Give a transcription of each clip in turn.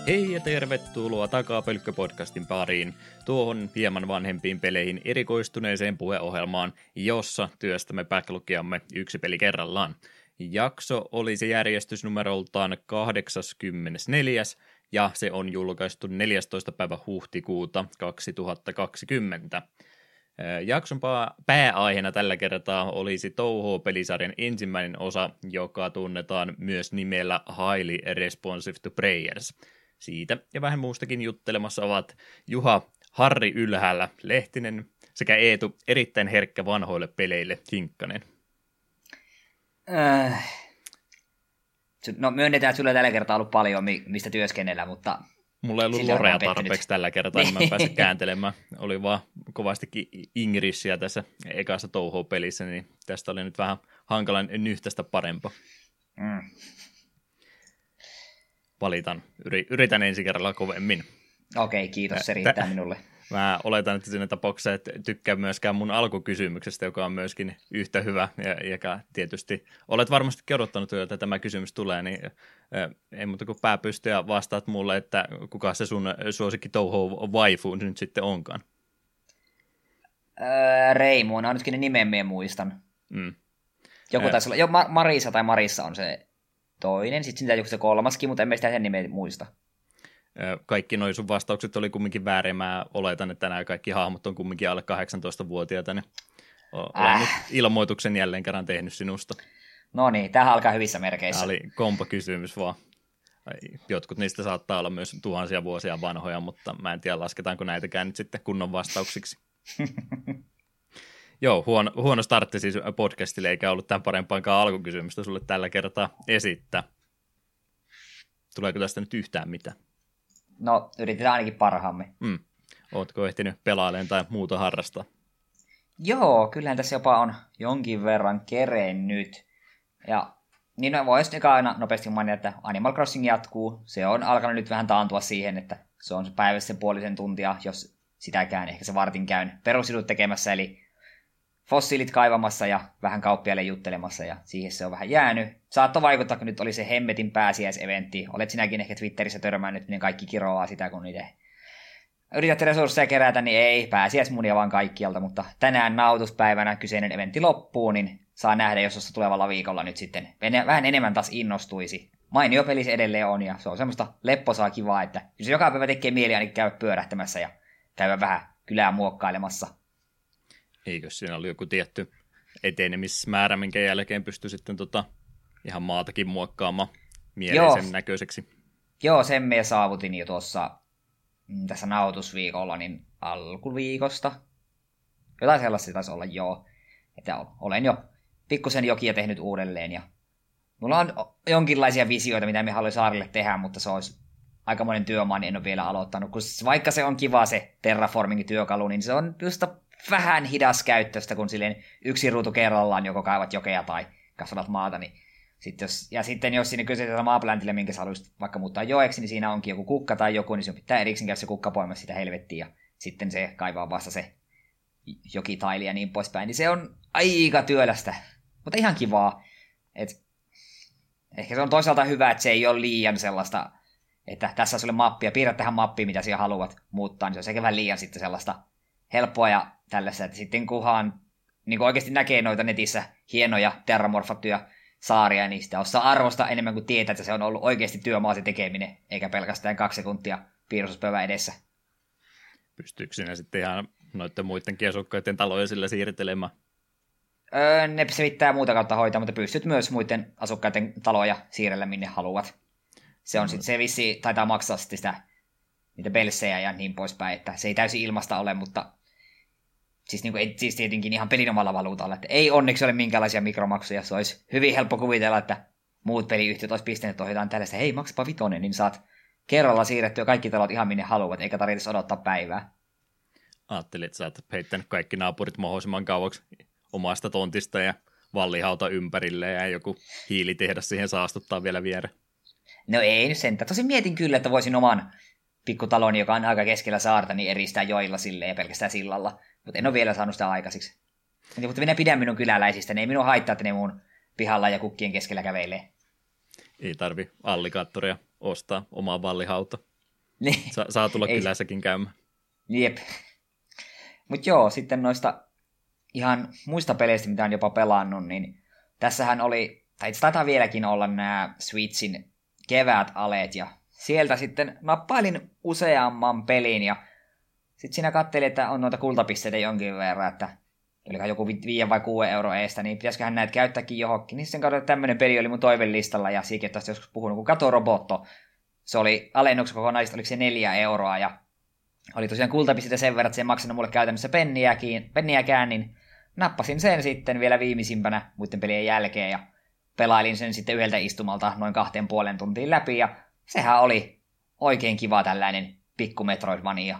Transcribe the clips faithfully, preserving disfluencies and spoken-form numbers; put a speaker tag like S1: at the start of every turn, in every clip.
S1: Hei ja tervetuloa Takapölkkö-podcastin pariin, tuohon hieman vanhempiin peleihin erikoistuneeseen puheohjelmaan, jossa työstämme backlogiamme yksi peli kerrallaan. Jakso oli se järjestysnumeroltaan kahdeksaskymmenesneljä ja se on julkaistu neljästoista päivä huhtikuuta kaksituhattakaksikymmentä. Jakson pääaiheena tällä kertaa olisi Touhou-pelisarjan ensimmäinen osa, joka tunnetaan myös nimellä Highly Responsive to Prayers. Siitä ja vähän muustakin juttelemassa ovat Juha Harri ylhäällä Lehtinen sekä Eetu erittäin herkkä vanhoille peleille Hinkkanen.
S2: Äh. No myönnetään, että sulla ei tällä kertaa ollut paljon mistä työskennellä, mutta...
S1: Mulla ei ollut Lorea tarpeeksi tällä kertaa, niin mä en pääse kääntelemään. Oli vaan kovastikin Ingrissiä tässä ekassa Touhou-pelissä, niin tästä oli nyt vähän hankalan nyhtästä parempaa. Mm. Valitan. Yritän ensi kerralla kovemmin.
S2: Okei, kiitos. Se riittää Tä, minulle.
S1: Mä oletan, että siinä tapauksessa et tykkää myöskään mun alkukysymyksestä, joka on myöskin yhtä hyvä. Ja, ja tietysti olet varmasti odottanut jo, että tämä kysymys tulee, niin ei muuta kuin pää pystyy ja vastaat mulle, että kuka se sun suosikki Touhou waifu nyt sitten onkaan.
S2: Öö, Reimu on ainakin ne nimen minä muistan. Mm. Joku taisi olla, jo Marisa tai Marissa on se toinen, sitten siinä joku se kolmaskin, mutta en sitä sen nimeä muista.
S1: Kaikki noin sun vastaukset oli kumminkin väärin. Mä oletan, että nämä kaikki hahmot on kumminkin alle kahdeksantoista-vuotiaita, niin olen äh. nyt ilmoituksen jälleen kerran tehnyt sinusta.
S2: No niin, tämähän alkaa hyvissä merkeissä.
S1: Tämä oli kompa kysymys vaan. Jotkut niistä saattaa olla myös tuhansia vuosia vanhoja, mutta mä en tiedä, lasketaanko näitäkään nyt sitten kunnon vastauksiksi. Joo, huono, huono startti siis podcastille, eikä ollut tämän parempaankaan alkukysymystä sulle tällä kertaa esittää. Tuleeko tästä nyt yhtään mitään?
S2: No, yritetään ainakin parhaamme.
S1: Mm. Ootko ehtinyt pelailemaan tai muuta harrastaa?
S2: Joo, kyllähän tässä jopa on jonkin verran kerennyt. Ja niin no, voisi aina nopeasti mainita, että Animal Crossing jatkuu. Se on alkanut nyt vähän taantua siihen, että se on päivässä sen puolisen tuntia, jos sitäkään. Ehkä se vartin käyn perussidut tekemässä, eli fossiilit kaivamassa ja vähän kauppiaille juttelemassa, ja siihen se on vähän jäänyt. Saattoi vaikuttaa, kun nyt oli se hemmetin pääsiäiseventti. Olet sinäkin ehkä Twitterissä törmännyt, niin kaikki kiroaa sitä, kun niitä yritätte resursseja kerätä, niin ei, pääsiäismunia vaan kaikkialta, mutta tänään nautuspäivänä kyseinen eventti loppuu, niin saa nähdä, jos tuossa tulevalla viikolla nyt sitten vähän enemmän taas innostuisi. Mainio peli se edelleen on, ja se on semmoista lepposaa kivaa, että jos joka päivä tekee mieli ainakin käydä pyörähtämässä ja käydä vähän kylää muokkailemassa.
S1: Eikö siinä oli joku tietty etenemismäärä, minkä jälkeen pystyi sitten tota ihan maatakin muokkaamaan mieleisen Joo. näköiseksi?
S2: Joo, sen me saavutin jo tuossa tässä nautusviikolla, niin alkuviikosta. Jotain sellaista taisi olla joo. Että olen jo pikkusen jokia tehnyt uudelleen. Ja mulla on jonkinlaisia visioita, mitä me haluaisin saarille tehdä, mutta se olisi aikamoinen työmaa, niin en ole vielä aloittanut. Kun vaikka se on kiva se terraforming-työkalu, niin se on just vähän hidas käyttöstä, kun silleen yksi ruutu kerrallaan joko kaivat jokea tai kasvatat maata. Niin sit jos, ja sitten jos siinä kyseisellä maapläntillä, minkä sä haluaisit vaikka muuttaa joeksi, niin siinä onkin joku kukka tai joku, niin sinun pitää erikseen käydä se kukka poimassa sitä helvettiä. Ja sitten se kaivaa vasta se jokitaili ja niin poispäin. Niin se on aika työlästä, mutta ihan kivaa. Et ehkä se on toisaalta hyvä, että se ei ole liian sellaista, että tässä on sulle mappi ja piirrät tähän mappiin, mitä siellä haluat muuttaa, niin se on sekä vähän liian sitten sellaista helppoa ja tällaista, että sitten kunhan niin kun oikeasti näkee noita netissä hienoja terramorfattuja saaria, niin sitä osaa arvostaa enemmän kuin tietää, että se on ollut oikeasti työmaa se tekeminen, eikä pelkästään kaksi sekuntia piirustuspöydän edessä.
S1: Pystyykö sinä sitten ihan noiden muidenkin asukkaiden taloja sillä siirtelemään?
S2: Öö, ne pitää muuta kautta hoitaa, mutta pystyt myös muiden asukkaiden taloja siirrellä minne haluat. Se on mm. sitten se vissi, taitaa maksaa sitten sitä niitä belsejä ja niin poispäin, että se ei täysin ilmasta ole, mutta siis, niin kuin, siis tietenkin ihan pelinomalla valuutalla, että ei onneksi ole minkäänlaisia mikromaksuja, se olisi hyvin helppo kuvitella, että muut peliyhtiöt olisi pistäneet tuohon jotain tällaista, hei maksapa vitonen, niin saat kerralla siirrettyä kaikki talot ihan minne haluat, eikä tarvitse odottaa päivää.
S1: Ajattelin, että sä oot heittänyt kaikki naapurit mahdollisimman kauaksi omasta tontista ja vallihauta ympärille ja joku hiilitehdas siihen saastuttaa vielä viereen.
S2: No ei nyt sentään. Tosin mietin kyllä, että voisin oman pikkutaloni, joka on aika keskellä saarta, niin eristää joilla silleen ja pelkästään sillalla. Mutta en ole vielä saanut sitä aikaisiksi. Mutta minä pidän minun kyläläisistä, niin ei minun haittaa, että ne mun pihalla ja kukkien keskellä kävelee.
S1: Ei tarvi allikaattoria ostaa omaa vallihauta.
S2: Niin.
S1: Sa- saa tulla
S2: Ei.
S1: kylässäkin käymään.
S2: Jep. Mut joo, sitten noista ihan muista peleistä, mitä on jopa pelannut, niin tässähän oli, tai itse taitaa vieläkin olla nämä Switchin kevät aleet, ja sieltä sitten nappailin useamman pelin, ja sitten siinä katselin, että on noita kultapisteitä jonkin verran, että oliko joku viiden vai kuuden euro eestä, niin pitäisiköhän näitä käyttääkin johonkin. Niin sitten katsoin, että tämmöinen peli oli mun toivelistalla, ja siikin, että joskus puhunut, kun Kato Robotto, se oli alennuksen kokonaisesti, oliko se neljä euroa, ja oli tosiaan kultapisteitä sen verran, että se ei maksanut mulle käytännössä penniäkin, penniäkään, niin nappasin sen sitten vielä viimeisimpänä muiden pelien jälkeen, ja pelailin sen sitten yhdeltä istumalta noin kahteen puolen tuntiin läpi, ja sehän oli oikein kiva tällainen pikku Metroidvania.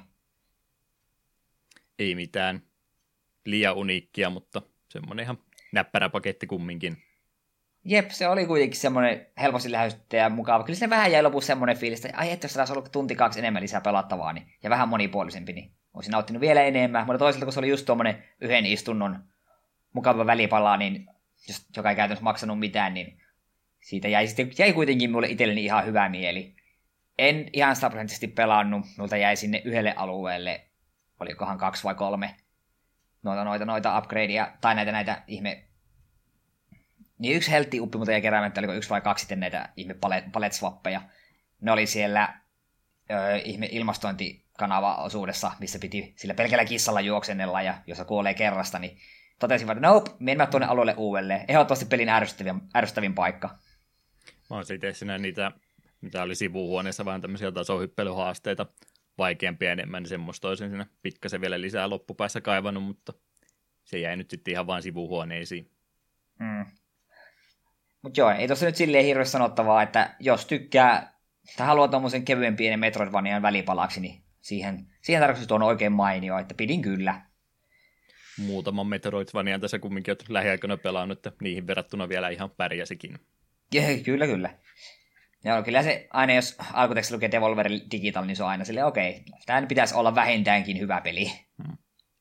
S1: Ei mitään liian uniikkia, mutta semmoinen ihan näppärä paketti kumminkin.
S2: Jep, se oli kuitenkin semmoinen helposti lähestyttävä ja mukava. Kyllä se vähän jäi lopussa semmoinen fiilis, että ai että jos tässä olisi ollut tunti kaksi enemmän lisää pelattavaa, niin, ja vähän monipuolisempi, niin olisin nauttinut vielä enemmän. Mutta toisaalta, kun se oli just tuommoinen yhden istunnon mukava välipala, niin jos, joka ei käytännössä maksanut mitään, niin siitä jäi, sitten, jäi kuitenkin mulle itselleni ihan hyvä mieli. En ihan sataprosenttisesti pelannut, multa jäi sinne yhdelle alueelle, olikohan kaksi vai kolme noita, noita, noita upgradeja, tai näitä, näitä ihme... Niin yksi heltti uppi, mutta jäi keräämättä, oliko yksi vai kaksi sitten näitä ihme palet-swappeja. Ne oli siellä ö, ihme ilmastointikanava-osuudessa, missä piti sillä pelkällä kissalla juoksennella, ja jos se kuolee kerrasta, niin totesin vaan, että nope, mennään tuonne alueelle uudelleen. Ehdottomasti pelin ärsyttävin, ärsyttävin paikka.
S1: Mä oon sitten siinä niitä, mitä oli sivuhuoneessa, vähän tämmöisiä tasohyppelyhaasteita, vaikeampia enemmän, niin semmoista olisin siinä pikkasen vielä lisää loppupäässä kaivannut, mutta se jäi nyt sitten ihan vaan sivuhuoneisiin.
S2: Mm. Mutta joo, ei tossa nyt silleen hirveästi sanottavaa, että jos tykkää, tai haluaa tommosen kevyen pienen Metroidvanian välipalaksi, niin siihen, siihen tarkoitus on oikein mainio, että pidin kyllä.
S1: Muutaman Metroidvanian tässä kumminkin olet lähiaikoina pelannut, että niihin verrattuna vielä ihan pärjäsikin.
S2: Kyllä, kyllä. Joo, kyllä se aina, jos alkuteksti lukee Devolver Digital, niin se on aina silleen, okei, okay, tämä pitäisi olla vähintäänkin hyvä peli. Hmm.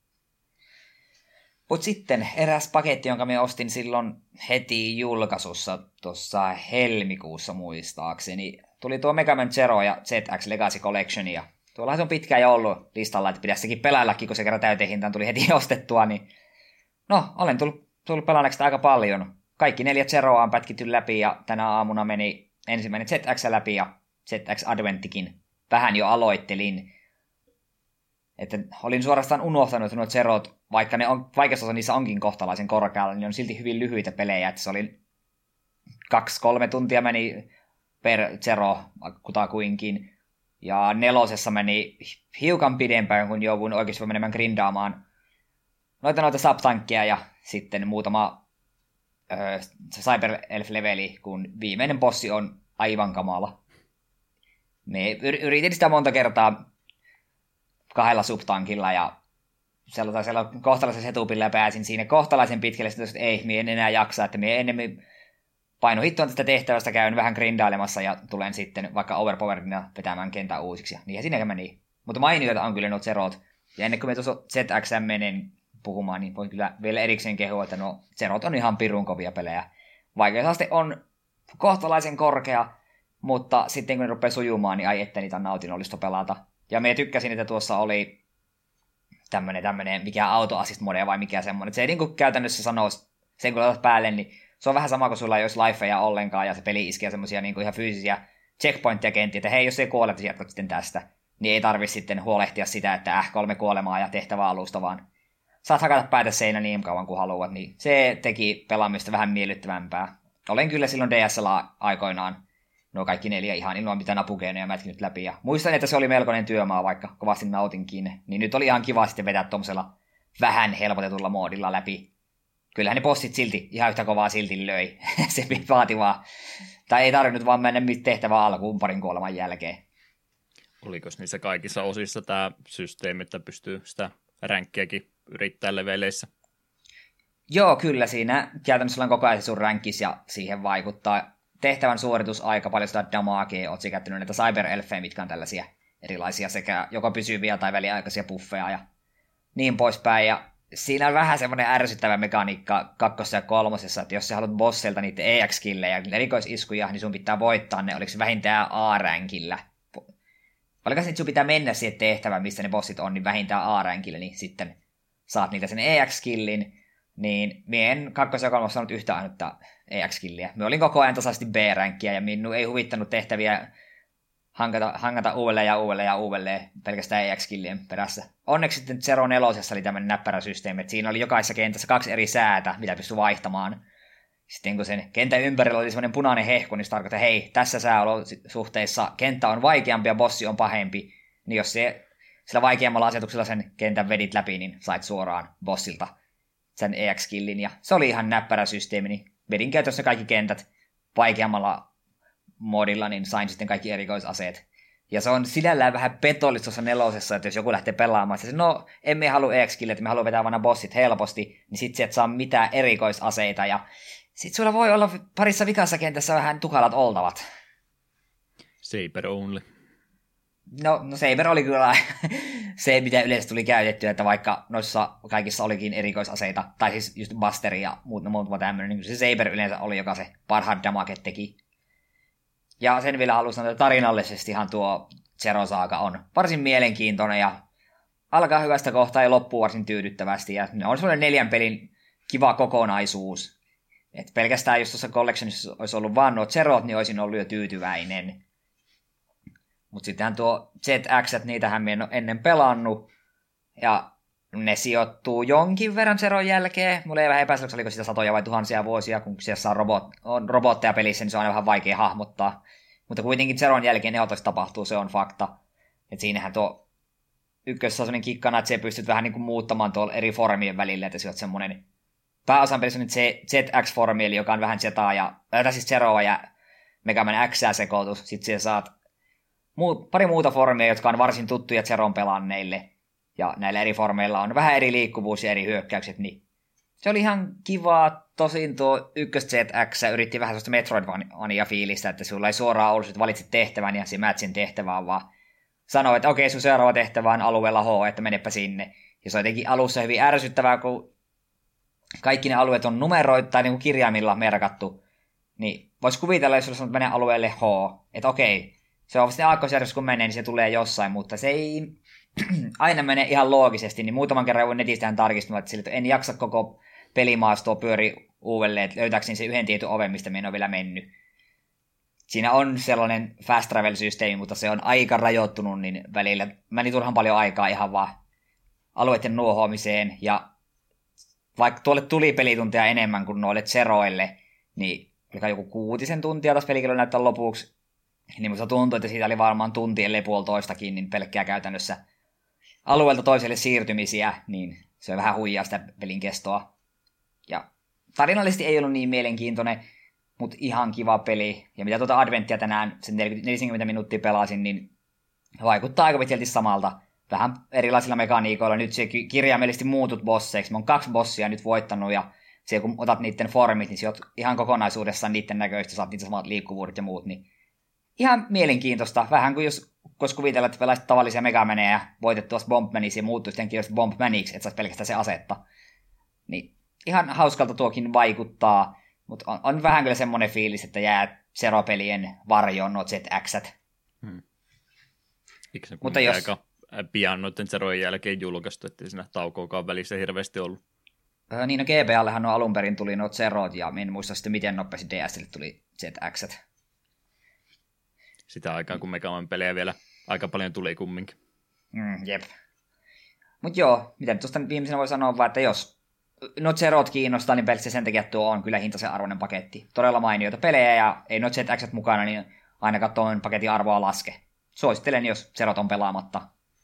S2: Mutta sitten eräs paketti, jonka me ostin silloin heti julkaisussa tuossa helmikuussa muistaakseni, tuli tuo Mega Man Zero ja Z X Legacy Collection, ja tuollahan se on pitkään jo ollut listalla, että pitäisi sekin pelaillakin, kun se kerran täyteen hintaan tuli heti ostettua, niin no, olen tullut, tullut pelanneeksi aika paljon. Kaikki neljä Zeroa on pätkitty läpi, ja tänä aamuna meni ensimmäinen Z X läpi, ja Z X Adventtikin vähän jo aloittelin. Että olin suorastaan unohtanut nuo Zerot, vaikka ne on, vaikeassa osa niissä onkin kohtalaisen korkealla, niin ne on silti hyvin lyhyitä pelejä, että se oli kaksi kolme tuntia meni per Zero kutakuinkin, ja nelosessa meni hiukan pidempään, kun jouduin oikeasti menemään grindaamaan noita noita subtankkeja ja sitten muutama öö, Cyber Elf-leveli, kun viimeinen bossi on aivan kamala. Me yritin sitä monta kertaa kahdella subtankilla ja sellaisella kohtalaisella setupilla pääsin siinä kohtalaisen pitkälle, että ei, mie en enää jaksa, että mie enemmän paino hittoon tästä tehtävästä, käyn vähän grindailemassa ja tulen sitten vaikka overpoweredina vetämään kentän uusiksi. Ja niinhän siinäkin meni. Mutta mainioita on kyllä nuo Zerot. Ja ennen kuin me tuossa Z X menen puhumaan, niin voin kyllä vielä erikseen kehua, että nuo Zerot on ihan pirun kovia pelejä. Vaikeusaste on kohtalaisen korkea, mutta sitten kun ne rupeaa sujumaan, niin ai että niitä on nautinnollista pelata. Ja me tykkäsin, että tuossa oli tämmönen, tämmönen, mikä auto-assist mode vai mikä semmoinen. Se ei niin kuin käytännössä sanoo sen, kun laitat päälle, niin se on vähän sama kuin sulla ei olisi lifeja ollenkaan, ja se peli iskee semmosia niin kuin ihan fyysisiä checkpointteja kenttiä, että hei, jos ei kuole, että jatkat sitten tästä. Niin ei tarvi sitten huolehtia sitä, että äh, kolme kuolemaa ja tehtävä alusta, vaan saat hakata päätä seinä niin kauan kuin haluat. Niin se teki pelaamista vähän miellyttävämpää. Olen kyllä silloin D S L-aikoinaan nuo kaikki neljä ihan ilman mitään apukeinoja mätkinyt läpi. Ja muistan, että se oli melkoinen työmaa, vaikka kovasti nautinkin. Niin nyt oli ihan kiva sitten vetää tuommoisella vähän helpotetulla moodilla läpi. Kyllähän ne bossit silti, ihan yhtä kovaa silti löi. Se vaativaa. Tai ei tarvinnut vaan mennä tehtävää alkuun parin kuoleman jälkeen.
S1: Oliko niissä kaikissa osissa tämä systeemi, että pystyy sitä ränkkiäkin yrittää leveleissä?
S2: Joo, kyllä siinä käytännössä on koko ajan sun ränkis ja siihen vaikuttaa tehtävän suoritusaika, paljon sitä damagea, oot käyttänyt näitä Cyber Elfejä, mitkä on tällaisia erilaisia sekä joko pysyviä tai väliaikaisia buffeja ja niin poispäin. Ja siinä on vähän semmoinen ärsyttävä mekaniikka kakkosessa ja kolmosessa, että jos sä haluat bossilta niitä E X-killejä ja erikoisiskuja, niin sun pitää voittaa ne, oliko se vähintään A-ränkillä. oliko se, että sun pitää mennä siihen tehtävään, missä ne bossit on, niin vähintään A-rankille, niin sitten saat niitä sen E X-killin, niin mie en kakkos- ja kolmas saanut yhtä ainutta E X-killiä. Me olin koko ajan tasaisesti B-ränkkiä, ja minun ei huvittanut tehtäviä hangata, hangata uudelleen ja uudelleen ja uudelleen pelkästään E X-killien perässä. Onneksi sitten Zero nelosessa oli tämmöinen näppäräsysteemi, että siinä oli jokaisessa kentässä kaksi eri säätä, mitä pystyi vaihtamaan. Sitten kun sen kentän ympärillä oli semmoinen punainen hehku, niin se tarkoittaa, että hei, tässä sääolosuhteissa kenttä on vaikeampi ja bossi on pahempi. Niin jos se, sillä vaikeammalla asetuksella sen kentän vedit läpi, niin sait suoraan bossilta sen E X-killin. Ja se oli ihan näppärä systeemi, niin vedin käytössä kaikki kentät vaikeammalla modilla, niin sain sitten kaikki erikoisaseet. Ja se on sinällään vähän petollista tuossa nelosessa, että jos joku lähtee pelaamaan, että no emme halua E X-killiä, että me haluamme vetää vanha bossit helposti, niin sit sieltä saa mitään erikoisaseita ja sitten sulla voi olla parissa vikassa kentässä vähän tukalat oltavat.
S1: Saber only.
S2: No, no Saber oli kyllä se, mitä yleensä tuli käytettyä, että vaikka noissa kaikissa olikin erikoisaseita, tai siis just Busteri ja muut, muutama tämmöinen, niin se Saber yleensä oli, joka se parhaat damaget teki. Ja sen vielä haluan sanoa, että tarinallisestihan tuo Zero Saga on varsin mielenkiintoinen ja alkaa hyvästä kohtaa ja loppuu varsin tyydyttävästi. Ja ne on semmoinen neljän pelin kiva kokonaisuus. Et pelkästään jos tuossa Collectionissa olisi ollut vaan nuo Zerot, niin olisin ollut jo tyytyväinen. Mutta sittenhän tuo Z X, niitähän minä en ole ennen pelannut. Ja ne sijoittuu jonkin verran Zeron jälkeen. Mulla ei vähän epäselväksi, oliko sitä satoja vai tuhansia vuosia, kun siellä on, robot, on robotteja pelissä, niin se on aina vähän vaikea hahmottaa. Mutta kuitenkin Zeron jälkeen ehdottomasti tapahtuu, se on fakta. Et siinähän tuo ykkössä on sellainen kikkana, että se pystyt vähän niin kuin muuttamaan tuolla eri formien välillä, että se on semmoinen pääosan pelissä on Z X-formi, eli joka on vähän Zetaa ja, tai siis Zeroa ja Mega Man Xää sekoitus. Sitten siellä saat muut, pari muuta formia, jotka on varsin tuttuja Zeron pelanneille. Ja näillä eri formeilla on vähän eri liikkuvuus ja eri hyökkäykset, niin se oli ihan kivaa. Tosin tuo ykkös Z X yritti vähän sellaista Metroidvania-fiilistä, että sulla ei suoraan ollut, että valitsit tehtävän ja se matchin tehtävään, vaan sanoi, että okei, sun seuraava tehtävä on alueella H, että menepä sinne. Ja se on jotenkin alussa hyvin ärsyttävää, kun kaikki ne alueet on numeroita tai niin kuin kirjaimilla merkattu. Niin vois kuvitella, jos sulla sanoo, että mene alueelle H, että okei, se on sitten aakkosjärjestys, kun menee, niin se tulee jossain, mutta se ei aina mene ihan loogisesti, niin muutaman kerran voin netistähän tarkistua, että, sille, että en jaksa koko pelimaastoa pyöri uudelleen, että löytääkseni se yhden tietyn oven, mistä minä en ole vielä mennyt. Siinä on sellainen fast travel-systeemi, mutta se on aika rajoittunut, niin välillä meni turhan paljon aikaa ihan vaan alueiden nuohoamiseen, ja vaikka tuolle tuli pelituntia enemmän kuin noille Zeroille, niin oliko joku kuutisen tuntia taas pelikirjoilla näyttää lopuksi, niin musta tuntui, että siitä oli varmaan tuntien ellei puolitoistakin, niin pelkkää käytännössä alueelta toiselle siirtymisiä, niin se on vähän huijaa sitä pelin kestoa. Ja tarinallisesti ei ollut niin mielenkiintoinen, mutta ihan kiva peli. Ja mitä tuota Adventtia tänään sen neljäkymmentä minuuttia pelasin, niin vaikuttaa aika pitkälti samalta. Vähän erilaisilla mekaniikoilla. Nyt se kirjaimellisesti muutut bosseiksi. Mä oon kaksi bossia nyt voittanut, ja se kun otat niiden formit, niin sä oot ihan kokonaisuudessaan niiden näköistä, saat niitä samat liikkuvuudet ja muut, niin ihan mielenkiintoista. Vähän kuin jos koska kuvitella, että pelaisit tavallisia Megamenejä ja voitet tuossa Bombmanissa ja muuttuisi sitten Bombmaniksi, että saisi pelkästään se asetta. Niin ihan hauskalta tuokin vaikuttaa, mutta on, on vähän kyllä semmoinen fiilis, että jää Zero-pelien varjoon nuo Z X:t.
S1: Hmm. Eikö se
S2: mutta jos
S1: aika pian noiden Zerojen jälkeen julkaistu, ettei siinä taukoakaan välissä hirveästi ollut?
S2: Öö, niin no G B A:llehan no alun perin tuli nuo Zerot, ja en muista sitten miten nopeasti D S:lle tuli Z X:t.
S1: Sitä aikaa, kun Mega Man pelejä vielä aika paljon tuli kumminkin.
S2: Mm, jep. Mut joo, mitä nyt tuosta viimeisenä voi sanoa vaan, että jos no Zerot kiinnostaa, niin pelkästään sen takia tuo on kyllä hintaisen arvoinen paketti. Todella mainioita pelejä, ja ei no Z X:t mukana, niin ainakaan tuon paketin arvoa laske. Suosittelen, jos Zerot on pelaamatta.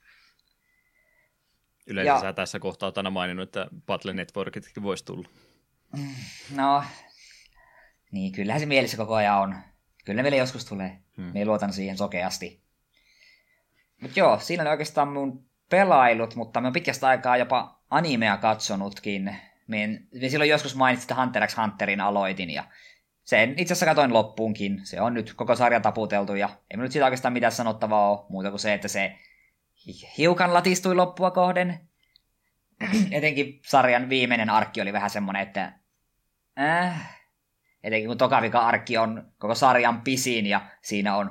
S1: Yleensä ja sä tässä kohtaa oot aina maininnut, että Battle Networkitkin voisi tulla.
S2: No, niin kyllähän se mielessä koko ajan on. Kyllä ne vielä joskus tulee. Hmm. Me luotan siihen sokeasti. Mutta joo, siinä on oikeastaan mun pelailut, mutta mä oon pitkästä aikaa jopa animea katsonutkin. Me silloin joskus mainitsin, että Hunter x Hunterin aloitin, ja sen itse asiassa katoin loppuunkin. Se on nyt koko sarja taputeltu, ja ei minulla nyt siitä oikeastaan mitään sanottavaa ole, muuta kuin se, että se hiukan latistui loppua kohden. Etenkin sarjan viimeinen arkki oli vähän semmonen, että äh, etenkin kun Tokavika-arkki on koko sarjan pisin, ja siinä on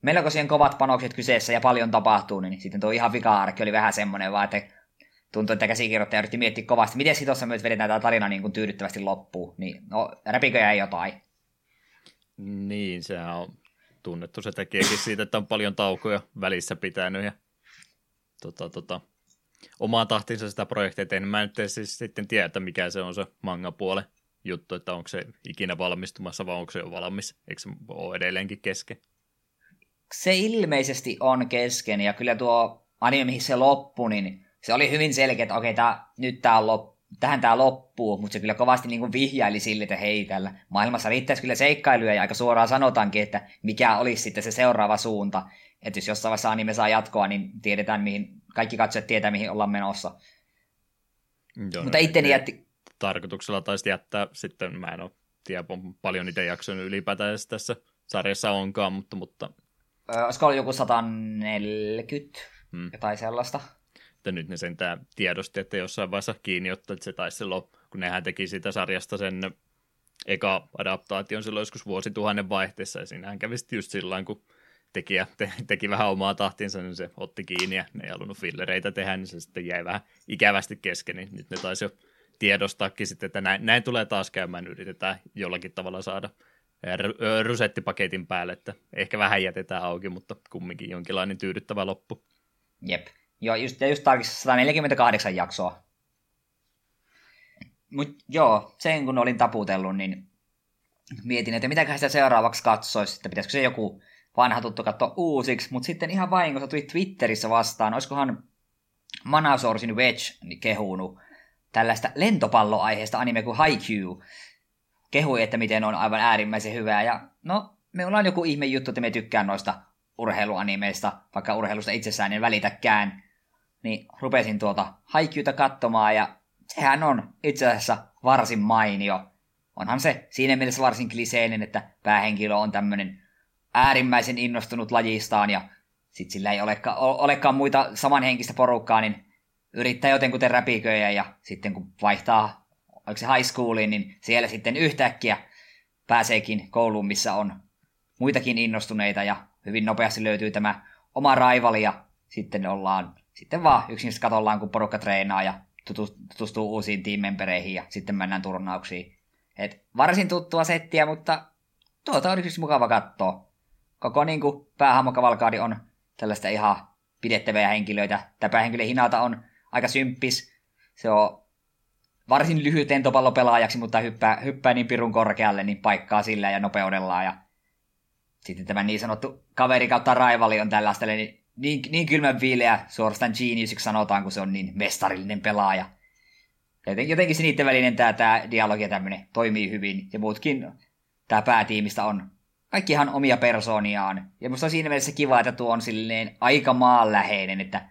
S2: melkoisen kovat panokset kyseessä ja paljon tapahtuu, niin sitten tuo ihan vika-arkki oli vähän semmoinen vaan, että tuntui, että käsikirjoittaja yritti miettiä kovasti, miten sitten tuossa myös vedetään tämä tarina niin kuin tyydyttävästi loppuun. Niin, no, räpikö jäi jotain.
S1: Niin, sehän on tunnettu se tekijäkin siitä, että on paljon taukoja välissä pitänyt ja tota, tota, omaan tahtinsa sitä projektia tehnyt. Mä en nyt siis sitten tiedä, että mikä se on se manga-puolen juttu, että onko se ikinä valmistumassa vai onko se jo valmis. Eikö se ole edelleenkin kesken?
S2: Se ilmeisesti on kesken ja kyllä tuo anime, mihin se loppui, niin se oli hyvin selkeä, että okei, tää, nyt tää on lop, tähän tämä loppuu, mutta se kyllä kovasti niin kuin vihjaili sille, että hei, tällä maailmassa riittäisi kyllä seikkailuja ja aika suoraan sanotaankin, että mikä olisi sitten se seuraava suunta. Että jos jossain vaiheessa anime saa jatkoa, niin tiedetään, mihin, kaikki katsojat tietää, mihin ollaan menossa.
S1: Joo,
S2: mutta
S1: no,
S2: itteni jätti...
S1: Tarkoituksella taisi jättää sitten, mä en ole tiedä, paljon niitä jaksoja ylipäätään tässä sarjassa onkaan, mutta... mutta...
S2: Öö, olisiko ollut joku sata neljäkymmentä, hmm. jotain sellaista?
S1: Että nyt ne sentään tiedosti, että jossain vaiheessa kiinni ottaa, että se taisi silloin, kun nehän teki siitä sarjasta sen eka adaptaation silloin joskus vuosituhannen vaihteessa, ja siinähän kävi just silloin, kun tekijä te, teki vähän omaa tahtinsa, niin se otti kiinni, ja ne ei halunnut fillereitä tehdä, niin se sitten jäi vähän ikävästi kesken, niin nyt ne taisi jo tiedostaakin sitten, että näin, näin tulee taas käymään, yritetään jollakin tavalla saada rusettipaketin päälle, että ehkä vähän jätetään auki, mutta kumminkin jonkinlainen tyydyttävä loppu.
S2: Jep. Joo, just, ja just tarkistin sata neljäkymmentäkahdeksan jaksoa. Mut joo, sen kun olin taputellut, niin mietin, että mitäköhän sitä seuraavaksi katsoisi, että pitäisikö se joku vanha tuttu katsoa uusiksi, mutta sitten ihan vahingossa tuli Twitterissä vastaan, olisikohan Manasourcin Wedge kehunut tällaista lentopalloaiheesta anime kuin Haikyuu. Kehui, että miten on aivan äärimmäisen hyvää, ja no, me ollaan joku ihme juttu, että me tykkään noista urheiluanimeista, vaikka urheilusta itsessään en välitäkään, niin rupesin tuota Haikyuuta katsomaan, ja sehän on itse asiassa varsin mainio. Onhan se siinä mielessä varsin kliseinen, että päähenkilö on tämmöinen äärimmäisen innostunut lajistaan, ja sit sillä ei olekaan, olekaan muita samanhenkistä porukkaa, niin yrittää jotenkuten räpiköjä, ja sitten kun vaihtaa, oliko se high schooliin, niin siellä sitten yhtäkkiä pääseekin kouluun, missä on muitakin innostuneita, ja hyvin nopeasti löytyy tämä oma raivali, ja sitten ollaan, sitten vaan yksinkertaisesti katollaan, kun porukka treenaa, ja tutustuu uusiin tiimempereihin, ja sitten mennään turnauksiin. Et varsin tuttua settiä, mutta tuota on yksi mukava katsoa. Koko niin kuin päähahmokavalkaadi on tällaista ihan pidettäviä henkilöitä. Tämä päähenkilö Hinata on aika symppis. Se on varsin lyhyt lentopallopelaajaksi, mutta hyppää, hyppää niin pirun korkealle, niin paikkaa sillä ja nopeudellaan. Ja sitten tämä niin sanottu kaveri kautta raivali on tällaista, niin, niin, niin kylmän viileä suorastaan geniusiksi sanotaan, kun se on niin mestarillinen pelaaja. Joten, jotenkin se niiden välinen tämä, tämä dialogi ja tämmöinen toimii hyvin. Ja muutkin tämä päätiimistä on kaikki ihan omia persooniaan. Ja musta on siinä mielessä kiva, että tuo on silleen aika maanläheinen, että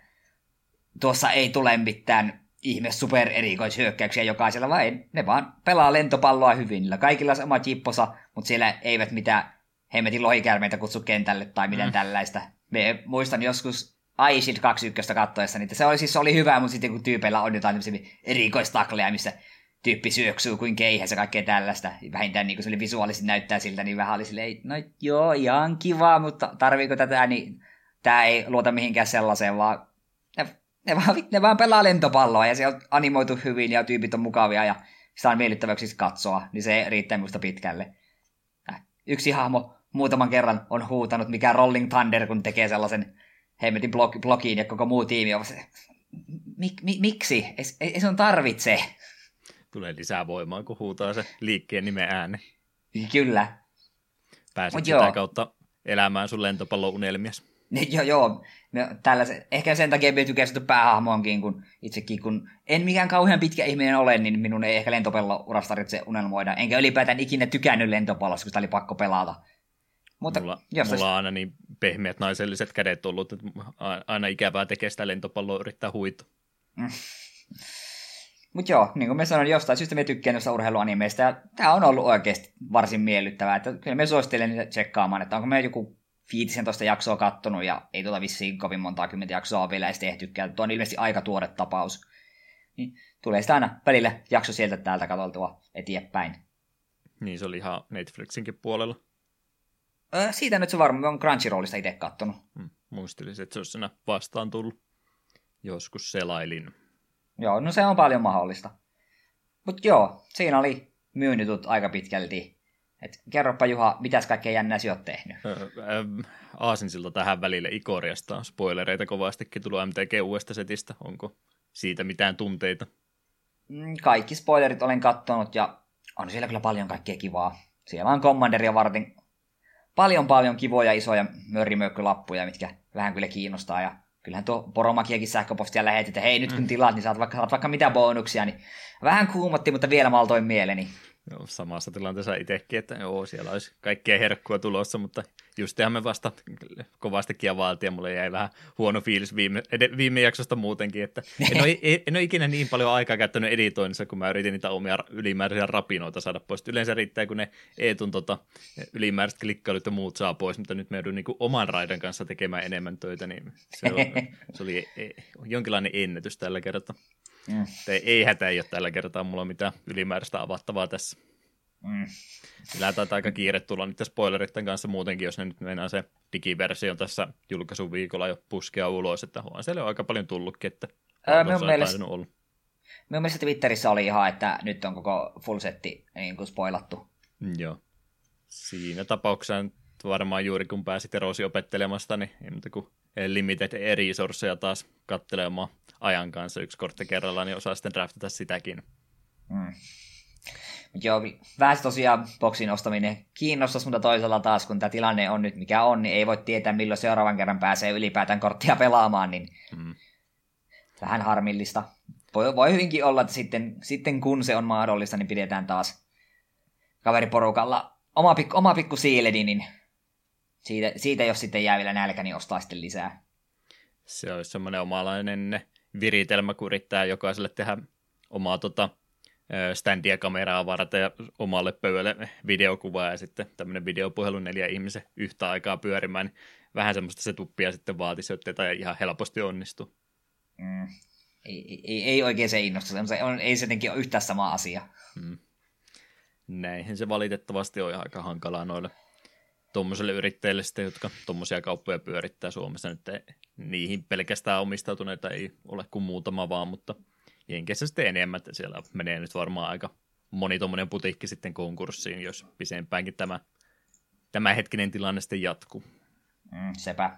S2: tuossa ei tule mitään ihme supererikoishyökkäyksiä jokaisella, vaan ne vaan pelaa lentopalloa hyvin. Niillä kaikilla on oma chipposa, mutta siellä eivät mitään hemmetin lohikäärmeitä kutsu kentälle tai mitään mm. tällaista. Me muistan joskus iShield kaksikymmentä kattoessa, niin se oli, siis, se oli hyvä, mutta sitten kun tyypeillä on jotain erikoistakleja, missä tyyppi syöksyy kuin keihässä ja kaikkea tällaista, vähintään niin kuin se oli visuaalisesti näyttää siltä, niin vähän oli silleen, no joo, ihan kiva, mutta tarviiko tätä, niin tämä ei luota mihinkään sellaiseen, vaan ne, ne, vaan, ne vaan pelaa lentopalloa ja se on animoitu hyvin ja tyypit on mukavia ja sitä on miellyttäväksi katsoa, niin se riittää minusta pitkälle. Yksi hahmo muutaman kerran on huutanut, mikä Rolling Thunder, kun tekee sellaisen hemmetin blog, blogiin ja koko muu tiimi on se, mik, mik, miksi? Ei, ei, ei sun tarvitse.
S1: Tulee lisää voimaa, kun huutaa se liikkeen nimen ääne.
S2: Kyllä.
S1: Pääset Mut sitä joo. kautta elämään sun lentopallon unelmias.
S2: Joo, joo. Tällaisen, ehkä sen takia me tykästytty päähahmoonkin, kun itsekin kun en mikään kauhean pitkä ihminen ole, niin minun ei ehkä lentopallon urasta tarvitse unelmoida. Enkä ylipäätään ikinä tykännyt lentopallossa, kun sitä oli pakko pelata. Mutta,
S1: mulla, mulla on aina niin pehmeät naiselliset kädet ollut, että aina ikävää tekee sitä lentopalloa yrittää huita. Mm.
S2: Mutta joo, niin kuin me sanoin, jostain syystä me tykkään noista urheiluanimeista, ja tämä on ollut oikeasti varsin miellyttävää. Että kyllä me suosittelen niitä tsekkaamaan, että onko me joku viisitoista jaksoa kattonut, ja ei tuota vissiin kovin montaa kymmentä jaksoa vielä edes tehtykään. Tuo on ilmeisesti aika tuore tapaus. Niin tulee sitä aina välillä jakso sieltä täältä katoltua eteenpäin.
S1: Niin, se oli ihan Netflixinkin puolella.
S2: Öö, siitä nyt se varmaan on Crunchyrollista itse kattonut.
S1: Hmm, muistelisin, että se olisi siinä vastaan tullut. Joskus selailin.
S2: Joo, no se on paljon mahdollista. Mut joo, siinä oli myynnitut aika pitkälti. Et kerropa Juha, mitäs kaikkea jännää sä oot tehnyt?
S1: Öö, aasinsilta tähän välille Ikoriasta. Spoilereita kovastikin tullut M T G uudesta setistä. Onko siitä mitään tunteita?
S2: Kaikki spoilerit olen kattonut ja on siellä kyllä paljon kaikkea kivaa. Siellä on Commanderia varten paljon paljon kivoja isoja mörrimökkölappuja, mitkä vähän kyllä kiinnostaa. Ja kyllähän tuo Poromakiakin sähköpostia lähetit, että hei nyt kun tilaat, niin saat vaikka, saat vaikka mitä bonuksia. Niin vähän kuumotti, mutta vielä maltoin mieleni.
S1: Joo, samassa tilanteessa itsekin, että joo, siellä olisi kaikkea herkkua tulossa, mutta justihan me vasta kovastikin avaaltiin, ja mulle jäi vähän huono fiilis viime, ed- viime jaksosta muutenkin, että en ole, en ole ikinä niin paljon aikaa käyttänyt editoinnissa, kun mä yritin niitä omia ylimääräisiä rapinoita saada pois. Yleensä riittää, kun ne Eetun tota, ylimääräiset klikkailut ja muut saa pois, mutta nyt me joudun niin kuin oman raidan kanssa tekemään enemmän töitä, niin se, on, se oli jonkinlainen ennätys tällä kertaa. Mm. Ei hätä, ei ole tällä kertaa mulla mitään ylimääräistä avattavaa tässä. Mm. Sillä taitaa aika kiire tulla niiden spoileritten kanssa muutenkin, jos ne nyt mennään se digiversio tässä julkaisun viikolla jo puskea ulos, että on siellä on aika paljon tullutkin, että
S2: öö, minun, mielestä, minun mielestä Twitterissä oli ihan, että nyt on koko full setti niin kuin spoilattu.
S1: Mm, joo. Siinä tapauksessa varmaan juuri kun pääsit erosi opettelemasta, niin ei muuta kuin limited resourceja taas katselemaan ajan kanssa yksi kortti kerrallaan, niin osaa sitten draftata sitäkin.
S2: Mm. Joo, vähän tosiaan boksin ostaminen kiinnostaisi, mutta toisaalta taas, kun tämä tilanne on nyt mikä on, niin ei voi tietää, milloin seuraavan kerran pääsee ylipäätään korttia pelaamaan, niin mm. vähän harmillista. Voi, voi hyvinkin olla, että sitten, sitten kun se on mahdollista, niin pidetään taas kaveriporukalla oma pikku, oma pikku siiledi, niin siitä, siitä jos sitten jää vielä nälkä, niin ostaa sitten lisää.
S1: Se olisi semmoinen omalainen viritelmä, kun yrittää jokaiselle tehdä omaa tota, standia kameraa varten ja omalle pöydälle videokuvaa ja sitten tämmöinen videopuhelu neljä ihmisen yhtä aikaa pyörimään, niin vähän semmoista se tuppia sitten vaatisi, että tämä ihan helposti onnistuu.
S2: Mm. Ei, ei, ei oikein se innosta, se on, ei se jotenkin ole yhtään sama asia.
S1: Mm. Näinhän se valitettavasti on aika hankalaa noille tuommoiselle yrittäjille sitten, jotka tuommoisia kauppoja pyörittää Suomessa. Nyt ei, niihin pelkästään omistautuneita ei ole kuin muutama vaan, mutta Jenkeissä sitten enemmän, että siellä menee nyt varmaan aika moni tuommoinen putiikki sitten konkurssiin, jos pisempäänkin tämä, tämä hetkinen tilanne sitten jatkuu.
S2: Mm, sepä.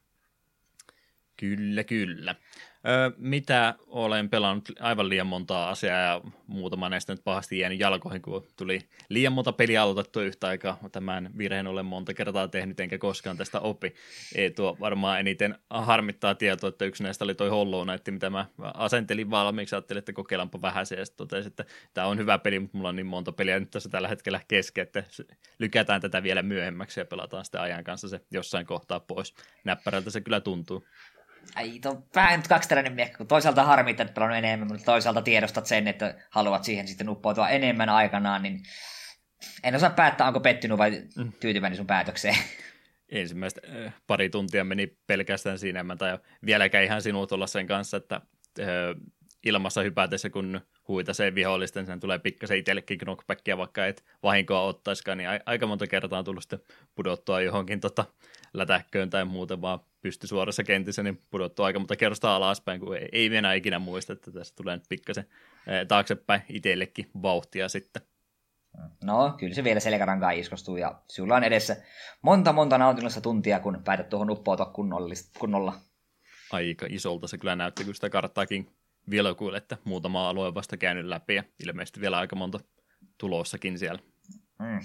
S1: Kyllä, kyllä. Öö, mitä olen pelannut aivan liian montaa asiaa ja muutama näistä nyt pahasti jäänyt jalkoihin, kun tuli liian monta peliä aloitettua yhtä aikaa. Tämän virheen olen monta kertaa tehnyt, enkä koskaan tästä opi. Ei tuo varmaan eniten harmittaa tietoa, että yksi näistä oli toi Hollow Knight, mitä mä asentelin valmiiksi. Ajattelin, että kokeillaanpa vähän se, ja sitten totesin, että tämä on hyvä peli, mutta mulla on niin monta peliä nyt tässä tällä hetkellä kesken, että lykätään tätä vielä myöhemmäksi ja pelataan sitten ajan kanssa se jossain kohtaa pois. Näppärältä se kyllä tuntuu.
S2: Ai, tuo on vähän nyt kaksiteräinen miekka, kun toisaalta harmittaa, että pelannut enemmän, mutta toisaalta tiedostat sen, että haluat siihen sitten uppoutua enemmän aikanaan, niin en osaa päättää, onko pettynyt vai tyytyväinen sun päätökseen.
S1: Ensimmäistä äh, pari tuntia meni pelkästään siinä, mä tai vieläkään ihan sinut olla sen kanssa, että äh, ilmassa hypätessä, kun huitasee vihollisten, sen tulee pikkasen itsellekin knockbackia, vaikka et vahinkoa ottaisikaan, niin a- aika monta kertaa on tullut sitten pudottua johonkin tota lätäkköön tai muuten vaan pystysuorassa kentissä, niin pudottua aika monta kerrosta alaspäin, kun ei, ei enää ikinä muista, että tässä tulee nyt pikkasen ää, taaksepäin itsellekin vauhtia sitten.
S2: No, kyllä se vielä selkärankaa iskostuu, ja sulla on edessä monta monta nautinnollista tuntia, kun päätät tuohon uppoutua kunnolla.
S1: Aika isolta se kyllä näytti, kun sitä karttaakin vilkuille, että muutama alue on vasta käynyt läpi, ja ilmeisesti vielä aika monta tulossakin siellä. Mm.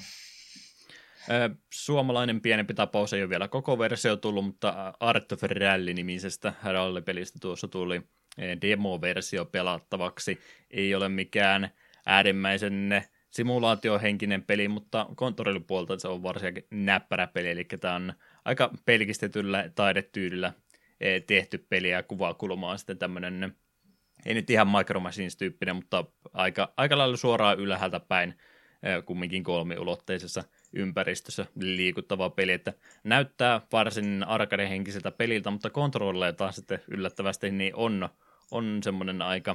S1: Suomalainen pienempi tapaus ei ole vielä koko versio tullut, mutta Art of Rally-nimisestä rallipelistä tuossa tuli demo-versio pelattavaksi. Ei ole mikään äärimmäisen simulaatiohenkinen peli, mutta kontrollipuolta se on varsinkin näppärä peli, eli tämä on aika pelkistetyllä taidetyylillä tehty peli ja kuvakulma on sitten tämmöinen, ei nyt ihan Micro Machines-tyyppinen, mutta aika, aika lailla suoraan ylhäältä päin kumminkin kolmiulotteisessa ympäristössä liikuttava peli, että näyttää varsin arcade-henkiseltä peliltä, mutta kontrolleja taas sitten yllättävästi niin on, on semmoinen aika,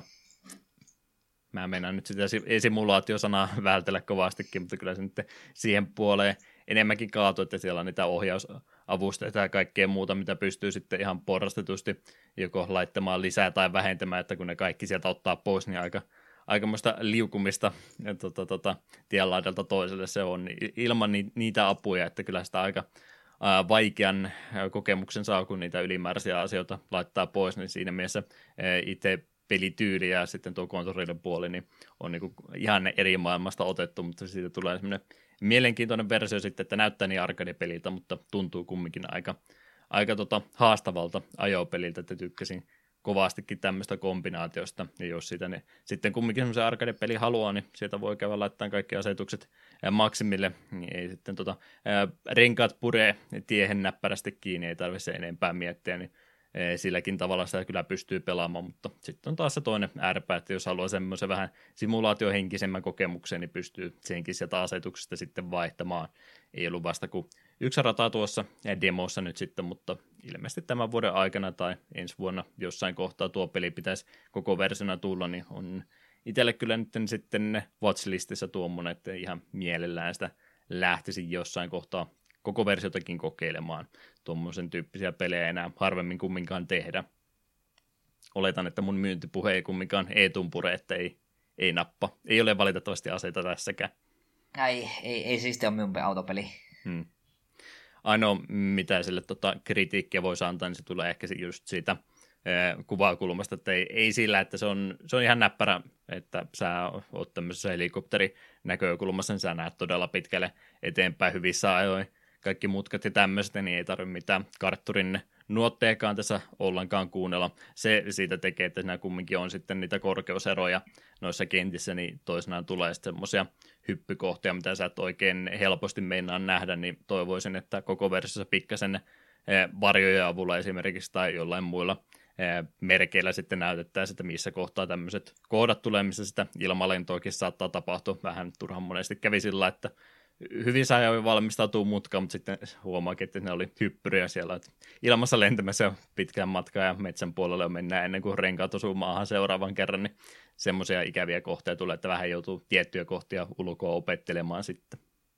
S1: mä meinaan nyt sitä simulaatiosanaa vältellä kovastikin, mutta kyllä se nyt siihen puoleen enemmänkin kaatu, että siellä on niitä ohjausavustajia ja kaikkea muuta, mitä pystyy sitten ihan porrastetusti joko laittamaan lisää tai vähentämään, että kun ne kaikki sieltä ottaa pois, niin aika aikamoista liukumista tota, tota, tienlaidalta toiselle se on ilman ni, niitä apuja, että kyllä sitä aika ää, vaikean kokemuksen saa, kun niitä ylimääräisiä asioita laittaa pois, niin siinä mielessä ää, itse pelityyli ja sitten tuo kontrollin puoli niin on niin kuin ihan eri maailmasta otettu, mutta siitä tulee semmoinen mielenkiintoinen versio sitten, että näyttää niin arcade-peliltä, mutta tuntuu kumminkin aika, aika tota haastavalta ajopeliltä, että tykkäsin kovastikin tämmöistä kombinaatiosta, ja jos siitä ne sitten kumminkin semmoisen arcade-peli haluaa, niin sieltä voi käydä laittaa kaikki asetukset maksimille, niin ei sitten tota, ää, renkaat puree tiehen näppärästi kiinni, ei tarvitse enempää miettiä, niin silläkin tavalla sitä kyllä pystyy pelaamaan, mutta sitten on taas se toinen ääripää, että jos haluaa semmoisen vähän simulaatiohenkisemmän kokemuksen, niin pystyy senkin sieltä asetuksesta sitten vaihtamaan. Ei ollut vasta kuin yksi rata tuossa demossa nyt sitten, mutta ilmeisesti tämän vuoden aikana tai ensi vuonna jossain kohtaa tuo peli pitäisi koko versiona tulla, niin on itselle kyllä nyt sitten watchlistissa tuommoinen, että ihan mielellään sitä lähtisin jossain kohtaa koko versiotakin kokeilemaan. Tuommoisen tyyppisiä pelejä enää harvemmin kumminkaan tehdä. Oletan, että mun myyntipuhe ei kumminkaan e-tumpure, että ei, ei nappa. Ei ole valitettavasti aseita tässäkään.
S2: Ei, ei, ei siis ole minun autopeli.
S1: Hmm. Ainoa, mitä sille tota, kritiikkiä voisi antaa, niin se tulee ehkä just siitä eh, kuvakulmasta, että ei, ei sillä, että se on, se on ihan näppärä, että sä oot tämmöisessä helikopterinäkökulmassa, niin sä näet todella pitkälle eteenpäin hyvissä ajoin. Kaikki mutkat ja tämmöistä, niin ei tarvitse mitään kartturin nuotteekaan tässä ollenkaan kuunnella. Se siitä tekee, että siinä kumminkin on sitten niitä korkeuseroja noissa kentissä, niin toisenaan tulee sitten semmoisia hyppykohtia, mitä sä et oikein helposti meinaa nähdä, niin toivoisin, että koko versiossa pikkasen varjojen avulla esimerkiksi tai jollain muilla merkeillä sitten näytettäisiin, että missä kohtaa tämmöiset kohdat tulee, missä sitä ilmalentoakin saattaa tapahtua. Vähän turhan monesti kävi sillä, että hyvin saa valmistautua mutkaan, mutta sitten huomaakin, että ne oli hyppyriä siellä. Että ilmassa lentämässä pitkään matkaa ja metsän puolelle mennään ennen kuin renkaat osuu maahan seuraavan kerran, niin semmoisia ikäviä kohtia tulee, että vähän joutuu tiettyjä kohtia ulkoa opettelemaan sitten.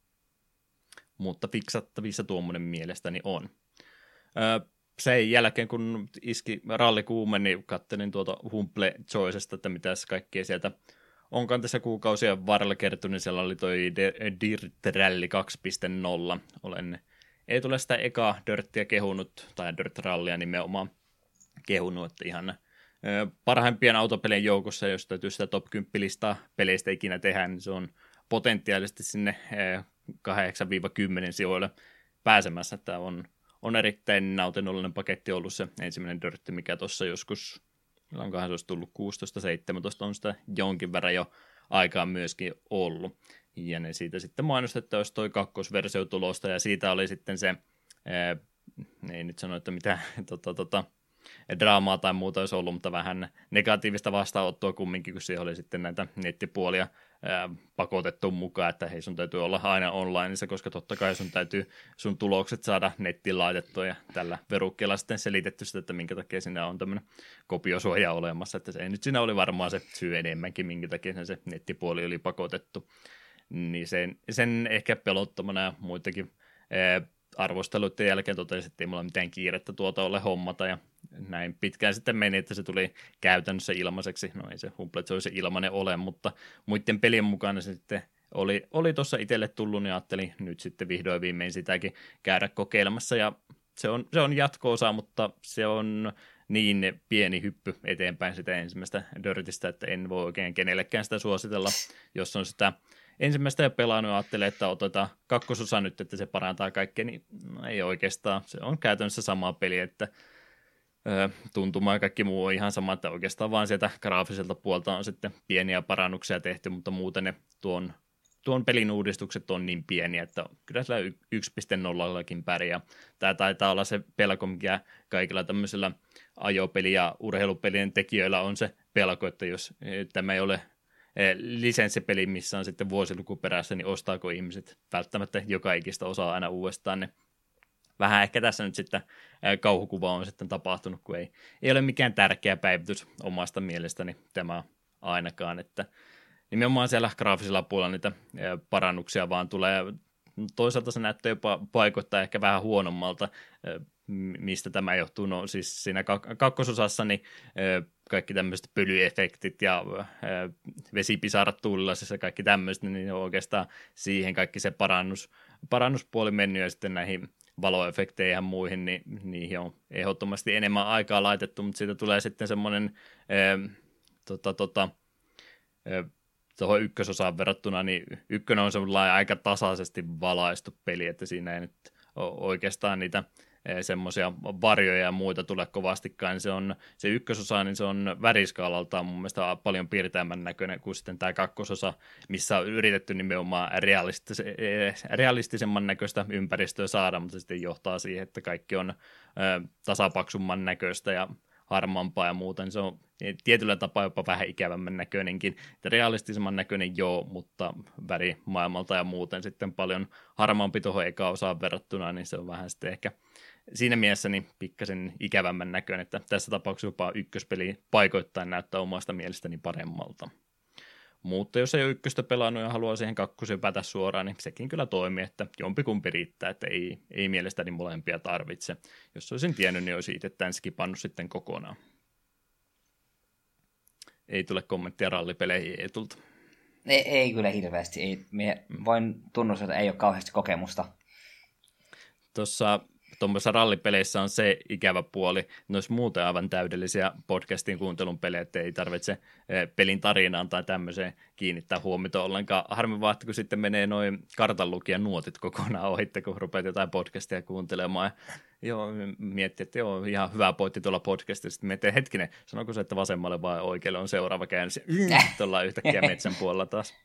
S1: Mutta fiksattavissa tuommoinen mielestäni on. Öö, sen jälkeen, kun iski rallikuume, niin katselin tuota Humble Choicesta, että mitäs kaikkea sieltä onkaan tässä kuukausien varrella kertonut, niin siellä oli toi Dirt Rally kaksi piste nolla. Olen, ei tule sitä ekaa Dirttiä kehunut, tai Dirt Rallia nimenomaan kehunut, että ihan parhaimpien autopelien joukossa, jos täytyy sitä top kymmenen listaa peleistä ikinä tehdä, niin se on potentiaalisesti sinne kahdeksan kymmenen sijoille pääsemässä. Tämä on, on erittäin nautinnollinen paketti ollut se ensimmäinen Dirtti, mikä tuossa joskus, milloinkohan se olisi tullut kuusitoista seitsemäntoista, on sitä jonkin verran jo aikaan myöskin ollut. Ja ne siitä sitten mainostettiin, että olisi toi kakkosversio tulosta, ja siitä oli sitten se, ää, ei nyt sano, että mitä tota, tota, draamaa tai muuta olisi ollut, mutta vähän negatiivista vastaanottoa kumminkin, kun siellä oli sitten näitä nettipuolia ää, pakotettu mukaan, että hei, sun täytyy olla aina onlineissa, koska totta kai sun täytyy sun tulokset saada nettiin laitettua, ja tällä verukkeella sitten selitetty sitä, että minkä takia siinä on tämmöinen kopiosuoja olemassa, että se ei nyt siinä oli varmaan se syy enemmänkin, minkä takia se nettipuoli oli pakotettu, niin sen, sen ehkä pelottomana ja muitakin ää, arvosteluiden jälkeen totesi, että ei mulla mitään kiirettä tuota ole hommata, ja näin pitkään sitten meni, että se tuli käytännössä ilmaiseksi. No ei se Humble Choice ilmainen ole, mutta muiden pelien mukana se sitten oli, oli tuossa itselle tullut, niin ajattelin nyt sitten vihdoin viimein sitäkin käydä kokeilemassa, ja se on, se on jatko-osa, mutta se on niin pieni hyppy eteenpäin sitä ensimmäistä Dirtistä, että en voi oikein kenellekään sitä suositella, jos on sitä ensimmäistä jo pelannut ja ajattelee, että otetaan kakkososa nyt, että se parantaa kaikkea, niin no, ei oikeastaan. Se on käytännössä sama peli, että ö, tuntuma ja kaikki muu on ihan sama, että oikeastaan vaan sieltä graafiselta puolta on sitten pieniä parannuksia tehty, mutta muuten ne tuon, tuon pelin uudistukset on niin pieniä, että kyllä sillä yksi piste nolla-kin pärjää. Tämä taitaa olla se pelko, mikä kaikilla tämmöisillä ajopeli- ja urheilupelien tekijöillä on se pelko, että jos tämä ei ole lisenssipeli, missä on sitten vuosiluku perässä, niin ostaako ihmiset välttämättä joka ikistä osaa aina uudestaan. Ne vähän ehkä tässä nyt sitten kauhukuva on sitten tapahtunut, kun ei, ei ole mikään tärkeä päivitys omasta mielestäni tämä ainakaan, että nimenomaan siellä graafisella puolella niitä parannuksia vaan tulee toisaalta se näyttää jopa paikoittaa ehkä vähän huonommalta, mistä tämä johtuu. No siis siinä kak- kakkososassa niin kaikki tämmöiset pölyefektit ja vesipisarat tuulilasissa ja kaikki tämmöiset, niin on oikeastaan siihen kaikki se parannus, parannuspuoli mennyt ja sitten näihin valoefekteihin ja muihin, niin niihin on ehdottomasti enemmän aikaa laitettu, mutta siitä tulee sitten semmoinen eh, tota, tota, eh, tuohon ykkösosaan verrattuna, niin ykkönen on semmoinen aika tasaisesti valaistu peli, että siinä ei nyt ole oikeastaan niitä semmoisia varjoja ja muita tule kovastikaan, niin se on se ykkösosa, niin se on väriskaalaltaan mun mielestä paljon piirteämmän näköinen kuin sitten tämä kakkososa, missä on yritetty nimenomaan realistis- realistisemman näköistä ympäristöä saada, mutta se sitten johtaa siihen, että kaikki on ö, tasapaksumman näköistä ja harmampaa ja muuta, niin se on tietyllä tapaa jopa vähän ikävämmän näköinenkin. Että realistisemman näköinen joo, mutta värimaailmalta ja muuten sitten paljon harmaampi tuohon eka osaan verrattuna, niin se on vähän sitten ehkä siinä mielessä niin pikkasen ikävämmän näköinen, että tässä tapauksessa jopa ykköspeli paikoittain näyttää omasta mielestäni paremmalta. Mutta jos ei ole ykköstä pelannut ja haluaa siihen kakkosen päätä suoraan, niin sekin kyllä toimii, että jompikumpi riittää, että ei, ei mielestäni molempia tarvitse. Jos olisin tiennyt, niin olisi itse tämän skipannut sitten kokonaan. Ei tule kommenttia rallipeleihin etulta.
S2: Ei, ei kyllä hirveästi. Ei, minä voin tunnustaa, että ei ole kauheasti kokemusta.
S1: Tuossa tuommoisissa rallipeleissä on se ikävä puoli, ne olisi muuten aivan täydellisiä podcastin kuuntelun pelejä, että ei tarvitse pelin tarinaan tai tämmöiseen kiinnittää huomiota ollenkaan. Harmi vaan, että kun sitten menee noin kartanlukijan nuotit kokonaan ohitte, kun rupeat jotain podcastia kuuntelemaan. Ja joo, miettii, että joo, ihan hyvä pointti tuolla podcastissa. Sitten miettii, hetkinen, sanonko se, että vasemmalle vai oikealle on seuraava käännös. Sitten ollaan yhtäkkiä metsän puolella taas.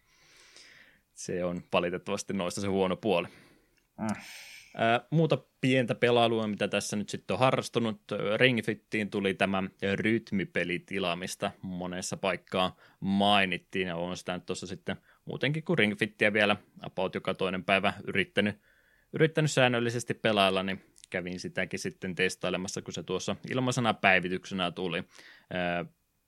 S1: Se on valitettavasti noista se huono puoli. Mm. Ää, muuta pientä pelailua, mitä tässä nyt sitten on harrastunut. Ring Fittiin tuli tämä rytmipelitila, mistä monessa paikkaa mainittiin, ja on sitä nyt tuossa sitten muutenkin kuin Ring Fittiä vielä about joka toinen päivä yrittänyt, yrittänyt säännöllisesti pelailla, niin kävin sitäkin sitten testailemassa, kun se tuossa ilmaisena päivityksenä tuli. Ää,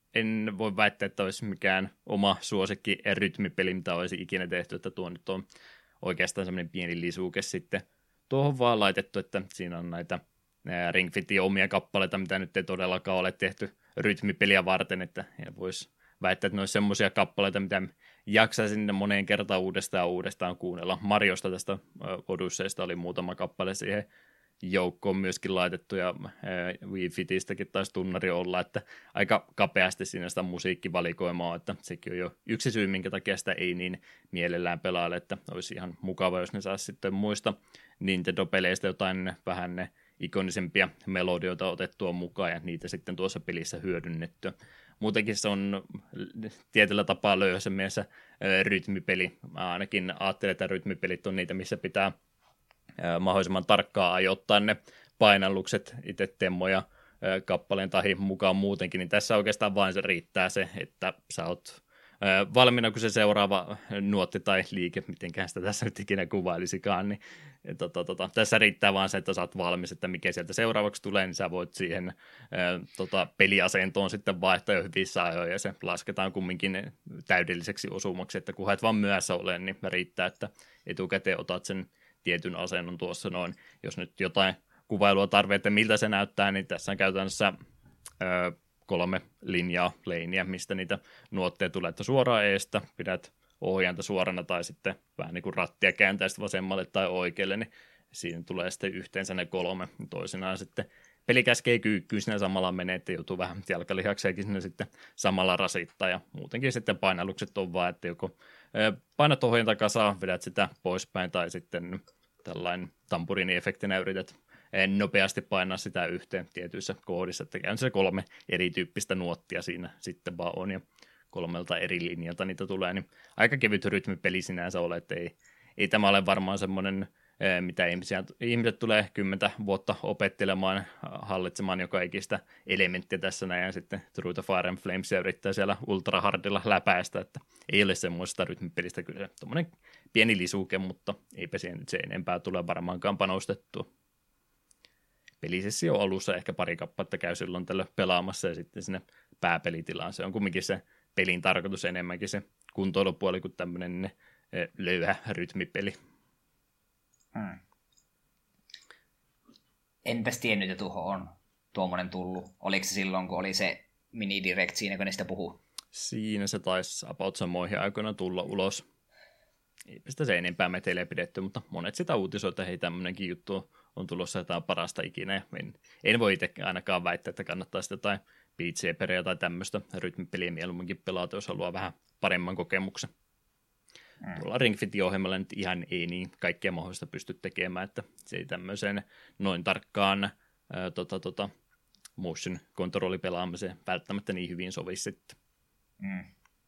S1: en voi väittää, että olisi mikään oma suosikki rytmipeli, mitä olisi ikinä tehty, että tuo nyt on oikeastaan semmoinen pieni lisuke sitten tuohon vaan laitettu, että siinä on näitä Ring Fitin omia kappaleita, mitä nyt ei todellakaan ole tehty rytmipeliä varten, että voisi väittää, että ne olisi semmoisia kappaleita, mitä jaksaisin sinne moneen kertaan uudestaan ja uudestaan kuunnella. Mariosta tästä Odysseista oli muutama kappale siihen joukkoon myöskin laitettu, ja Wii Fitistäkin taisi tunnari olla, että aika kapeasti siinä sitä musiikkivalikoimaa, että sekin on jo yksi syy, minkä takia sitä ei niin mielellään pelaile, että olisi ihan mukava, jos ne saisi sitten muista Nintendo-peleistä jotain vähän ne ikonisempia melodioita otettua mukaan, ja niitä sitten tuossa pelissä hyödynnettyä. Muutenkin se on tietyllä tapaa löyhässä mielessä rytmipeli. Mä ainakin ajattelen, että rytmipelit on niitä, missä pitää mahdollisimman tarkkaan ajoittaa ne painallukset itse temmoja kappaleen tahi mukaan muutenkin, niin tässä oikeastaan vain se riittää se, että sä oot valmiina, kun se seuraava nuotti tai liike, mitenkään sitä tässä nyt ikinä kuvailisikaan, niin tota, tota, tässä riittää vaan se, että sä oot valmis, että mikä sieltä seuraavaksi tulee, niin sä voit siihen ää, tota, peliasentoon sitten vaihtaa jo hyvissä ajoin, ja se lasketaan kumminkin täydelliseksi osumaksi, että kun et vaan myöhässä ole, niin riittää, että etukäteen otat sen tietyn asennon tuossa noin. Jos nyt jotain kuvailua tarvitsee, että miltä se näyttää, niin tässä on käytännössä ö, kolme linjaa, leiniä, mistä niitä nuotteja tulee, että suoraan eestä pidät ohjainta suorana tai sitten vähän niin kuin rattia kääntää sitten vasemmalle tai oikealle, niin siinä tulee sitten yhteensä ne kolme. Toisinaan sitten peli käskee kyykkyyn siinä samalla menee, että joutuu vähän jalkalihakseekin sinne sitten samalla rasittaa, ja muutenkin sitten painallukset on vaan, että joko painat ohjainta kasaan, vedät sitä poispäin, tai sitten tällainen tampuriini-efektinä yrität nopeasti painaa sitä yhteen tietyissä kohdissa, että käyn se kolme erityyppistä nuottia siinä sitten vaan on, ja kolmelta eri linjalta niitä tulee, niin aika kevyt rytmipeli sinänsä ole, että ei, ei tämä ole varmaan semmoinen, mitä ihmisiä, ihmiset tulee kymmentä vuotta opettelemaan, hallitsemaan joka ikistä elementtiä tässä näin, ja sitten Through the Fire and Flamesia yrittää siellä ultrahardilla läpäistä, että ei ole semmoista rytmipelistä kyllä, tuommoinen pieni lisuke, mutta eipä siihen nyt se enempää tule varmaankaan panostettua. Pelisessio alussa ehkä pari kappaletta käy silloin tällä pelaamassa, ja sitten sinne pääpelitilaan, se on kumminkin se pelin tarkoitus enemmänkin se kuntoilupuoli kuin tämmöinen löyhä rytmipeli.
S2: Hmm. Enpäs tiennyt, että tuohon on tuommoinen tullut. Oliko se silloin, kun oli se mini-direct siinä, kun ne sitä puhuu?
S1: Siinä se taisi about samoihin aikoina tulla ulos. Eipä sitä se enempää meteille pidetty, mutta monet sitä uutisoita, hei tämmöinenkin juttu on tulossa jotain parasta ikinä. En, en voi itse ainakaan väittää, että kannattaa sitä jotain Beat Saberia tai tämmöistä rytmipeliä mieluumminkin pelata, jos haluaa vähän paremman kokemuksen. Mm. Tuolla Ring Fit-ohjelmalla nyt ihan ei niin kaikkea mahdollista pysty tekemään, että se ei tämmöiseen noin tarkkaan ää, tota, tota, motion control-pelaamiseen välttämättä niin hyvin sovi sitten. Mm.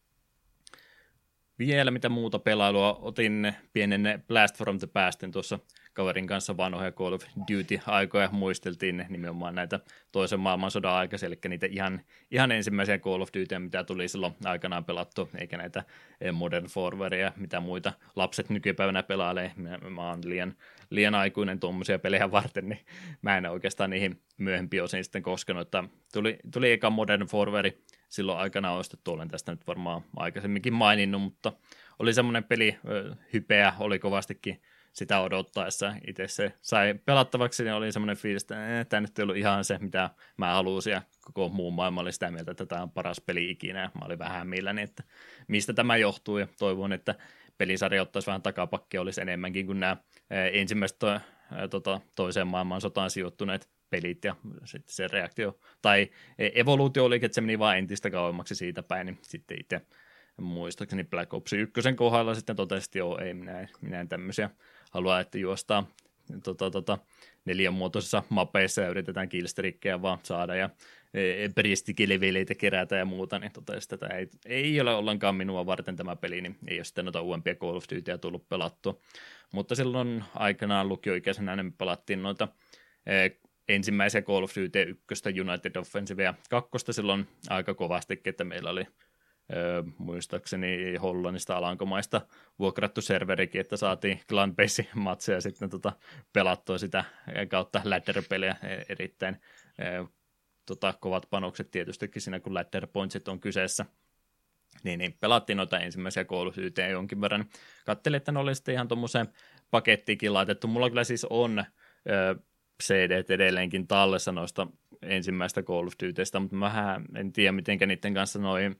S1: Vielä mitä muuta pelailua, otin pienen Blast from the Pastin tuossa kaverin kanssa vanhoja Call of Duty-aikoja, muisteltiin nimenomaan näitä toisen maailmansodan aikaisia, eli niitä ihan, ihan ensimmäisiä Call of Dutyä, mitä tuli silloin aikanaan pelattu, eikä näitä Modern Warfarea, mitä muita lapset nykypäivänä pelailee. Mä, mä oon liian, liian aikuinen tuommoisia pelejä varten, niin mä en oikeastaan niihin myöhempiin osiin sitten koskenut, että tuli, tuli eka Modern Warfare silloin aikanaan ostettu, olen tästä nyt varmaan aikaisemminkin maininnut, mutta oli semmoinen peli, hypeä oli kovastikin sitä odottaessa. Itse se sai pelattavaksi, niin oli semmoinen fiilis, että eh, tämä nyt ei ollut ihan se, mitä mä halusin, ja koko muu maailma oli sitä mieltä, että tämä on paras peli ikinä, ja mä olin vähän milläni, että mistä tämä johtuu, ja toivon, että pelisarja ottaisi vähän takapakkia, olisi enemmänkin kuin nämä ensimmäiset to, to, toiseen maailmansotaan sijoittuneet pelit, ja sitten se reaktio, tai evoluutio oli, että se meni vaan entistä kauemmaksi siitä päin, niin sitten itse muistaakseni Black Ops yksi kohdalla sitten totesi, että joo, ei minä, minä en tämmöisiä halua, että juostaan tota, tota, neljänmuotoisissa mapeissa ja yritetään killstrikkejä vaan saada ja e, prestigileveleitä kerätä ja muuta, niin totesi, että ei, ei ole ollenkaan minua varten tämä peli, niin ei ole sitten noita uudempia Call of Dutyä tullut pelattua. Mutta silloin aikanaan lukioikäisenä me pelattiin noita e, ensimmäisiä Call of Duty ykköstä, United Offensive ja kakkosta silloin aika kovastikin, että meillä oli Öö, muistaakseni Hollannista Alankomaista vuokrattu serverikin, että saatiin Clan Base-matseja sitten tota, pelattua sitä kautta ladder-pelejä erittäin öö, tota, kovat panokset tietystikin siinä, kun ladder pointsit on kyseessä. Niin, niin pelattiin noita ensimmäisiä Call of Dutyä jonkin verran. Katselin, että ne oli sitten ihan tuommoiseen pakettiinkin laitettu. Mulla kyllä siis on öö, C D:t edelleenkin tallessa noista ensimmäistä Call of Dutystä, mutta mä en tiedä, miten niiden kanssa noin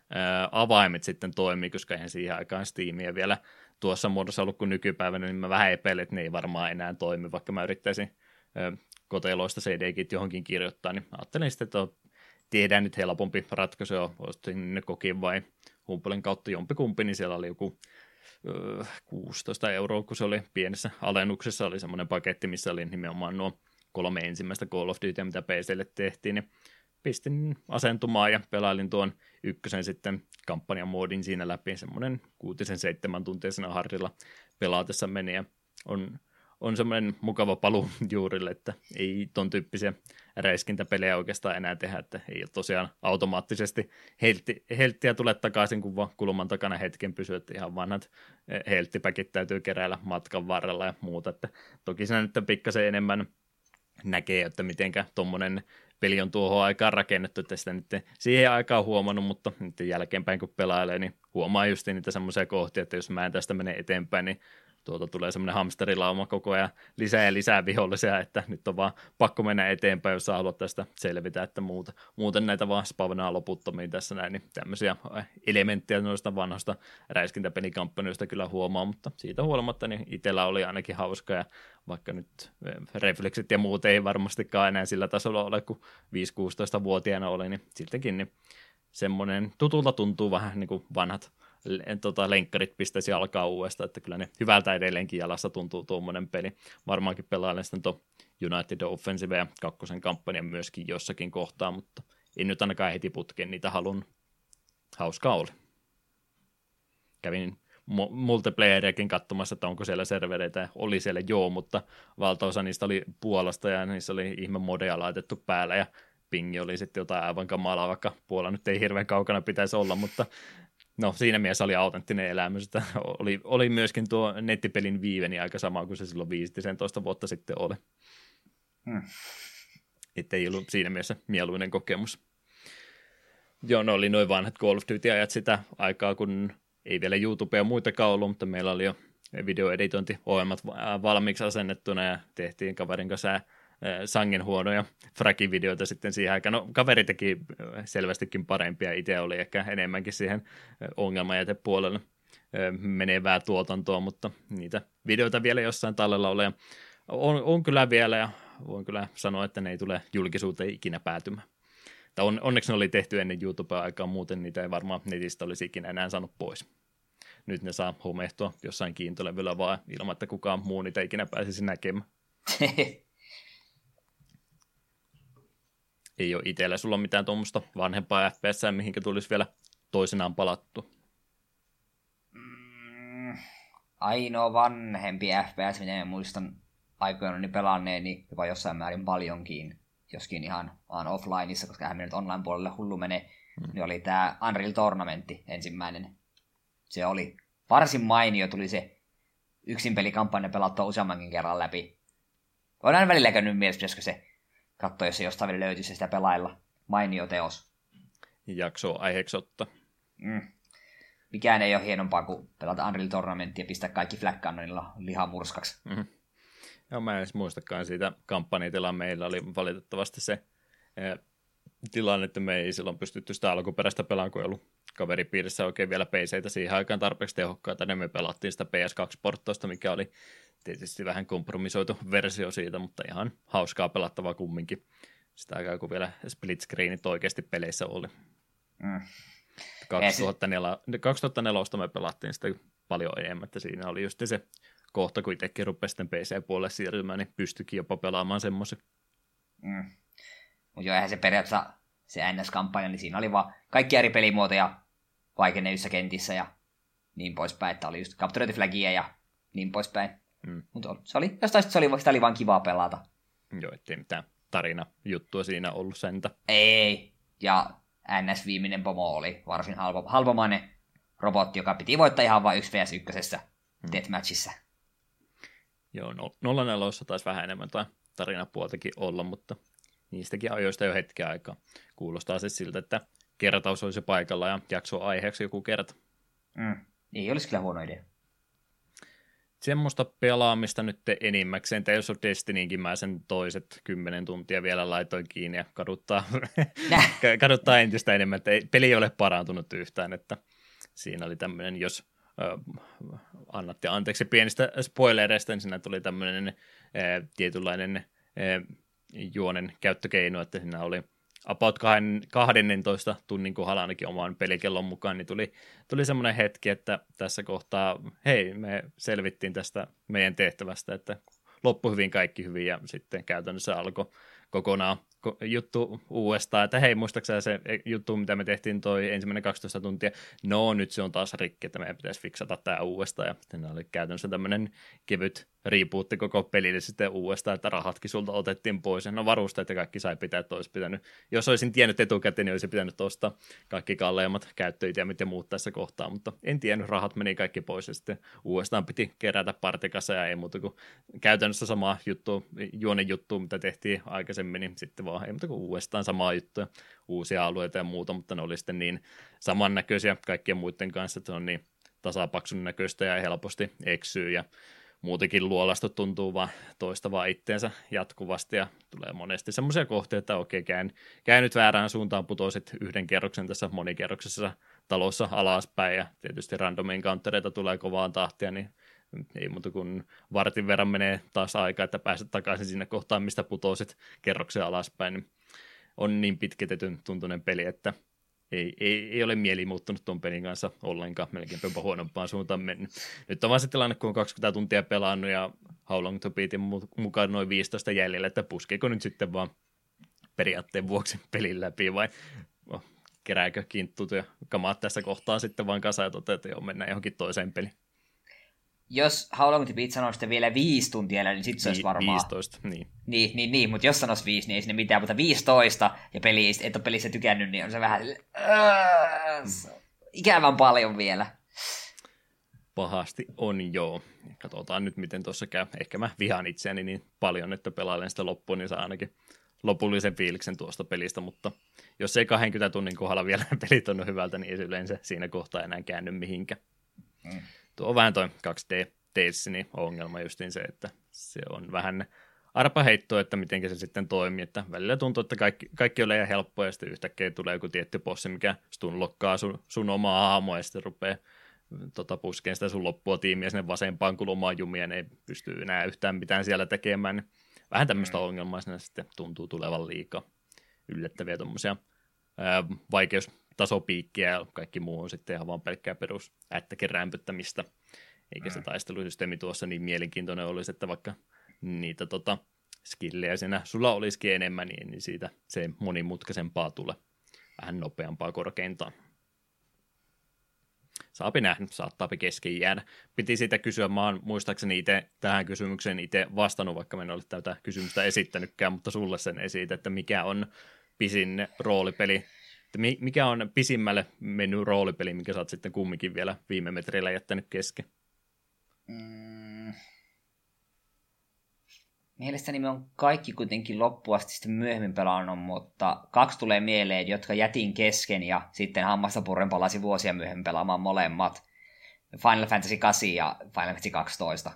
S1: avaimet sitten toimii, koska eihän siihen aikaan Steamia vielä tuossa muodossa ollut kuin nykypäivänä, niin mä vähän epäilen, että ne ei varmaan enää toimi, vaikka mä yrittäisin koteloista C D-kit johonkin kirjoittaa, niin ajattelin sitten, että tehdään nyt helpompi ratkaisu, ostin ne kokin vai Humpelin kautta jompikumpi, niin siellä oli joku kuusitoista euroa, kun se oli pienessä alennuksessa, oli semmoinen paketti, missä oli nimenomaan nuo kolme ensimmäistä Call of Dutyä, mitä P C:lle tehtiin, niin pistin asentumaan ja pelailin tuon ykkösen sitten kampanjamoodin siinä läpi, semmoinen kuutisen seitsemän tuntia siinä hardilla pelaatessa meni ja on, on semmoinen mukava paluu juurille, että ei ton tyyppisiä räiskintäpelejä oikeastaan enää tehdä, että ei ole tosiaan automaattisesti heltti, helttiä tule takaisin, kun vaan kulman takana hetken pysyy, että ihan vanhat helttipäkit täytyy keräillä matkan varrella ja muuta, että toki siinä nyt pikkasen enemmän näkee, että mitenkä tommonen peli on tuohon aikaan rakennettu, että sitä nyt siihen aikaan huomannut, mutta nyt jälkeenpäin kun pelailee, niin huomaa just niitä semmoisia kohtia, että jos mä en tästä mene eteenpäin, niin tuolta tulee semmoinen hamsterilauma koko ajan lisää ja lisää vihollisia, että nyt on vaan pakko mennä eteenpäin, jos sä haluat tästä selvitä, että muuta, muuten näitä vaan spavnaa loputtomiin tässä näin, niin tämmöisiä elementtejä noista vanhoista räiskintäpelikampanjoista kyllä huomaa, mutta siitä huolimatta niin itsellä oli ainakin hauska ja vaikka nyt refleksit ja muut ei varmastikaan enää sillä tasolla ole, kun viisi-kuusitoista-vuotiaana oli, niin siltäkin niin semmoinen tutulta tuntuu vähän niin kuin vanhat tota, lenkkarit pistäisi alkaa uudestaan, että kyllä ne hyvältä edelleenkin jalassa tuntuu tuommoinen peli. Varmaankin pelailen sitten tuon United Offensive ja kakkosen kampanjan myöskin jossakin kohtaa, mutta en nyt ainakaan heti putkeen niitä halun. Hauskaa oli. Kävin multiplayeriakin katsomassa, että onko siellä servereitä. Oli siellä joo, mutta valtaosa niistä oli Puolasta ja niissä oli ihme modeja laitettu päällä ja pingi oli sitten jotain aivan kamalaa, vaikka Puola nyt ei hirveän kaukana pitäisi olla, mutta no siinä mielessä oli autenttinen elämys, että oli, oli myöskin tuo nettipelin viiveni aika sama kuin se silloin viisitoista vuotta sitten oli. Hmm. Että ei ollut siinä mielessä mieluinen kokemus. Joo, no oli noin vanhat Call of Duty-ajat sitä aikaa, kun ei vielä YouTubea ja muitakaan ollut, mutta meillä oli jo videoeditointiohjelmat valmiiksi asennettuna ja tehtiin kaverin kanssa sangen huonoja fragivideoita sitten siihen aikaan. No, kaveri teki selvästikin parempia, itse oli ehkä enemmänkin siihen ongelmajätepuolelle menevää tuotantoa, mutta niitä videoita vielä jossain tallella ole. On, on kyllä vielä ja voin kyllä sanoa, että ne ei tule julkisuuteen ikinä päätymään. On, onneksi ne oli tehty ennen YouTube-aikaa, muuten niitä ei varmaan netistä olisi ikinä enää saanut pois. Nyt ne saa homehtua jossain kiintolevyllä vaan ilman, että kukaan muu niitä ikinä pääsisi näkemään. Ei ole itsellä sulla mitään tuommoista vanhempaa F P S, mihinkä tulisi vielä toisenaan palattu.
S2: Mm, ainoa vanhempi F P S, mitä muistan aikoinaan pelanneeni, jopa jossain määrin paljonkin, joskin ihan vaan offlineissa, koska eihän me nyt online-puolelle hullu mene, hmm. niin oli tämä Unreal Tournamentti ensimmäinen. Se oli varsin mainio, tuli se yksin pelikampanja pelattua useammankin kerran läpi. On aina välillä käynyt mielessä, pitäisikö se katsoa, jos se jostain vielä löytyisi sitä pelailla. Mainio teos.
S1: Jaksoa aiheeksi ottaa.
S2: Mm. Mikään ei ole hienompaa kuin pelata Unreal Tournamenttia ja pistää kaikki Flag Cannonilla lihamurskaksi.
S1: Mm-hmm. Joo, mä en edes muistakaan siitä kampanjatilan. Meillä oli valitettavasti se eh, tilanne, että me ei silloin pystytty sitä alkuperäistä pelaan, kun ei ollut kaveripiirissä oikein vielä P C:tä siihen aikaan tarpeeksi tehokkaita, niin me pelattiin sitä P S kaksi-porttoista, mikä oli tietysti vähän kompromisoitu versio siitä, mutta ihan hauskaa pelattavaa kumminkin. Sitä aikaa, kun vielä split screenit oikeasti peleissä oli. Mm. kaksituhattaneljä, kaksituhattaneljä me pelattiin sitä paljon enemmän, että siinä oli just se kohta, kun itsekin rupesi sitten P C-puolelle siirtymään, niin pystyikin jopa pelaamaan semmoisen.
S2: Mm. Mutta joo, eihän se periaatteessa se N S-kampanja, niin siinä oli vaan kaikki eri pelimuotoja vaikenevissa kentissä ja niin poispäin, että oli just Capture the Flagia ja niin poispäin. Mm. Mutta se oli, jostain se oli, sitä oli vaan kivaa pelata.
S1: Joo, ettei mitään tarinajuttua siinä ollut sentä.
S2: Ei, ja N S-viimeinen pomo oli varsin halpo, halpomainen robotti, joka piti voittaa ihan vain yksi vs yksi mm. Deathmatchissa.
S1: Joo, no, nolla neljä taisi vähän enemmän tai tarinapuoltakin olla, mutta niistäkin ajoista jo hetken aikaa. Kuulostaa siis siltä, että kertaus olisi paikalla ja jakso aiheeksi joku kerta.
S2: Mm. Ei olisi kyllä huono idea.
S1: Semmoista pelaamista nyt enimmäkseen, että jos on Destinynkin, mä sen toiset kymmenen tuntia vielä laitoin kiinni ja kaduttaa, kaduttaa entistä enemmän, että ei, peli ei ole parantunut yhtään, että siinä oli tämmöinen, jos äh, annatte anteeksi pienistä spoilereista, niin siinä tuli tämmöinen äh, tietynlainen äh, juonen käyttökeino, että siinä oli about kaksitoista tunnin kohdalla ainakin oman pelikellon mukaan, niin tuli, tuli semmoinen hetki, että tässä kohtaa, hei, me selvittiin tästä meidän tehtävästä, että loppui hyvin, kaikki hyvin, ja sitten käytännössä alkoi kokonaan juttu uudestaan, että hei, muistaakseni se juttu, mitä me tehtiin toi ensimmäinen kaksitoista tuntia, no nyt se on taas rikki, että meidän pitäisi fiksata tämä uudestaan, ja sitten oli käytännössä tämmöinen kevyt rebootti koko pelille sitten uudestaan, että rahatkin sulta otettiin pois, no varusteet ja kaikki sai pitää, että olisi pitänyt, jos olisin tiennyt etukäteen, niin olisi pitänyt ostaa kaikki kalleimmat käyttöitemit ja muut tässä kohtaa, mutta en tiennyt, rahat meni kaikki pois, ja sitten uudestaan piti kerätä partikassa, ja ei muuta kuin käytännössä sama juttu, juonen juttu, mitä tehtiin aikaisemmin, niin sitten vaan ei muuta kuin uudestaan samaa juttuja, uusia alueita ja muuta, mutta ne oli sitten niin samannäköisiä kaikkien muiden kanssa, että se on niin tasapaksun näköistä ja helposti eksyy ja muutenkin luolasto tuntuu vaan toistavaa itteensä jatkuvasti ja tulee monesti semmoisia kohteita, että okei, käyn, käyn nyt väärään suuntaan, putoisit yhden kerroksen tässä monikerroksessa talossa alaspäin ja tietysti random encountereita tulee kovaan tahtia, niin ei muuta kuin vartin verran menee taas aika, että pääset takaisin sinne kohtaan, mistä putoisit kerroksen alaspäin, niin on niin pitkitetyn tuntunen peli, että ei, ei, ei ole mieli muuttunut tuon pelin kanssa ollenkaan, melkein jopa huonompaan suuntaan mennyt. Nyt on vaan se tilanne, kun on kaksikymmentä tuntia pelannut ja How Long to Beatin mukaan noin viisitoista jäljellä, että puskeeko nyt sitten vaan periaatteen vuoksi pelin läpi vai oh, kerääkö kinttut ja kamaat tässä kohtaa sitten vaan kasaan ja toteaa, että joo, mennään johonkin toiseen peliin.
S2: Jos How Long to Beat sanoo sitten vielä viisi tuntia, niin sitten se olisi varmaan...
S1: viisitoista, niin.
S2: Niin, niin, niin, mutta jos sanoisi viisi, niin ei sinne mitään, mutta viisitoista, ja peli, et ole pelissä tykännyt, niin on se vähän... Mm. Ikävän paljon vielä.
S1: Pahasti on, joo. Katsotaan nyt, miten tuossa käy. Ehkä mä vihaan itseäni niin paljon, että pelailen sitä loppuun, niin saa ainakin lopullisen fiiliksen tuosta pelistä, mutta jos ei kaksikymmentä tunnin kohdalla vielä pelit on hyvältä, niin ei yleensä siinä kohtaa enää käänny mihinkään. Mm. Tuo on vähän toi kaksi D Destiny-ongelma justiin se, että se on vähän arpaheittoa, että miten se sitten toimii, että välillä tuntuu, että kaikki, kaikki on liian helppoa ja sitten yhtäkkiä tulee joku tietty bossi, mikä stunlokkaa sun, sun omaa hahmoa ja sitten rupeaa tota, puskeen sitä sun loppua tiimiä sinne vasempaan kulmaan jumia, ne ei pysty enää yhtään mitään siellä tekemään. Vähän tämmöistä mm. ongelmaa siinä sitten tuntuu tulevan liikaa yllättäviä tuommoisia vaikeustasopiikkiä ja kaikki muu on sitten ihan vaan pelkkää perus ättäkin rämpyttämistä. Eikä se taistelusysteemi tuossa niin mielenkiintoinen olisi, että vaikka niitä tota, skillejä siinä sulla olisikin enemmän, niin, niin siitä se monimutkaisempaa tulee vähän nopeampaa korkeintaan. Saapi nähdä, saattaapi kesken jäädä. Piti siitä kysyä, mä oon muistaakseni itse tähän kysymykseen itse vastannut, vaikka mä en ole tätä kysymystä esittänytkään, mutta sulle sen esitä, että mikä on pisin roolipeli, että mikä on pisimmälle mennyt roolipeli, mikä sä oot sitten kumminkin vielä viime metreillä jättänyt kesken?
S2: Mm. Mielestäni me on kaikki kuitenkin loppuun asti sitten myöhemmin pelannut, mutta kaksi tulee mieleen, jotka jätin kesken ja sitten hammasta purren palasi vuosia myöhemmin pelaamaan molemmat. Final Fantasy kahdeksan ja Final Fantasy kaksitoista.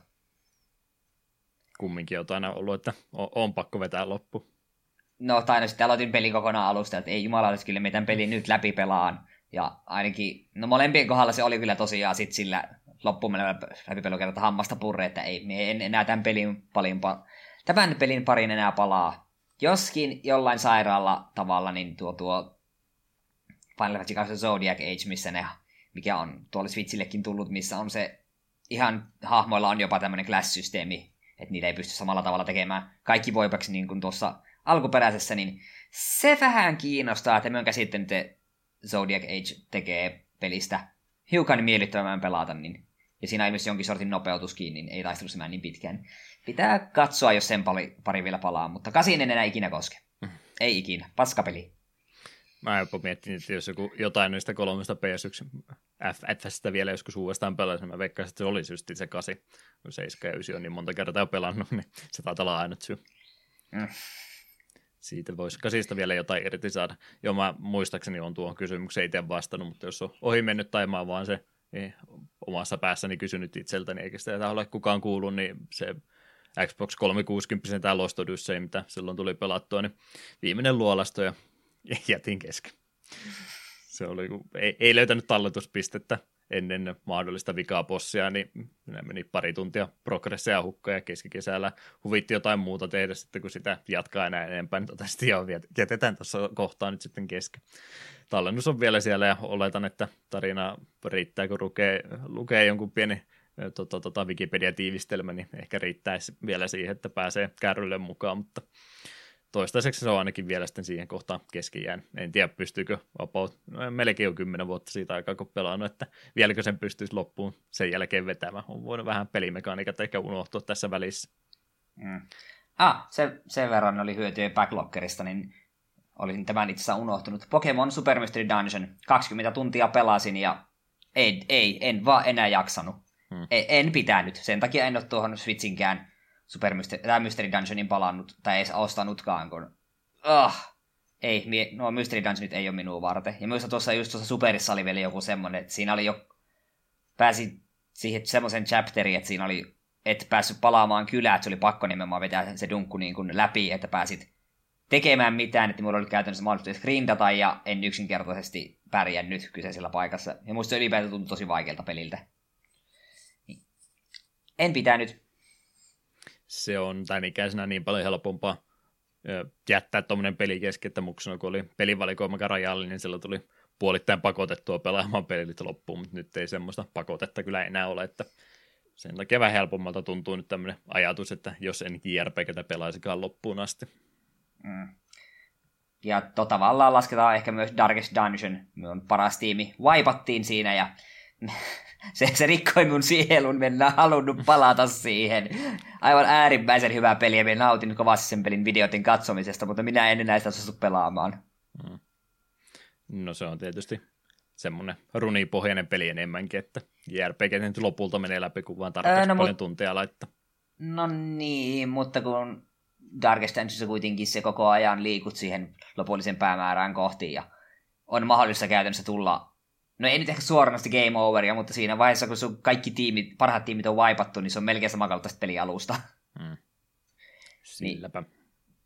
S1: Kumminkin on aina ollut, että on, on pakko vetää loppu.
S2: No, tai no sitten aloitin pelin kokonaan alusta, että ei jumalauta, kyllä me tämän pelin nyt läpi pelaan. Ja ainakin, no molempien kohdalla se oli kyllä tosiaan sit sillä loppuun menevä läpipelukerta hammasta purre, että ei, me en enää tämän pelin paljon pa- tämän pelin parin enää palaa. Joskin jollain sairaalla tavalla, niin tuo, tuo Final Fantasy kaksi Zodiac Age, missä ne, mikä on tuolle Switchillekin tullut, missä on se, ihan hahmoilla on jopa tämmöinen class-systeemi, että niitä ei pysty samalla tavalla tekemään kaikki voipaksi niin kuin tuossa alkuperäisessä, niin se vähän kiinnostaa, että minkä sitten te Zodiac Age tekee pelistä hiukan miellyttävämmän pelata, niin, ja siinä ilmeisesti jonkin sortin nopeutuskin, niin ei taistelussa mennä niin pitkään. Pitää katsoa, jos sen pari, pari vielä palaa, mutta kasin en enää ikinä koske. Mm. Ei ikinä. Paskapeli.
S1: Mä jopa miettin, että jos joku, jotain niistä kolmesta P S yksi F F:stä vielä joskus uudestaan pelaisi, niin mä veikkaisin, että se olisi just se kasi. Kun seitsemän ja yhdeksän on niin monta kertaa jo pelannut, niin se taitaa olla ainut syy. Mm. Siitä voisi kasista vielä jotain irti saada. Joo, mä muistaakseni on tuohon kysymykseen itse vastannut, mutta jos on ohi mennyt tai mä vaan se niin omassa päässäni kysynyt itseltäni, eikä sitä ole kukaan kuullut, niin se Xbox kolmesataakuusikymmentä tämä Lost Odyssey, mitä silloin tuli pelattua, niin viimeinen luolasto ja jätin kesken. Se oli, ei, ei löytänyt talletuspistettä ennen mahdollista vikaa bossia, niin minä meni pari tuntia progresseja hukkaan ja keskikesällä huvitti jotain muuta tehdä sitten, kun sitä jatkaa enää enempää, niin totesti ja jätetään tuossa kohtaa nyt sitten kesken. Tallennus on vielä siellä ja oletan, että tarina riittää, kun lukee, lukee jonkun pieni tota, tota, Wikipedia-tiivistelmä, niin ehkä riittäisi vielä siihen, että pääsee kärrylle mukaan, mutta toistaiseksi se on ainakin vielä sitten siihen kohtaan kesken jäänyt. En tiedä, pystyykö about, no, melkein jo kymmenen vuotta siitä aikaa, kun pelannut, että vieläkö sen pystyisi loppuun sen jälkeen vetämään. On voinut vähän pelimekaniikat ehkä unohtua tässä välissä.
S2: Mm. Ah, se, sen verran oli hyötyä backloggerista, niin olisin tämän itse asiassa unohtunut. Pokemon Super Mystery Dungeon. kaksikymmentä tuntia pelasin ja ei, ei en vaan enää jaksanut. Hmm. En, en pitänyt. Sen takia en ole tuohon Switchinkään Super Mystery, tai Mystery Dungeonin palannut, tai edes ostanutkaan, kun oh, ei, mie, no Mystery Dungeonit ei ole minua varten. Ja myös tuossa just tuossa Superissa oli vielä joku semmoinen, että siinä oli jo, pääsi siihen semmoisen chapteriin, että siinä oli, et päässyt palaamaan kylään, että se oli pakko nimenomaan vetää se dunkku niin kuin läpi, että pääsit tekemään mitään, että mulla oli käytännössä mahdollisuus grindata, ja en yksinkertaisesti pärjännyt kyseisellä paikassa. Ja musta se ylipäätään tuntui tosi vaikealta peliltä. En pitänyt.
S1: Se on tämän ikäisenä niin paljon helpompaa jättää tuommoinen peli kesken, että muksuna kun oli pelivalikoima rajalli, niin sillä tuli puolittain pakotettua pelaamaan pelit loppuun, mutta nyt ei semmoista pakotetta kyllä enää ole, että sen takia vähän helpommalta tuntuu nyt tämmöinen ajatus, että jos en J R P G:tä pelaisikaan loppuun asti.
S2: Mm. Ja to, tavallaan lasketaan ehkä myös Darkest Dungeon, minun paras tiimi, vaipattiin siinä ja se, se rikkoi mun sielun, en halunnut palata siihen. Aivan äärimmäisen hyvä peli ja minä nautin kovasti sen pelin videotin katsomisesta, mutta minä en enää sitä suostu pelaamaan.
S1: Mm. No se on tietysti semmoinen runipohjainen peli enemmänkin, että J R P G nyt lopulta menee läpi, kun vaan tarpeeksi no, paljon mut... tunteja laittaa.
S2: No niin, mutta kun Darkest Dungeonissa kuitenkin se koko ajan liikut siihen lopullisen päämäärään kohti ja on mahdollista käytännössä tulla no ei nyt ehkä suoranaisesti game overia, mutta siinä vaiheessa, kun sun kaikki tiimit, parhaat tiimit on waipattu, niin se on melkein samankaltaista pelialusta.
S1: Mm. Silläpä. Niin.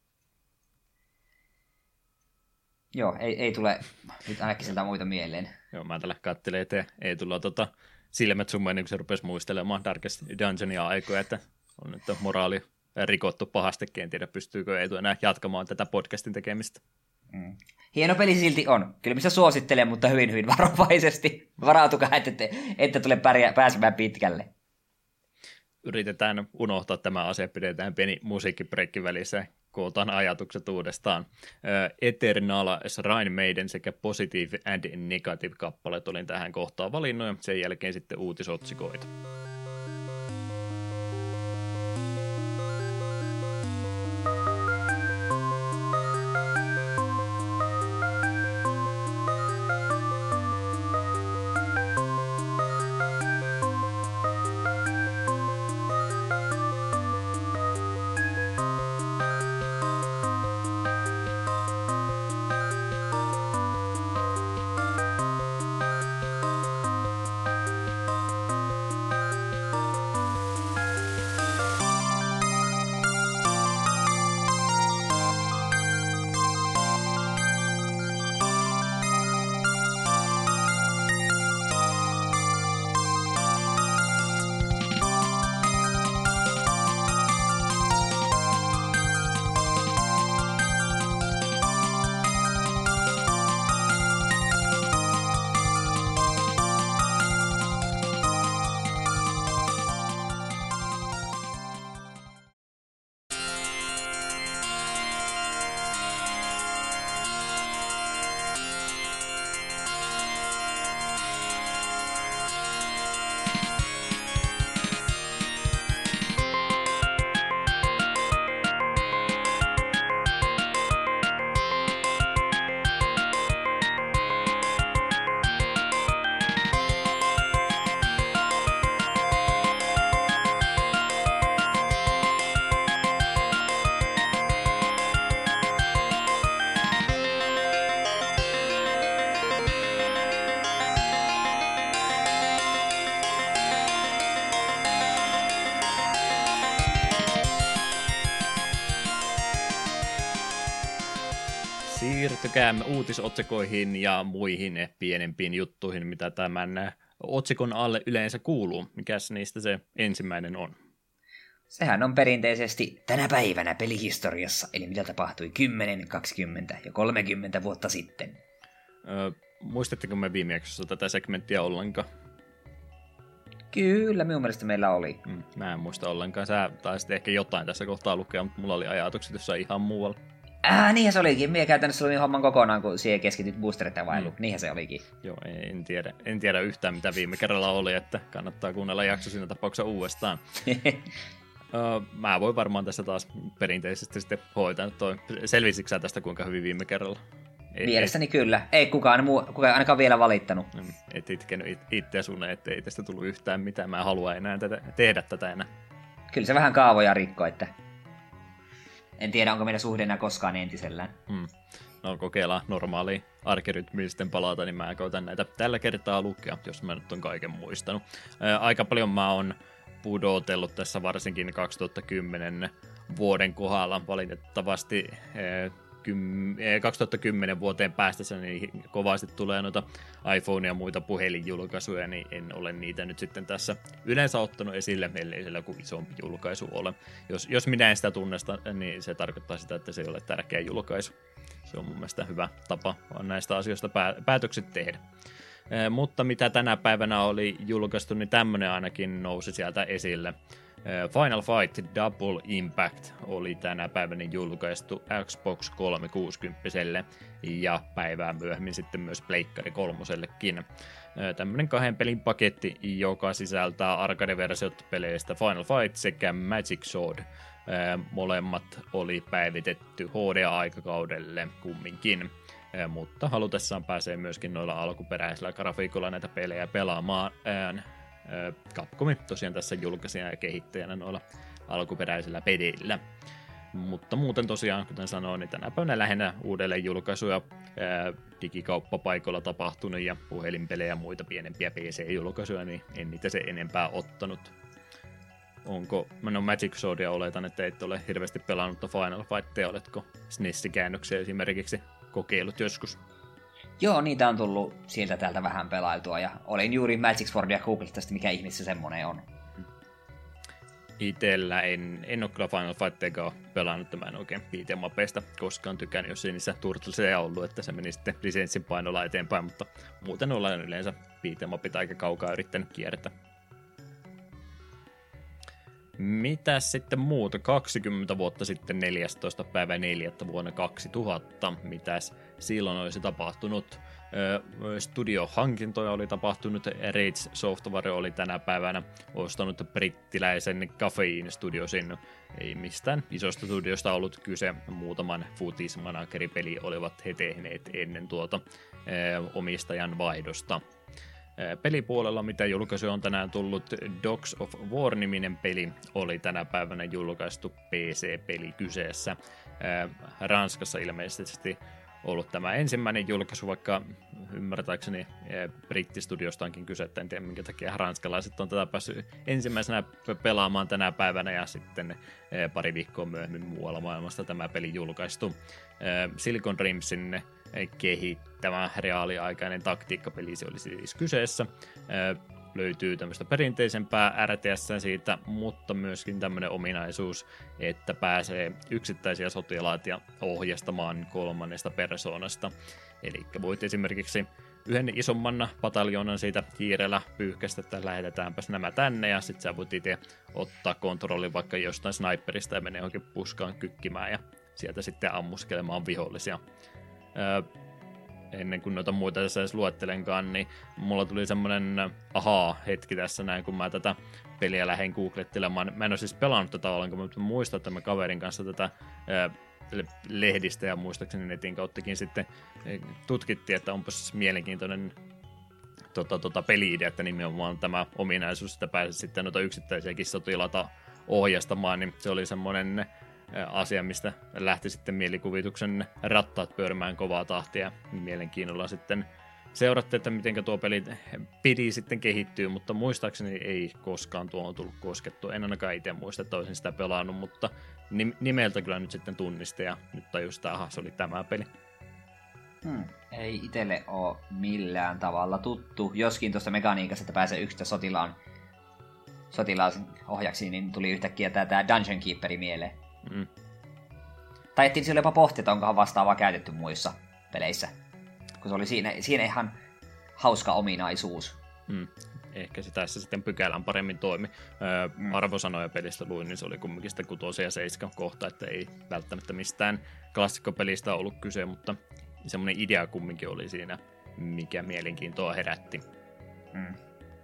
S2: Joo, ei, ei tule nyt ainakin sieltä muita mieleen.
S1: Joo, mä tällä katselen, että ei tulla tota, silmät summa ennen kuin se rupesi muistelemaan Darkest Dungeonia aikoja, että on nyt moraali rikottu pahastikin. En tiedä, pystyykö Eetu enää jatkamaan tätä podcastin tekemistä.
S2: Mm. Hieno peli silti on. Kyllä missä suosittelen, mutta hyvin hyvin varovaisesti. Varautukaa, että te, ette tule pärjää, pääsemään pitkälle.
S1: Yritetään unohtaa tämä asia, pidetään pieni musiikkibreikki välissä, kootaan ajatukset uudestaan. Eternal, Shrine Maiden sekä Positive and Negative kappaleet olin tähän kohtaan valinnut, ja sen jälkeen sitten uutisotsikoita. Siirtykäämme uutisotsikoihin ja muihin pienempiin juttuihin, mitä tämän otsikon alle yleensä kuuluu. Mikäs niistä se ensimmäinen on?
S2: Sehän on perinteisesti tänä päivänä pelihistoriassa, eli mitä tapahtui kymmenen, kaksikymmentä ja kolmekymmentä vuotta sitten.
S1: Öö, muistatteko me viime jaksossa tätä segmenttiä ollenkaan?
S2: Kyllä, minun mielestä meillä oli.
S1: Mm, mä en muista ollenkaan. Sä taisit ehkä jotain tässä kohtaa lukea, mutta mulla oli ajatukset jossain ihan muualla.
S2: Ah, niinhän se olikin. Minä käytännössä olin homman kokonaan, kun siihen keskityt boostereiden vailuun. Mm. Niinhän se olikin.
S1: Joo, en tiedä, en tiedä yhtään, mitä viime kerralla oli, että kannattaa kuunnella jakso siinä tapauksessa uudestaan. uh, mä voin varmaan tässä taas perinteisesti sitten hoitaa. Toi. Selvisikö sä tästä kuinka hyvin viime kerralla?
S2: Ei, Mielestäni ei, kyllä. Ei kukaan, muu, kukaan ainakaan vielä valittanut.
S1: Et itkenyt itseä sun, ettei tästä tullut yhtään mitään. Mä en halua enää tätä, tehdä tätä enää.
S2: Kyllä se vähän kaavoja rikko, että en tiedä, onko meidän suhde enää koskaan entisellään.
S1: Hmm. No kokeillaan normaaliin arkirytmiin sitten palata, niin mä koitan näitä tällä kertaa lukea, jos mä nyt on kaiken muistanut. Ää, aika paljon mä oon pudotellut tässä varsinkin kaksituhattakymmenen vuoden kohdalla. Valitettavasti ää, kym, ää, kaksituhattakymmenen vuoteen päästessä niin kovasti tulee noita iPhone ja muita puhelinjulkaisuja, niin en ole niitä nyt sitten tässä yleensä ottanut esille, ellei siellä joku isompi julkaisu ole. Jos, jos minä en sitä tunnesta, niin se tarkoittaa sitä, että se ei ole tärkeä julkaisu. Se on mun mielestä hyvä tapa näistä asioista päätökset tehdä. Eh, mutta mitä tänä päivänä oli julkaistu, niin tämmöinen ainakin nousi sieltä esille. Eh, Final Fight Double Impact oli tänä päivänä julkaistu Xbox kolmesataakuusikymmentä ja päivää myöhemmin sitten myös Pleikkari kolmosellekin. Eh, tämmöinen kahden pelin paketti, joka sisältää arcade-versiot peleistä Final Fight sekä Magic Sword. Molemmat oli päivitetty H D-aikakaudelle kumminkin, mutta halutessaan pääsee myöskin noilla alkuperäisillä grafiikoilla näitä pelejä pelaamaan. Capcom tosiaan tässä julkaisijana ja kehittäjänä noilla alkuperäisillä peleillä. Mutta muuten tosiaan, kuten sanoin, niin tänä päivänä lähinnä uudelleen julkaisuja ää, digikauppapaikoilla tapahtunut ja puhelinpelejä ja muita pienempiä P C-julkaisuja, niin en niitä se enempää ottanut. Onko, no Magic Swordia oletan, että et ole hirveästi pelannut Final Fightia, oletko S N E S-käännöksiä esimerkiksi kokeillut joskus?
S2: Joo, niitä on tullut sieltä täältä vähän pelailtua, ja olin juuri Magic Swordia googlittaa, mikä ihme se semmonen on.
S1: Itellä en, en ole kyllä Final Fightteakaan pelannut tämän oikein beat'em-upeista koskaan tykännyt, jos ei niissä turtleseja ollut, että se meni sitten lisenssin painolla eteenpäin, mutta muuten ollaan yleensä beat'em-upit aika kaukaa yrittänyt kiertää. Mitäs sitten muuta? kaksikymmentä vuotta sitten neljästoista päivä neljättä vuonna kaksituhatta. Mitäs silloin olisi tapahtunut? Studiohankintoja oli tapahtunut. Rage Software oli tänä päivänä ostanut brittiläisen Caffeine Studiosin. Ei mistään isosta studiosta ollut kyse. Muutaman Footies-manageripeli olivat he tehneet ennen tuota omistajan vaihdosta. Pelipuolella, mitä julkaisu on tänään tullut, Dogs of War-niminen peli oli tänä päivänä julkaistu P C-peli kyseessä. Ranskassa ilmeisesti ollut tämä ensimmäinen julkaisu, vaikka ymmärtääkseni brittistudiosta onkin kyse, että en tiedä minkä takia ranskalaiset on tätä päässyt ensimmäisenä pelaamaan tänä päivänä ja sitten pari viikkoa myöhemmin muualla maailmasta tämä peli julkaistu. Silicon Dreamsin kehittämä reaaliaikainen taktiikkapeli, se oli siis kyseessä. Löytyy tämmöistä perinteisempää R T S siitä, mutta myöskin tämmöinen ominaisuus, että pääsee yksittäisiä sotilaita ohjastamaan kolmannesta persoonasta. Eli voit esimerkiksi yhden isomman pataljonan siitä kiireellä pyyhkästä, että lähetetäänpäs nämä tänne, ja sitten sä voit itse ottaa kontrollin vaikka jostain sniperista ja menee johonkin puskaan kykkimään ja sieltä sitten ammuskelemaan vihollisia. Öö, ennen kuin noita muita tässä edes luettelenkaan, niin mulla tuli semmonen ahaa-hetki tässä näin, kun mä tätä peliä lähdin googlettelemaan. Mä en ole siis pelannut tätä ollenkaan, mutta muistan, että me kaverin kanssa tätä öö, lehdistä ja muistaakseni netin kauttakin sitten tutkittiin, että onpas mielenkiintoinen tota, tota, peli-idea, että nimenomaan tämä ominaisuus, että pääsee sitten noita yksittäisiäkin sotilaita ohjastamaan, niin se oli semmoinen asia, mistä lähti sitten mielikuvituksen rattaat pyörimään kovaa tahtia. Mielenkiinnolla sitten seurattiin, että miten tuo peli pidi sitten kehittyy, mutta muistaakseni ei koskaan tuo on tullut koskettua. En ainakaan itse muista, että olisin sitä pelannut, mutta nimeltä kyllä nyt sitten tunniste ja nyt tajus, että aha, se oli tämä peli.
S2: Hmm. Ei itselle ole millään tavalla tuttu, joskin tuosta mekaniikasta, että pääsee yksistä sotilaan, sotilaan ohjaksi, niin tuli yhtäkkiä tämä Dungeon Keeperi mieleen. Mm. Tai ettiin siellä jopa pohtia, että onkohan vastaavaa käytetty muissa peleissä. Kun se oli siinä, siinä ihan hauska ominaisuus.
S1: Mm. Ehkä se tässä sitten pykälän paremmin toimi. Öö, mm. Arvosanoja pelistä luin, niin se oli kumminkin sitä kutosen ja seiskan kohta, että ei välttämättä mistään klassikkopelistä ollut kyse, mutta semmoinen idea kumminkin oli siinä, mikä mielenkiintoa herätti. Mm.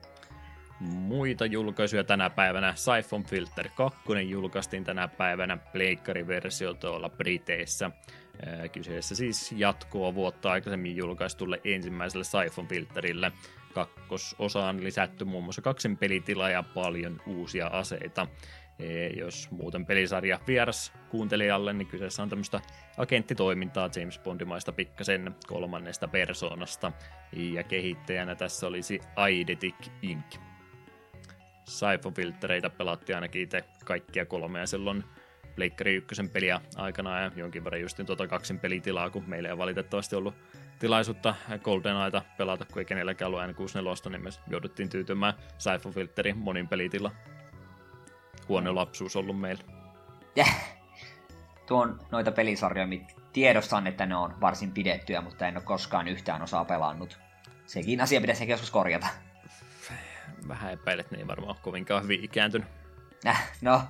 S1: Muita julkaisuja tänä päivänä. Siphon Filter kaksi julkaistiin tänä päivänä pleikkariversio tuolla Briteissä. Kyseessä siis jatkoa vuotta aikaisemmin julkaistulle ensimmäiselle Siphon Filterille. Kakkososaan lisätty muun muassa kaksin pelitila ja paljon uusia aseita. Jos muuten pelisarja vieras kuuntelijalle, niin kyseessä on tämmöistä agenttitoimintaa James Bondimaista pikkasen kolmannesta persoonasta. Ja kehittäjänä tässä olisi Eidetic incorporated. Siphon-filttereitä pelattiin ainakin itse kaikkia kolmea silloin Pleikkari ykkösen peliä aikana ja jonkin verran justin tuota kaksin pelitilaa, kun meillä ei valitettavasti ollut tilaisuutta GoldenEyeta pelata, kun ei kenelläkään ollut N kuusikymmentäneljä, niin me jouduttiin tyytymään Siphon-filterin monin pelitila. Huono lapsuus ollut meillä.
S2: Jäh. Tuon noita pelisarjoja, tiedostan, että ne on varsin pidettyjä, mutta en ole koskaan yhtään osaa pelannut. Sekin asia pitäisi joskus korjata.
S1: Vähän epäilet, että ne ei varmaan ole kovinkaan hyvin ikääntynyt.
S2: Äh, no.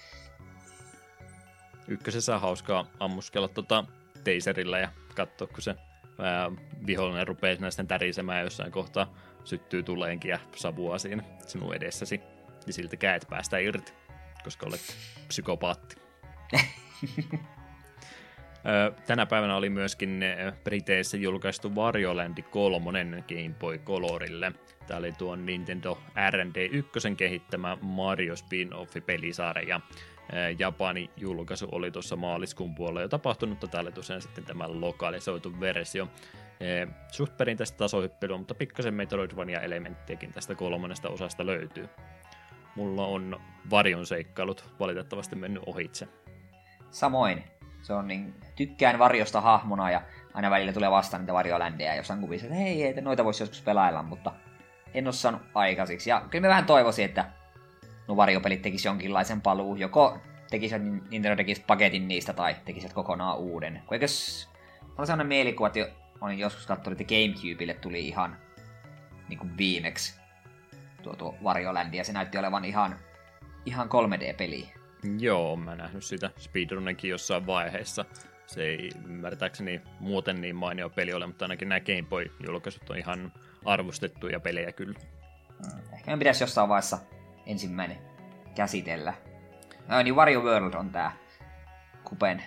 S1: Ykkösessä on hauskaa ammuskella tota teiserillä ja katsoa, kun se ää, vihollinen rupeaa näisten tärisemään jossain kohtaa, syttyy tuleenkin ja savua siinä sinun edessäsi. Ja siltäkään et päästä irti, koska olet psykopaatti. Tänä päivänä oli myöskin Briteissä julkaistu Wario Land kolme Game Boy Colorille. Tämä oli tuon Nintendo R and D yksi kehittämä Mario spin-off-pelisarja. Japanin julkaisu oli tuossa maaliskuun puolella jo tapahtunut, mutta täällä tosiaan sitten tämä lokalisoitu versio. Suht perinteistä tasohyppelyä, mutta pikkasen Metroidvania-elementtiäkin tästä kolmannesta osasta löytyy. Mulla on Varion seikkailut valitettavasti mennyt ohitse.
S2: Samoin. Se on niin, tykkään Varjosta hahmona ja aina välillä tulee vastaan niitä Varjoländeja jossain kuvissa, että hei, että noita voisi joskus pelailla, mutta en ole saanut aikaisiksi. Ja kyllä mä vähän toivoisin, että nuo Varjopelit tekisi jonkinlaisen paluu. Joko tekisivät, Nintendo tekisi paketin niistä tai tekisivät kokonaan uuden. Kun eikös, on sellainen mielikuva, että olin joskus katsonut, että GameCubelle tuli ihan niin kuin viimeksi tuo, tuo Varjoland, ja se näytti olevan ihan, ihan kolme D-peli.
S1: Joo, mä nähnyt sitä speedrunnekin jossain vaiheessa. Se ei ymmärtääkseni muuten niin mainio peli ole, mutta ainakin nämä Game Boy-julkaisut on ihan arvostettuja pelejä kyllä.
S2: Ehkä me pitäisi jossain vaiheessa ensimmäinen käsitellä. No niin, Wario World on tää Kupen.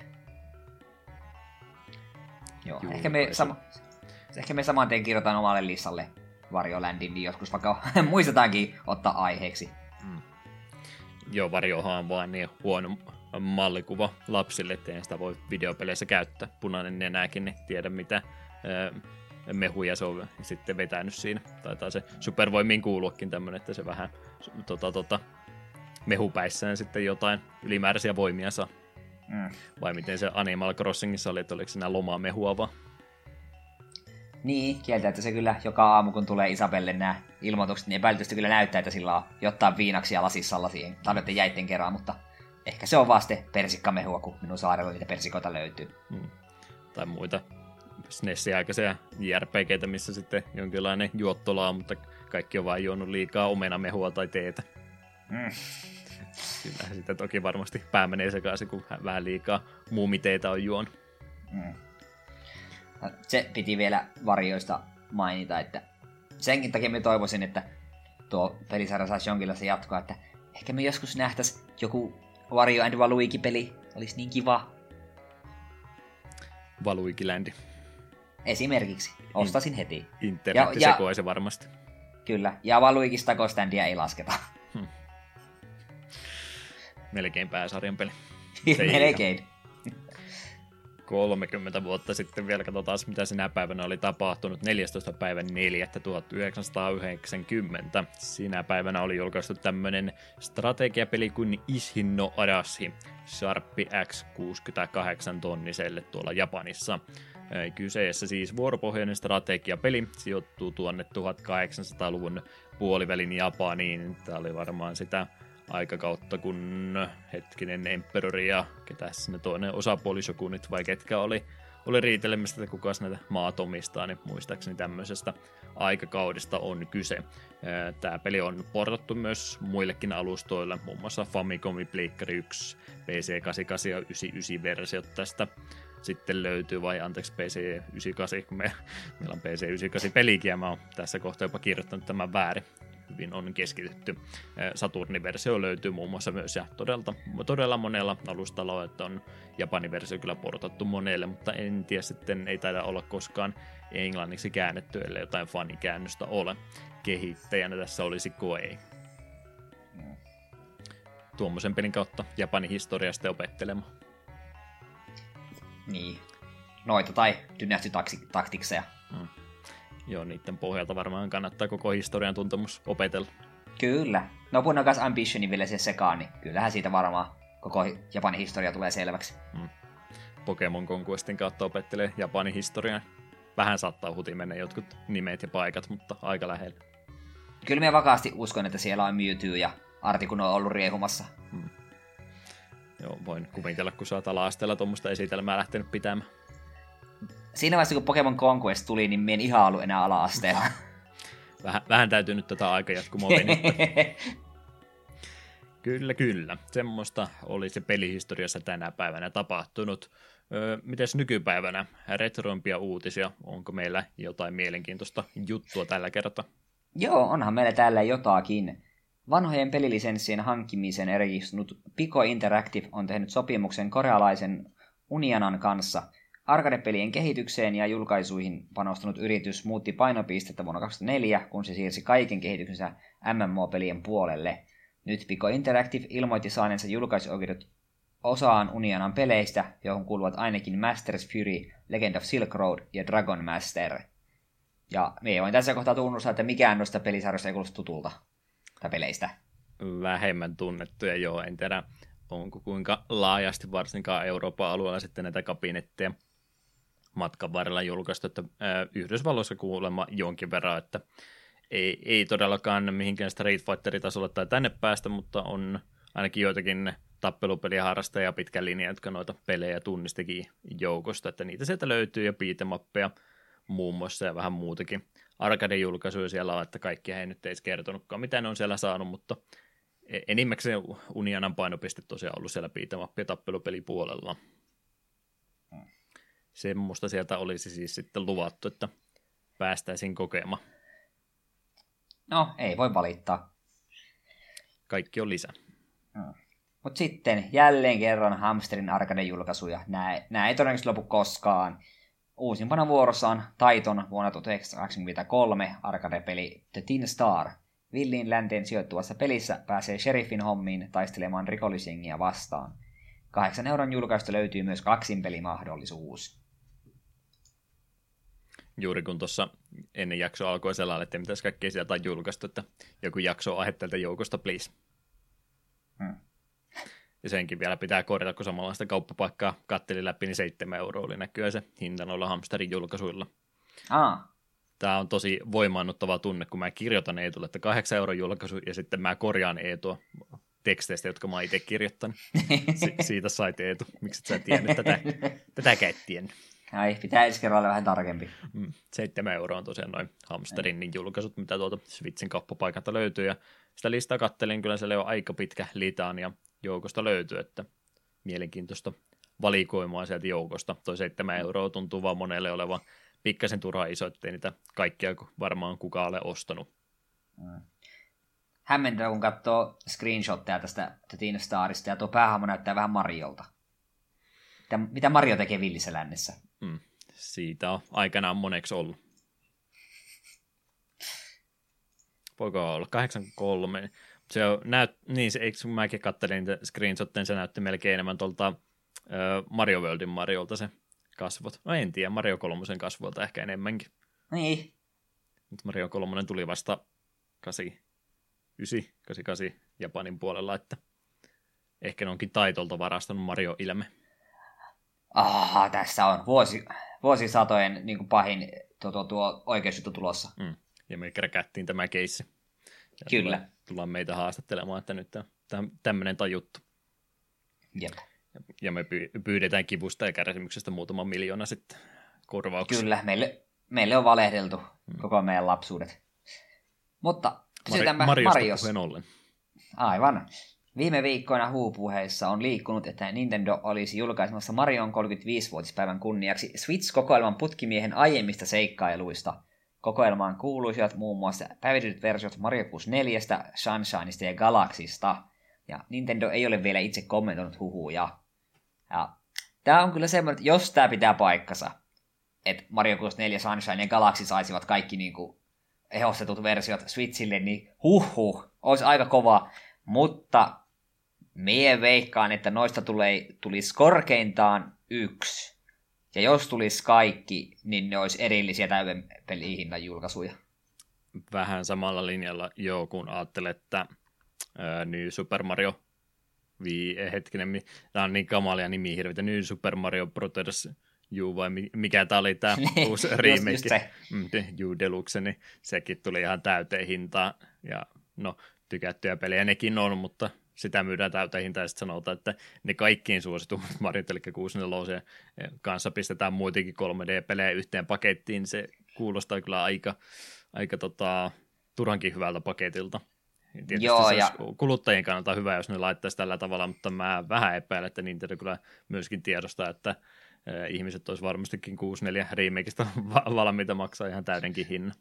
S2: Joo, Juu, ehkä me, sama, ehkä me saman tien kirjoitan omalle listalle Wario Landin, niin joskus vaikka muistetaankin ottaa aiheeksi. Mm.
S1: Joo, Variohan on vaan niin huono mallikuva lapsille, ettei sitä voi videopeleissä käyttää. Punainen nenäkin, niin tiedä mitä ää, mehuja se on sitten vetänyt siinä. Taitaa se supervoimiin kuuluakin tämmönen, että se vähän tota, tota, mehupäissään sitten jotain ylimääräisiä voimia saa. Mm. Vai miten se Animal Crossingissa oli, että oliko siinä lomaa mehua vaan?
S2: Niin, kieltä, että se kyllä joka aamu, kun tulee Isabelle nämä ilmoitukset, niin epäilytysti kyllä näyttää, että sillä on jotain viinaksia lasissalla siihen tarjoiden jäitten kerran, mutta ehkä se on vaan sitten persikkamehua, kun minun saarella niitä persikoita löytyy. Hmm.
S1: Tai muita S N E S-aikaisia J R P G:tä, missä sitten jonkinlainen juottolaa, mutta kaikki on vaan juonut liikaa omenamehua tai teetä. Hmm. Kyllähän sitä toki varmasti pää menee sekaisin, kun vähän liikaa muumiteitä on juonut. Hmm.
S2: Se piti vielä Varjoista mainita, että senkin takia me toivoisin, että tuo pelisarja saisi jonkinlaisen jatkoa, että ehkä me joskus nähtäisi joku Wario and Waluigi-peli, olisi niin kiva.
S1: Waluigi-ländi.
S2: Esimerkiksi. Ostaisin heti.
S1: Internetti sekoi se varmasti.
S2: Kyllä, ja Waluigista Ghost-standia ei lasketa. Hmm.
S1: Melkein pääsarjan peli.
S2: Melkein.
S1: kolmekymmentä vuotta sitten vielä, katsotaan mitä sinä päivänä oli tapahtunut, neljästoista päivän neljättä tuhatyhdeksänsataayhdeksänkymmentä. Sinä päivänä oli julkaistu tämmönen strategiapeli kuin Ishin no Arashi, Sharp X kuusikymmentäkahdeksan tonniselle tuolla Japanissa. Kyseessä siis vuoropohjainen strategiapeli, sijoittuu tuonne tuhatkahdeksansataaluvun puolivälin Japaniin. Tämä oli varmaan sitä aikakautta, kun hetkinen Emperori ja ketäs ne toinen osapuoli Shogunit vai ketkä oli, oli riitelemässä, että kukas näitä maat omistaa, niin muistaakseni tämmöisestä aikakaudesta on kyse. Tämä peli on portattu myös muillekin alustoille, muun muassa Famicom, Pleikkari yksi, P C kahdeksankymmentäkahdeksan ja yhdeksänkymmentäyhdeksän versiot tästä sitten löytyy, vai anteeksi P C yhdeksänkymmentäkahdeksan, kun me, meillä on P C yhdeksänkymmentäkahdeksan pelikin ja mä oon tässä kohtaa jopa kirjoittanut tämän väärin. Hyvin on keskitytty. Saturnin versio löytyy muun muassa myös ja todella, todella monella alustalla, että on Japanin versio kyllä portattu monelle, mutta en tiedä sitten, ei taida olla koskaan englanniksi käännetty, ellei jotain fanikäännöstä ole. Kehittäjänä tässä olisi Koei. Tuommoisen pelin kautta Japanin historiaa sitten opettelemaan.
S2: Niin. Noita tai Dynasty-taktikseja. Hmm.
S1: Joo, niiden pohjalta varmaan kannattaa koko historian tuntemus opetella.
S2: Kyllä. No Punokas Ambitionin vielä siihen sekaan, niin kyllähän siitä varmaan koko Japanin historia tulee selväksi. Hmm.
S1: Pokemon Conquestin kautta opettelee Japanin historiaa. Vähän saattaa huti mennä jotkut nimet ja paikat, mutta aika lähellä.
S2: Kyllä minä vakaasti uskon, että siellä on Mewtwo ja Articuno on ollut riehumassa. Hmm.
S1: Joo, voin kuvitella, kun sä oot ala-asteella tuommoista esitelmää lähtenyt pitämään.
S2: Siinä vaiheessa, kun Pokemon Conquest tuli, niin minä en ihan ollut enää ala-asteella.
S1: Vähän, vähän täytyy nyt tätä aikajatkumoa venyttää. Kyllä, kyllä. Semmoista oli se pelihistoriassa tänä päivänä tapahtunut. Öö, mites nykypäivänä? Retroimpia uutisia. Onko meillä jotain mielenkiintoista juttua tällä kertaa?
S2: Joo, onhan meillä täällä jotakin. Vanhojen pelilisenssien hankkimisen erikoistunut Pico Interactive on tehnyt sopimuksen korealaisen Unianan kanssa. Arcade-pelien kehitykseen ja julkaisuihin panostanut yritys muutti painopistettä vuonna kaksituhattaneljä, kun se siirsi kaiken kehityksensä M M O-pelien puolelle. Nyt Pico Interactive ilmoitti saaneensa julkaisuoikeudet osaan Unianan peleistä, johon kuuluvat ainakin Master's Fury, Legend of Silk Road ja Dragon Master. Ja me voin tässä kohtaa tunnustaa, että mikään noista pelisarjoista ei kuulosta tutulta. Tai peleistä.
S1: Vähemmän tunnettuja, joo. En tiedä, onko kuinka laajasti varsinkaan Euroopan alueella sitten näitä kabinetteja matkan varrella julkaistu, että ää, Yhdysvalloissa kuulemma jonkin verran, että ei, ei todellakaan mihinkään Street Fighter-tasolla tai tänne päästä, mutta on ainakin joitakin tappelupeliä harrastajia pitkän linjan, jotka noita pelejä tunnistikin joukosta, että niitä sieltä löytyy ja beatemappeja muun muassa ja vähän muutakin. Arcade-julkaisuja siellä on, että kaikki ei nyt edes kertonutkaan, mitä ne on siellä saanut, mutta enimmäkseen Unianan painopiste tosiaan ollut siellä beatemappi- ja tappelupelipuolella. Semmoista sieltä olisi siis sitten luvattu, että päästäisiin kokemaan.
S2: No, ei voi valittaa.
S1: Kaikki on lisä.
S2: Hmm. Mutta sitten jälleen kerran Hamsterin arcade-julkaisuja. Nää, nää ei todennäköisesti lopu koskaan. Uusimpana vuorossa on Taiton vuonna tuhatyhdeksänsataakahdeksankymmentäkolme arcade-peli The Tin Star. Villiin länteen sijoittuvassa pelissä pääsee sheriffin hommiin taistelemaan rikollisjengiä vastaan. Kahdeksan euron julkaista löytyy myös kaksinpelimahdollisuus.
S1: Juuri kun tuossa ennen jaksoa alkoi sellainen, että mitäs kaikkea sieltä on julkaistu, että joku jakso aihe tältä joukosta, please.
S2: Hmm.
S1: Ja senkin vielä pitää korjata, kun samanlaista kauppapaikkaa kattelin läpi, niin seitsemän euroa oli näkyä se hinta noilla Hamsterin julkaisuilla.
S2: Ah.
S1: Tämä on tosi voimaannuttava tunne, kun mä kirjoitan Eetulle, että kahdeksan euron julkaisu, ja sitten mä korjaan Eetua teksteistä, jotka mä itse kirjoittanut. Si- siitä sait Eetu. Miksi et sä tiennyt tätä? Tätäkään et tiennyt.
S2: Ai, pitää ensi kerralla vähän tarkempi.
S1: Mm, seitsemän euroa on tosiaan noin Hamsterin niin julkaisut, mitä tuolta Switchin kauppapaikalta löytyy. Ja sitä listaa kattelin, kyllä siellä on aika pitkä litania joukosta löytyy, että mielenkiintoista valikoimaa sieltä joukosta. Toi seitsemän euroa tuntuu vaan monelle olevan pikkasen turhaa iso, ettei niitä kaikkia varmaan kukaan ole ostanut.
S2: Mm. Hämmentävä, kun katsoo screenshotteja tästä The Tin Starista, ja tuo päähahmo näyttää vähän Mariolta. Mitä, mitä Mario tekee Villissä lännessä?
S1: Mm. Siitä on aikanaan moneksi ollut. Voiko olla? kahdeksankymmentäkolme. Se on, näyt, niin, se, eikö kun mäkin katselin screenshotteen, se näytti melkein enemmän tuolta uh, Mario Worldin Mariolta se kasvot. No en tiedä, Mario kolmosen kasvoilta ehkä enemmänkin.
S2: Niin.
S1: Mutta Mario kolmonen tuli vasta kahdeksankymmentäyhdeksän, kahdeksankymmentäkahdeksan Japanin puolella, että ehkä ne onkin Taitolta varastanut Mario-ilme.
S2: Ah, tässä on vuosi, vuosisatojen niin kuin pahin tuo, tuo, tuo oikeusjuttu tulossa.
S1: Mm. Ja me kräkättiin tämä keissi. Ja
S2: Kyllä.
S1: Tullaan, tullaan meitä haastattelemaan, että nyt on tämmöinen tai juttu.
S2: Jep.
S1: Ja me pyydetään kivusta ja kärsimyksestä muutama miljoona sitten korvauksia.
S2: Kyllä, meille, meille on valehdeltu hmm. koko meidän lapsuudet. Mutta
S1: Mari- Mariosta Marios. Puheen ollen.
S2: Aivan. Viime viikkoina huupuheissa on liikkunut, että Nintendo olisi julkaisemassa Marion kolmekymmentäviisivuotispäivän kunniaksi Switch-kokoelman putkimiehen aiemmista seikkailuista. Kokoelmaan kuuluisivat muun muassa päivitetyt versiot Mario kuusikymmentäneljä, Sunshineista ja Galaxista. Ja Nintendo ei ole vielä itse kommentoinut huhuja. Ja tämä on kyllä semmoinen, että jos tämä pitää paikkansa, että Mario kuusikymmentäneljä, Sunshine ja Galaxy saisivat kaikki niinku ehostetut versiot Switchille, niin huh huh, olisi aika kova. Mutta mie veikkaan, että noista tulee, tulisi korkeintaan yksi. Ja jos tulisi kaikki, niin ne olisi erillisiä täyden pelihinnan julkaisuja.
S1: Vähän samalla linjalla, joo, kun ajattelet, että ää, New Super Mario, vii, hetkinen, tämä on niin kamalia nimi hirveitä, New Super Mario Brothers U, vai mikä tämä oli tämä uusi remake, U Deluxe, niin sekin tuli ihan täyteen hintaan, ja no, tykättyjä pelejä nekin on, mutta sitä myydään täyteen hintaan, ja sitten sanotaan, että ne kaikkiin suositummat Mario, eli kuusikymmentäneljä kanssa pistetään muitakin kolme D-pelejä yhteen pakettiin, se kuulostaa kyllä aika, aika tota, turhankin hyvältä paketilta. Tietysti Joo, se ja... olisi kuluttajien kannalta hyvä, jos ne laittaisi tällä tavalla, mutta mä vähän epäilen, että Nintendo kyllä myöskin tiedostaa, että eh, ihmiset olisi varmastikin kuusikymmentäneljä remakeista valmiita maksaa ihan täydenkin hinnan.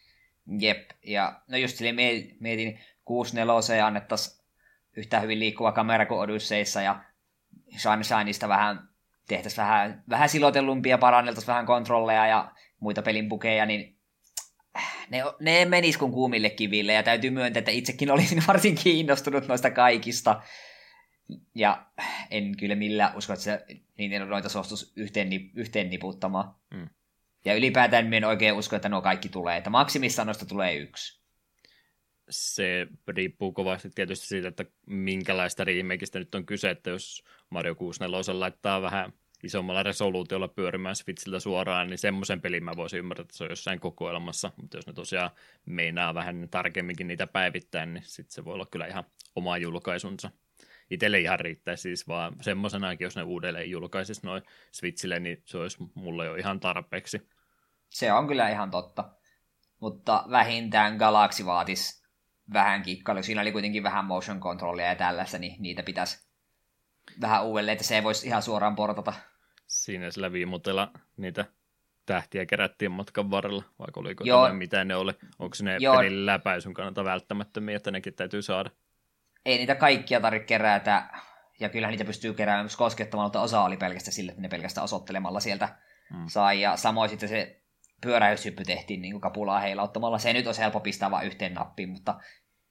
S2: Jep, ja no just silleen mietin, kuusikymmentäneljä annettaisiin yhtä hyvin liikkuva kamera kuin Odysseissa, ja Sunshineista vähän tehtäisiin vähän, vähän silotellumpia, paranneltaisiin vähän kontrolleja ja muita pelin bugeja, niin ne, ne menis kuin kuumille kiville, ja täytyy myöntää, että itsekin olisin varsin kiinnostunut noista kaikista. Ja en kyllä millään usko, että se Nintendo noita suostuisi yhteen, yhteen niputtamaan. Mm. Ja ylipäätään en oikein usko, että nuo kaikki tulee, että maksimissaan noista tulee yksi.
S1: Se riippuu kovasti tietysti siitä, että minkälaista remakeista nyt on kyse, että jos Mario kuusikymmentäneljä laittaa vähän isommalla resoluutiolla pyörimään Switchiltä suoraan, niin semmoisen pelin mä voisin ymmärtää, että se on jossain kokoelmassa, mutta jos ne tosiaan meinaa vähän tarkemminkin niitä päivittäin, niin sitten se voi olla kyllä ihan oma julkaisunsa. Itselle ihan riittäisi siis vaan semmoisenakin, jos ne uudelleen julkaisisi noin Switchille, niin se olisi mulle jo ihan tarpeeksi.
S2: Se on kyllä ihan totta, mutta vähintään Galaxy vaatisi vähän kikkailu. Siinä oli kuitenkin vähän motion controllia ja tällaista, niin niitä pitäisi vähän uudelleen, että se ei voisi ihan suoraan portata.
S1: Siinä sillä viimutella niitä tähtiä kerättiin matkan varrella, vaikka oliko
S2: Joo.
S1: mitä ne oli? Onko ne
S2: Joo.
S1: pelin läpäisyn kannalta välttämättömiä, että nekin täytyy saada?
S2: Ei niitä kaikkia tarvitse kerätä, ja kyllähän niitä pystyy keräämään myös koskettamalla, osa oli pelkästään sillä, että ne pelkästään osoittelemalla sieltä mm. sai, ja samoin sitten se pyöräyshyppy tehtiin niin kuin kapulaa heilauttamalla. Se nyt olisi helppo pistää vain yhteen nappiin, mutta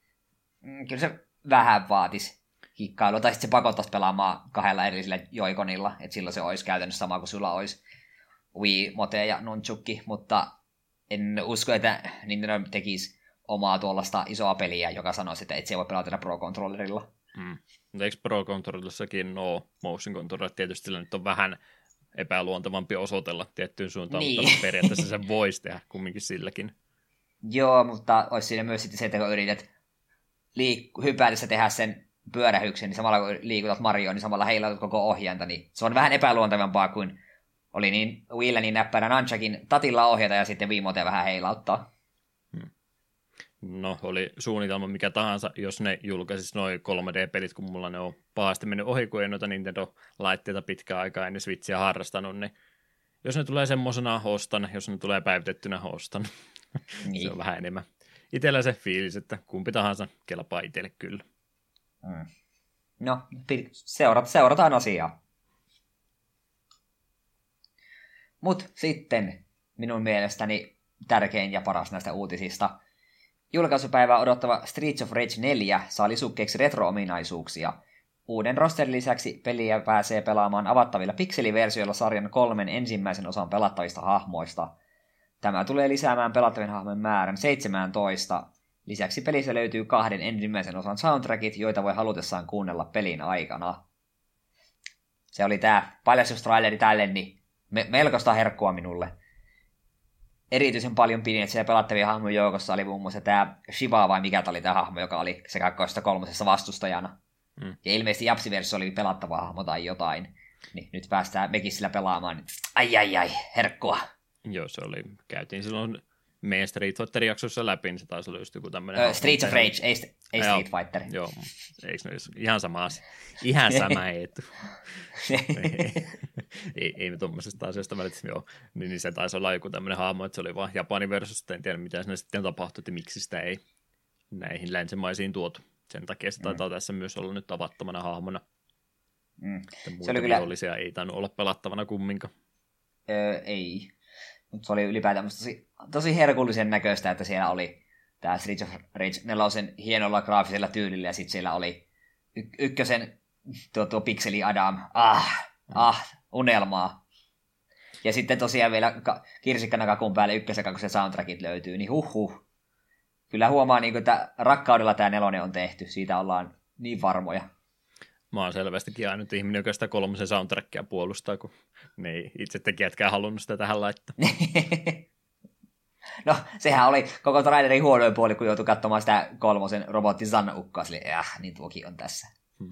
S2: mm, kyllä se vähän vaatisi kikkailua, tai sitten se pakottaisi pelaamaan kahdella erillisellä joikonilla, että silloin se olisi käytännössä sama kuin sulla olisi Wii, Mote ja Nunchukki, mutta en usko, että Nintendo tekisi omaa tuollaista isoa peliä, joka sanoisi, että et se voi pelata Pro-controllerilla.
S1: Mm. Mutta eikö Pro-controllerissakin ole motion controller? Tietysti sillä nyt on vähän epäluontevampi osoitella tiettyyn suuntaan, niin. Mutta periaatteessa se voisi tehdä kumminkin silläkin.
S2: Joo, mutta olisi siinä myös sitten se, että kun yrität liik- hypätessä tehdä sen pyörähyksen, niin samalla kun liikutat Marioon, niin samalla heilautat koko ohjainta, niin se on vähän epäluontevampaa kuin oli niin Wiillä niin näppärä Nunchuckin tatilla ohjata ja sitten viimoteen vähän heilauttaa.
S1: Hmm. No, oli suunnitelma mikä tahansa, jos ne julkaisis noin kolme D-pelit, kun mulla ne on pahasti mennyt ohi, kun ei noita Nintendo-laitteita pitkään aikaa ennen Switchiä harrastanut, niin jos ne tulee semmosena ostan, jos ne tulee päivitettynä ostan. Niin. Se on vähän enemmän. Itellä se fiilis, että kumpi tahansa kelpaa itselle kyllä.
S2: Hmm. No, seurat, seurataan asiaa. Mut sitten minun mielestäni tärkein ja paras näistä uutisista. Julkaisupäivää odottava Streets of Rage neljä saa lisukkeeksi retro-ominaisuuksia. Uuden rosterin lisäksi peliä pääsee pelaamaan avattavilla pikseliversioilla sarjan kolmen ensimmäisen osan pelattavista hahmoista. Tämä tulee lisäämään pelattavien hahmojen määrän seitsemäntoista. Lisäksi pelissä löytyy kahden ensimmäisen osan soundtrackit, joita voi halutessaan kuunnella pelin aikana. Se oli tää paljastustraileri tälle, niin me- melkoista herkkua minulle. Erityisen paljon pidin, että siellä pelattavien hahmojen joukossa oli muun muassa tämä Shiva, vai mikä tämä oli tämä hahmo, joka oli se kakkoisesta kolmosessa vastustajana. Mm. Ja ilmeisesti Japsi-versio oli pelattava hahmo tai jotain. Niin nyt päästään mekin sillä pelaamaan. Niin ai ai ai, herkkua.
S1: Joo, se oli. Käytiin silloin meidän Street Fighter-jaksossa läpi, niin se taisi olla just joku tämmöinen...
S2: Öö, Streets of Rage, ei, ei Street Fighter.
S1: Joo, eikö ne ihan sama asia? Ihan sama etu. ei, ei, ei me tuommoisesta asiasta välitse ole. Niin, niin se taisi olla joku tämmöinen hahmo, että se oli vaan Japanin versiosta, en tiedä mitä siinä sitten tapahtui, että miksi sitä ei näihin länsimaisiin tuotu. Sen takia se taitaa mm. tässä myös olla nyt tavattomana hahmona.
S2: Mm.
S1: Se oli kyllä... vihollisia ei tainnut olla pelattavana kumminkaan.
S2: Öö, ei. Mutta se oli ylipäätään tosi, tosi herkullisen näköistä, että siellä oli tämä Streets of Rage nelosen hienolla graafisella tyylillä, ja sitten siellä oli y- ykkösen tuo, tuo Pixeli Adam. Ah, ah, unelmaa. Ja sitten tosiaan vielä ka- kirsikkana kakun päälle ykkösen kun se soundtrackit löytyy, niin huh huh. Kyllä huomaa, niin kuin, että rakkaudella tämä nelonen on tehty. Siitä ollaan niin varmoja.
S1: Mä oon selvästikin ainut ihminen, joka sitä kolmosen soundtrackia puolustaa, kun ne ei itse tekijätkään halunnut sitä tähän laittaa.
S2: No, sehän oli koko trailerin huonoin puoli, kun joutui katsomaan sitä kolmosen robotti Zanna-ukkaa. Silleen, äh, niin tuokin on tässä. Hmm.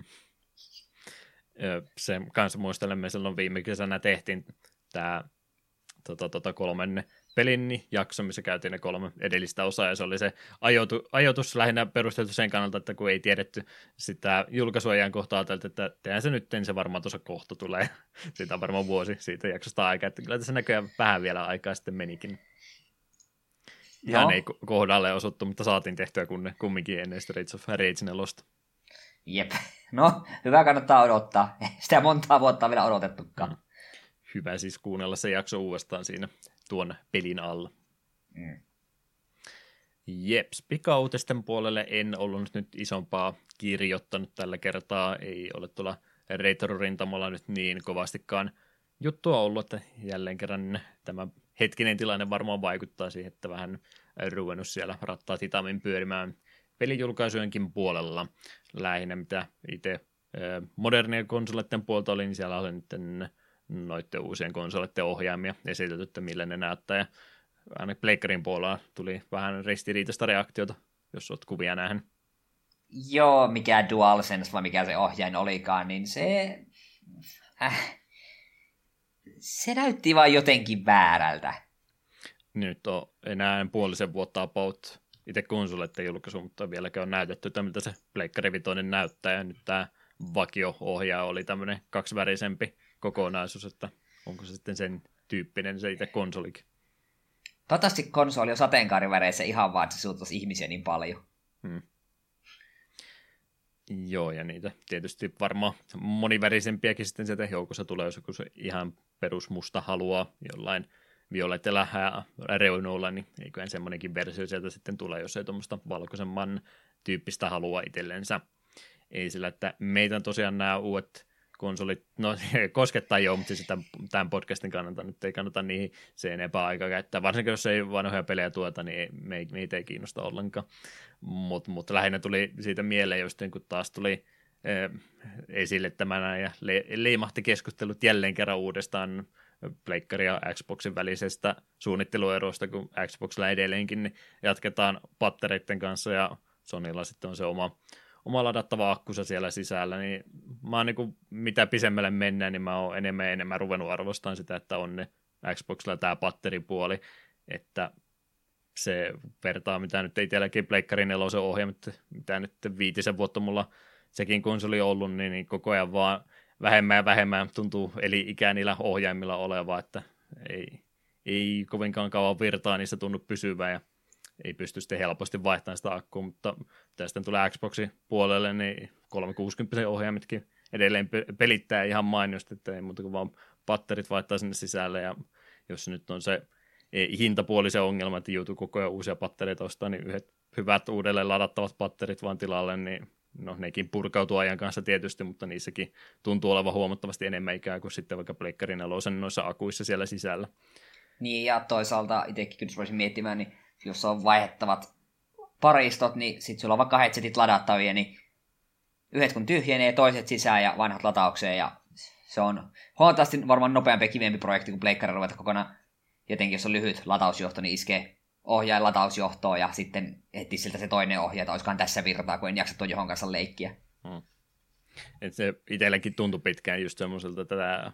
S1: Se kanssa muistelemme, silloin viime kesänä tehtiin tämä tota, tota, kolmen pelin jakso, missä käytiin ne kolme edellistä osaa, ja se oli se ajoitu, ajoitus lähinnä perusteltu sen kannalta, että kun ei tiedetty sitä julkaisuajan kohtaa, että tehdään se nyt, niin se varmaan tuossa kohta tulee. Siitä on varmaan vuosi siitä jaksosta aikaa, että kyllä tässä näköjään vähän vielä aikaa sitten menikin. Ihan no. Ei kohdalle osuttu, mutta saatiin tehtyä kunne, kumminkin ennen Streets of Rage nelosta.
S2: Jep. No, hyvä kannattaa odottaa. Sitä montaa vuotta on vielä odotettukaan. Mm.
S1: hyvä siis kuunnella se jakso uudestaan siinä tuon pelin alla. Mm. Jeps, pikautisten puolelle en ollut nyt isompaa kirjoittanut tällä kertaa, ei ole tuolla retro-rintamalla nyt niin kovastikaan juttua ollut, että jälleen kerran tämä hetkinen tilanne varmaan vaikuttaa siihen, että vähän ruvennut siellä rattaat hitaammin pyörimään pelijulkaisujenkin puolella. Lähinnä mitä itse modernien konsoleiden puolta oli, niin siellä oli nyt noiden uusien konsoleiden ohjaamia esitelty, että millä ne näyttää. Ja aina Pleikkarin puolella tuli vähän ristiriitaista reaktiota, jos olet kuvia nähnyt.
S2: Joo, mikä DualSense vai mikä se ohjain olikaan, niin se... Äh. Se näytti vaan jotenkin väärältä.
S1: Nyt on enää puolisen vuotta about itse konsoleiden julkaisu, mutta vieläkin on näytetty, että miltä se Pleikkari Vitoinen näyttää. Ja nyt tämä vakio-ohjaaja oli tämmöinen kaksivärisempi kokonaisuus, että onko se sitten sen tyyppinen se itse konsolikin.
S2: Toivottavasti konsoli on sateenkaariväreissä ihan vaan, että se suuttaisi ihmisiä niin paljon. Hmm.
S1: Joo, ja niitä tietysti varmaan monivärisempiäkin sitten sieltä joukossa tulee, jos joku se ihan perusmusta haluaa jollain violetilla reunuilla, niin eiköhän semmoinenkin versio sieltä sitten tulee, jos ei tuommoista valkoisemman tyyppistä halua itsellensä. Ei sillä, että meitä tosiaan nämä uudet konsolit, no koskettaa jo, mutta siis tämän podcastin kannalta nyt ei kannata niihin se enempää aikaa käyttää, varsinkin jos ei vanhoja pelejä tuota, niin meitä ei kiinnosta ollenkaan, mutta mut lähinnä tuli siitä mieleen, just kun taas tuli eh, esille tämän ja le, leimahti keskustelut jälleen kerran uudestaan Pleikkari ja Xboxin välisestä suunnitteluerosta, kun Xboxilla edelleenkin niin jatketaan pattereiden kanssa ja Sonylla sitten on se oma oma ladattava akkunsa siellä sisällä, niin mä oon niin kuin, mitä pisemmälle mennään, niin mä oon enemmän ja enemmän ruvennut arvostamaan sitä, että on ne Xboxilla tämä patteripuoli, että se vertaa, mitä nyt ei teilläkin Pleikkarin nelosen ohjaamat, mitä nyt viitisen vuotta mulla sekin konsoli on ollut, niin, niin koko ajan vaan vähemmän ja vähemmän tuntuu eli ikää niillä ohjaimilla olevaa, että ei, ei kovinkaan kauan virtaa niissä tunnu pysyvää ja ei pysty sitten helposti vaihtamaan sitä akkua, mutta tästä tulee Xboxin puolelle, niin kolmesataakuusikymmentä ohjaimetkin edelleen pelittää ihan mainiosti, että ei muuta kuin vaan patterit vaihtaa sinne sisälle, ja jos nyt on se hintapuoli se ongelma, että joutuu koko ajan uusia pattereita ostaa, niin yhdet hyvät uudelleen ladattavat patterit vaan tilalle, niin no nekin purkautuu ajan kanssa tietysti, mutta niissäkin tuntuu olevan huomattavasti enemmän ikään kuin sitten vaikka Pleikkarin nelosen noissa akuissa siellä sisällä.
S2: Niin, ja toisaalta itsekin kyllä voisin miettimään, niin jos on vaihdettavat paristot, niin sitten sulla on vaikka headsetit ladattavia, niin yhdet kun tyhjenee, toiset sisään ja vanhat lataukseen, ja se on huomattavasti varmaan nopeampi ja kivempi projekti kuin pleikkari ruveta kokonaan. Jotenkin jos on lyhyt latausjohto, niin iskee ohjaajan latausjohtoon ja sitten etsiä siltä se toinen ohjaaja, että olisikohan tässä virtaa, kun en jaksa tuon johon kanssa leikkiä. Hmm.
S1: Et se itselläkin tuntui pitkään just semmoiselta, että tämä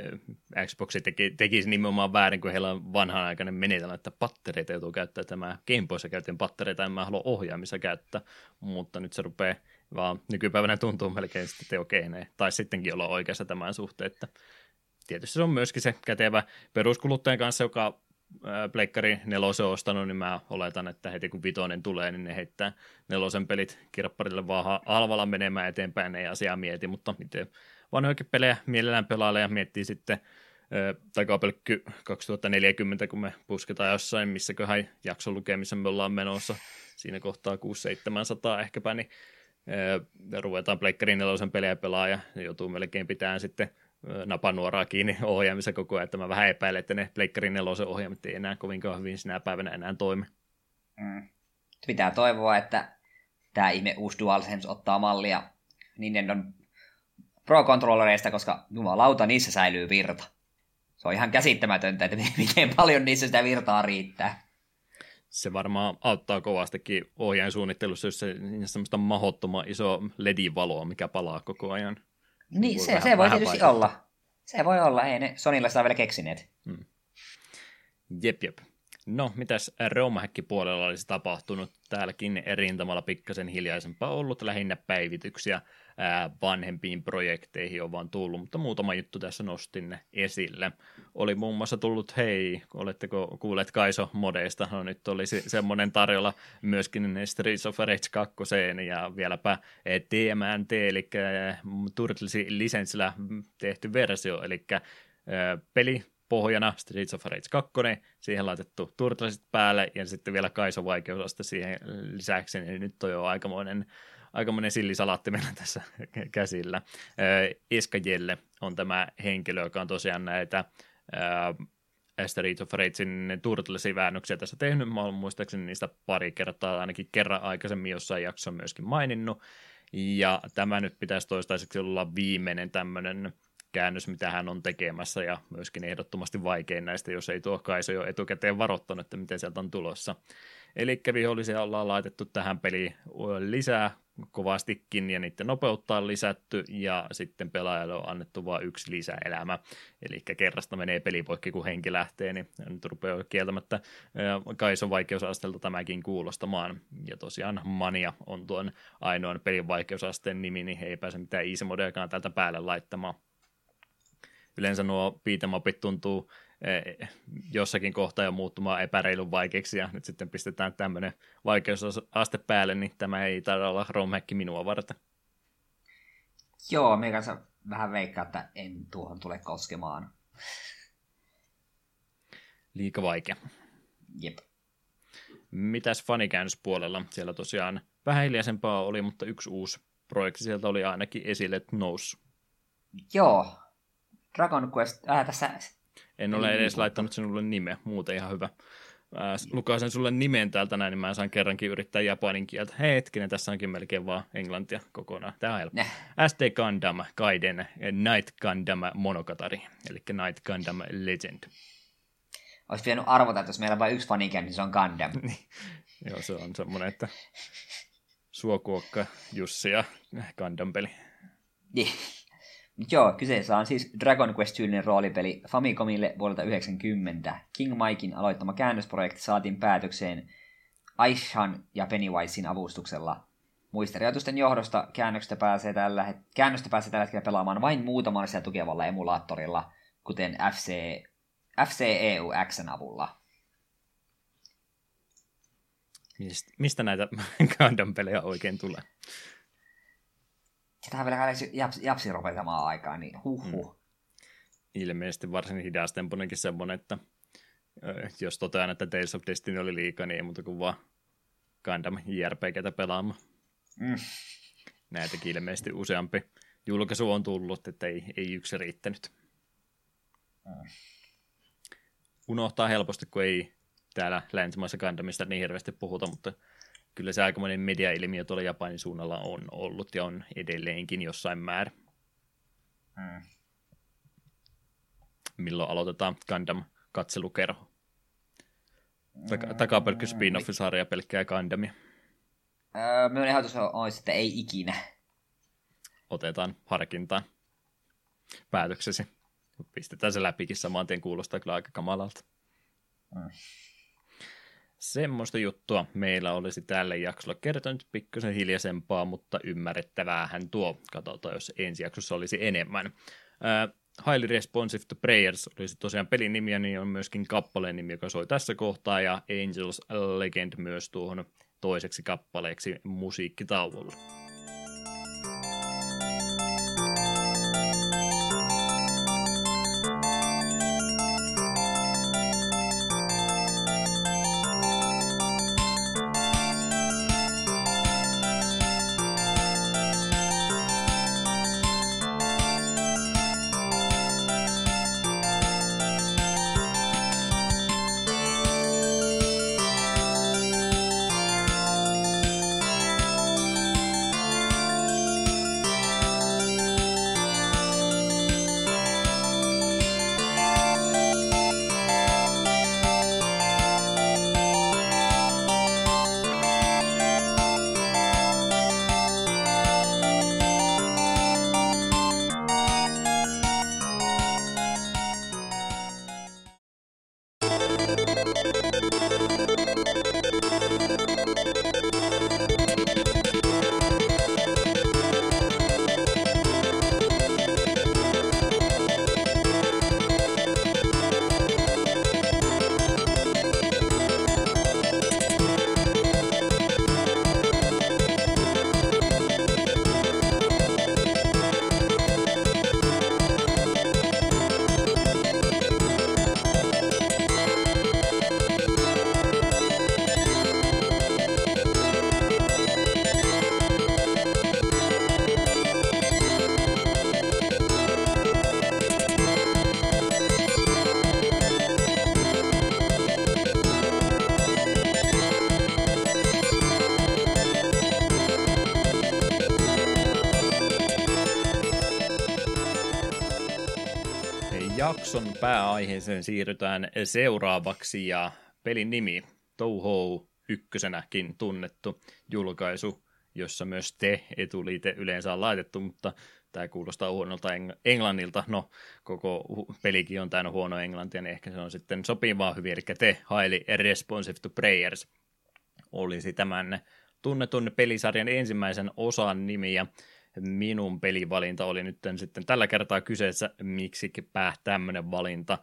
S1: Xbox teki, tekisi nimenomaan väärin, kun heillä on vanhanaikainen menetelmä, että pattereita joutuu käyttää. Tämä Game Boyssa käytiin pattereita, en mä halua ohjaamissa käyttää, mutta nyt se rupeaa vaan nykypäivänä tuntuu melkein sitten, että okei, ne tai sittenkin olla oikeassa tämän suhteen, että tietysti se on myöskin se kätevä peruskuluttajan kanssa, joka Pleikkari nelosen on ostanut, niin mä oletan, että heti kun vitonen tulee, niin ne heittää nelosen pelit kirpparille vaan halvalla menemään eteenpäin, ei asiaa mieti, mutta miten vanhojakin pelejä mielellään pelailee ja miettii sitten takapelkky kaksituhattaneljäkymmentä, kun me pusketaan jossain, missäköhän jakson lukemissa me ollaan menossa, siinä kohtaa kuusi seitsemänsataa ehkäpä, niin ruvetaan Pleikkarin nelosen pelejä pelaa ja joutuu melkein pitämään sitten napanuoraa kiinni ohjaamissa koko ajan, että mä vähän epäilen, että ne Pleikkarin nelosen ohjaamat ei enää kovinkaan hyvin sinä päivänä enää toimi.
S2: Mm. Pitää toivoa, että tämä ihme uusi DualSense ottaa mallia Nintendon Pro-controllereista, koska jumalauta, niissä säilyy virta. Se on ihan käsittämätöntä, että miten paljon niissä sitä virtaa riittää.
S1: Se varmaan auttaa kovastikin ohjaajan suunnittelussa, jos se semmoista mahdottoman iso L E D-valoa, mikä palaa koko ajan.
S2: Niin, se, vähän, se voi tietysti vaikuttaa. olla. Se voi olla, ei ne Sonylla sitä vielä keksineet. Hmm.
S1: Jep, jep. No, mitäs ROM-häkkipuolella olisi tapahtunut? Täälläkin rintamalla pikkasen hiljaisempaa ollut, lähinnä päivityksiä ää, vanhempiin projekteihin on vaan tullut, mutta muutama juttu tässä nostin ne esille. Oli muun muassa tullut, hei, oletteko kuulleet Kaiso-modeista? No nyt olisi semmoinen tarjolla myöskin Streets of Rage kaksi ja vieläpä T M N T, eli Turtlesin lisenssillä tehty versio, eli peli pohjana Streets of Rage kaksi, siihen laitettu Turtlesit päälle ja sitten vielä Kaizo vaikeusaste siihen lisäksi, niin nyt on jo aikamoinen, aikamoinen sillisalaatti meillä tässä käsillä. Eskajelle on tämä henkilö, joka on tosiaan näitä Streets of Ragein Turtles-väännöksiä tässä tehnyt. Mä olen muistaakseni niistä pari kertaa, ainakin kerran aikaisemmin jossain jaksossa myöskin maininnut. Ja tämä nyt pitäisi toistaiseksi olla viimeinen tämmöinen käännös, mitä hän on tekemässä, ja myöskin ehdottomasti vaikein näistä, jos ei tuo Kaizo jo etukäteen varoittanut, että miten sieltä on tulossa. Eli vihollisia ollaan laitettu tähän peliin lisää kovastikin, ja niiden nopeutta on lisätty, ja sitten pelaajalle on annettu vain yksi lisäelämä. Eli kerrasta menee peli poikki, kun henki lähtee, niin nyt rupeaa kieltämättä Kaizon vaikeusastelta tämäkin kuulostamaan. Ja tosiaan Mania on tuon ainoan pelin vaikeusasteen nimi, niin ei pääse mitään easy modeakaan täältä päälle laittamaan. Yleensä nuo beat'em-upit tuntuu eh, jossakin kohtaa jo muuttumaan epäreilun vaikeiksi, ja nyt sitten pistetään tämmöinen vaikeusaste päälle, niin tämä ei taida olla romhäkki minua varten.
S2: Joo, minä kanssa vähän veikkaa, että en tuohon tule koskemaan.
S1: Liika vaikea.
S2: Jep.
S1: Mitäs fanikäännöspuolella? Siellä tosiaan vähän hiljaisempaa oli, mutta yksi uusi projekti sieltä oli ainakin esille noussut.
S2: Joo. Dragon Quest, äh, tässä...
S1: En ole edes laittanut sinulle nimeä, muuten ihan hyvä. Mä lukaisen sulle nimen täältä näin, niin mä saan kerrankin yrittää japanin kieltä. Hei hetkinen, tässä onkin melkein vaan englantia kokonaan. Tämä on helppo. S D Gundam Gaiden Night Gundam Monogatari, eli Night Gundam Legend.
S2: Olisi pitänyt arvota, että jos meillä on vain yksi fanikään, niin se on Gundam.
S1: Joo, se on semmoinen, että Suokuokka, Jussi ja Gundam-peli.
S2: Niin. Joo, kyseessä on siis Dragon Quest-tyylinen roolipeli Famicomille vuodelta yhdeksänkymmentä. King Mikein aloittama käännösprojekti saatiin päätökseen Aishan ja Pennywisein avustuksella. Muisterajoitusten johdosta käännöstä pääsee tällä, het- käännöstä pääsee tällä hetkellä pelaamaan vain muutamalla sitä tukevalla emulaattorilla, kuten F C, F C E U X:n avulla.
S1: Mistä, mistä näitä Gundam-pelejä oikein tulee?
S2: Sitähän vielä japs, japsi rupea samaan aikaan, niin huhhuh. Hmm.
S1: Ilmeisesti varsin hidastemponenkin semmoinen, että jos totean, että Tales of Destiny oli liikaa, niin ei muuta kuin vaan Gundam J R P G:tä pelaamaan. Mm. Näitäkin ilmeisesti useampi julkaisu on tullut, että ei, ei yksi riittänyt. Mm. Unohtaa helposti, kun ei täällä länsimaissa Gundamista niin hirveästi puhuta, mutta kyllä se aikamoinen media-ilmiö tuolla Japanin suunnalla on ollut ja on edelleenkin jossain määrin. Mm. Milloin aloitetaan Gundam-katselukerho? Tak- Takapelkky spin-off-sarja pelkkää Gundamia.
S2: Öö, minun ehdotus olisi, että ei ikinä.
S1: Otetaan harkintaan päätöksesi. Pistetään se läpikin saman tien, kuulostaa kyllä aika kamalalta. Mm. Semmoista juttua meillä olisi tällä jaksolla kertonut pikkusen hiljaisempaa, mutta ymmärrettäväähän tuo. Katsotaan, jos ensi jaksossa olisi enemmän. Uh, Highly Responsive to Prayers olisi tosiaan pelin nimi, ja niin on myöskin kappaleen nimi, joka soi tässä kohtaa, ja Angels Legend myös tuohon toiseksi kappaleeksi musiikkitauolla. jakson pääaiheeseen siirrytään seuraavaksi ja pelin nimi Touhou ykkösenäkin tunnettu julkaisu, jossa myös te etuliite yleensä on laitettu, mutta tämä kuulostaa huonolta eng- englannilta. No, koko pelikin on täynnä huono englantia, niin ehkä se on sitten sopivaa hyvin, eli te Highly Responsive to Prayers olisi tämän tunnetun pelisarjan ensimmäisen osan nimi, ja minun pelivalinta oli nyt sitten tällä kertaa kyseessä, miksikipä tämmöinen valinta.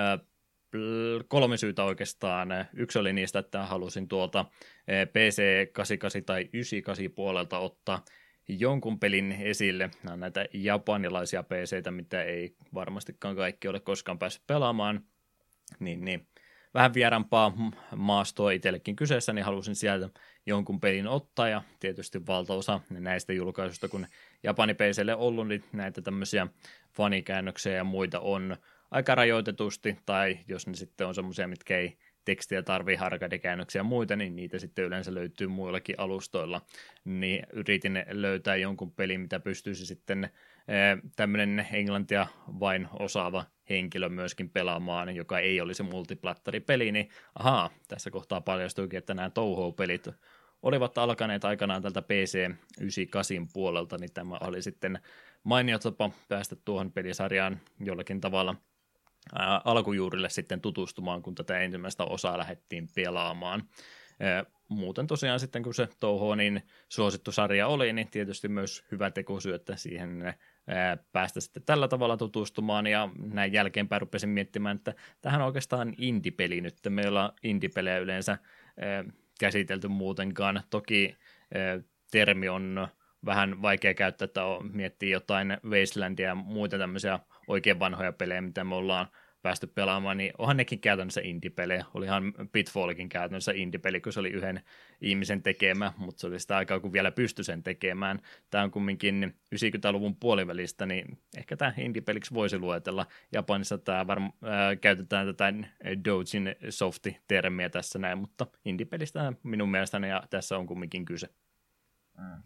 S1: Kolme syytä oikeastaan. Yksi oli niistä, että halusin tuolta P C kahdeksankymmentäkahdeksan tai yhdeksänkymmentäkahdeksan puolelta ottaa jonkun pelin esille. Nämä on näitä japanilaisia P C:tä, mitä ei varmastikaan kaikki ole koskaan päässyt pelaamaan. Niin, niin. Vähän vierampaa maastoa itsellekin kyseessä, niin halusin sieltä jonkun pelin ottaa, ja tietysti valtaosa näistä julkaisuista, kun Japani P C:lle ollut, niin näitä tämmöisiä fanikäännöksiä ja muita on aika rajoitetusti, tai jos ne sitten on semmoisia, mitkä ei tekstiä tarvii, arcade-käännöksiä ja muita, niin niitä sitten yleensä löytyy muillakin alustoilla. Niin yritin löytää jonkun pelin, mitä pystyisi sitten tämmöinen englantia vain osaava henkilö myöskin pelaamaan, joka ei olisi multiplattaripeli, niin ahaa, tässä kohtaa paljastuikin, että nämä Touhou-pelit olivat alkaneet aikanaan tältä P C yhdeksänkymmentäkahdeksan puolelta, niin tämä oli sitten mainio tapa päästä tuohon pelisarjaan jollakin tavalla ää, alkujuurille sitten tutustumaan, kun tätä ensimmäistä osaa lähdettiin pelaamaan. Ää, muuten tosiaan sitten, kun se Touhou niin suosittu sarja oli, niin tietysti myös hyvä tekosyy, että siihen ää, päästä sitten tällä tavalla tutustumaan, ja näin jälkeenpäin rupesin miettimään, että tähän on oikeastaan indie-peli nyt. Meillä on indie-pelejä yleensä ää, käsitelty muutenkaan. Toki ää, termi on vähän vaikea käyttää, että on, miettii jotain Wastelandia ja muita tämmöisiä oikein vanhoja pelejä, mitä me ollaan päästy pelaamaan, niin onhan nekin käytännössä indie-pelejä. Olihan Pitfallikin käytännössä indie-peli, kun se oli yhden ihmisen tekemä, mutta se oli sitä aikaa, kun vielä pystyi sen tekemään. Tämä on kumminkin yhdeksänkymmentäluvun puolivälistä, niin ehkä tämä indie-peliksi voisi luetella. Japanissa tämä varm- äh, käytetään tätä doujin softi-termiä tässä näin, mutta indie-pelistä minun mielestäni ja tässä on kumminkin kyse. Mm.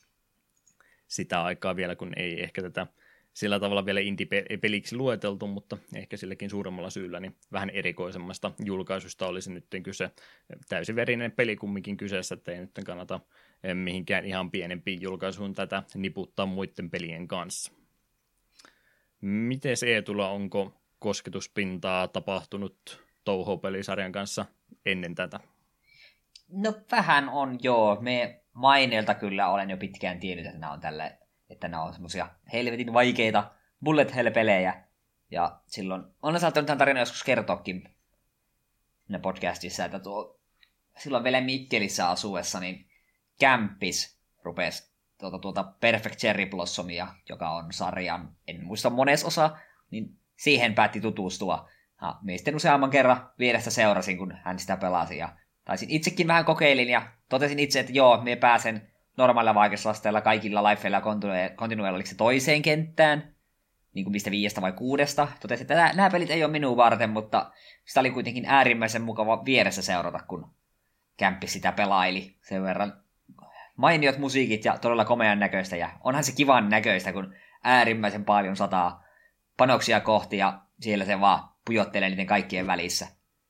S1: Sitä aikaa vielä, kun ei ehkä tätä sillä tavalla vielä indie-peliksi lueteltu, mutta ehkä silläkin suuremmalla syyllä niin vähän erikoisemmasta julkaisusta olisi nyt kyse. Täysiverinen peli kumminkin kyseessä, että ei nyt kannata mihinkään ihan pienempiin julkaisuun tätä niputtaa muiden pelien kanssa. Miten Eetulla, onko kosketuspintaa tapahtunut Touhou-pelisarjan kanssa ennen tätä?
S2: No vähän on, joo. Me maineelta kyllä olen jo pitkään tiennyt, että nämä on tällä että nämä on semmosia helvetin vaikeita bullet hell-pelejä. Ja silloin, olen saattanut tämän tarinan joskus kertoakin ne podcastissa, että tuo, silloin vielä Mikkelissä asuessa, niin Kämppis rupesi tuota, tuota Perfect Cherry Blossomia, joka on sarjan, en muista mones osa, niin siihen päätti tutustua. Ha, me sitten useamman kerran vierestä seurasin, kun hän sitä pelasi. Ja taisin itsekin vähän kokeilin ja totesin itse, että joo, me pääsen normaalilla vaikeusasteella kaikilla lifeilla kontinueilla oliko se toiseen kenttään, niin kuin mistä viiestä vai kuudesta. Totesin, että nämä, nämä pelit ei ole minua varten, mutta sitä oli kuitenkin äärimmäisen mukava vieressä seurata, kun Kämppi sitä pelaili sen verran. Mainiot musiikit ja todella komean näköistä, ja onhan se kivan näköistä, kun äärimmäisen paljon sataa panoksia kohti, ja siellä se vaan pujottelee niiden kaikkien välissä.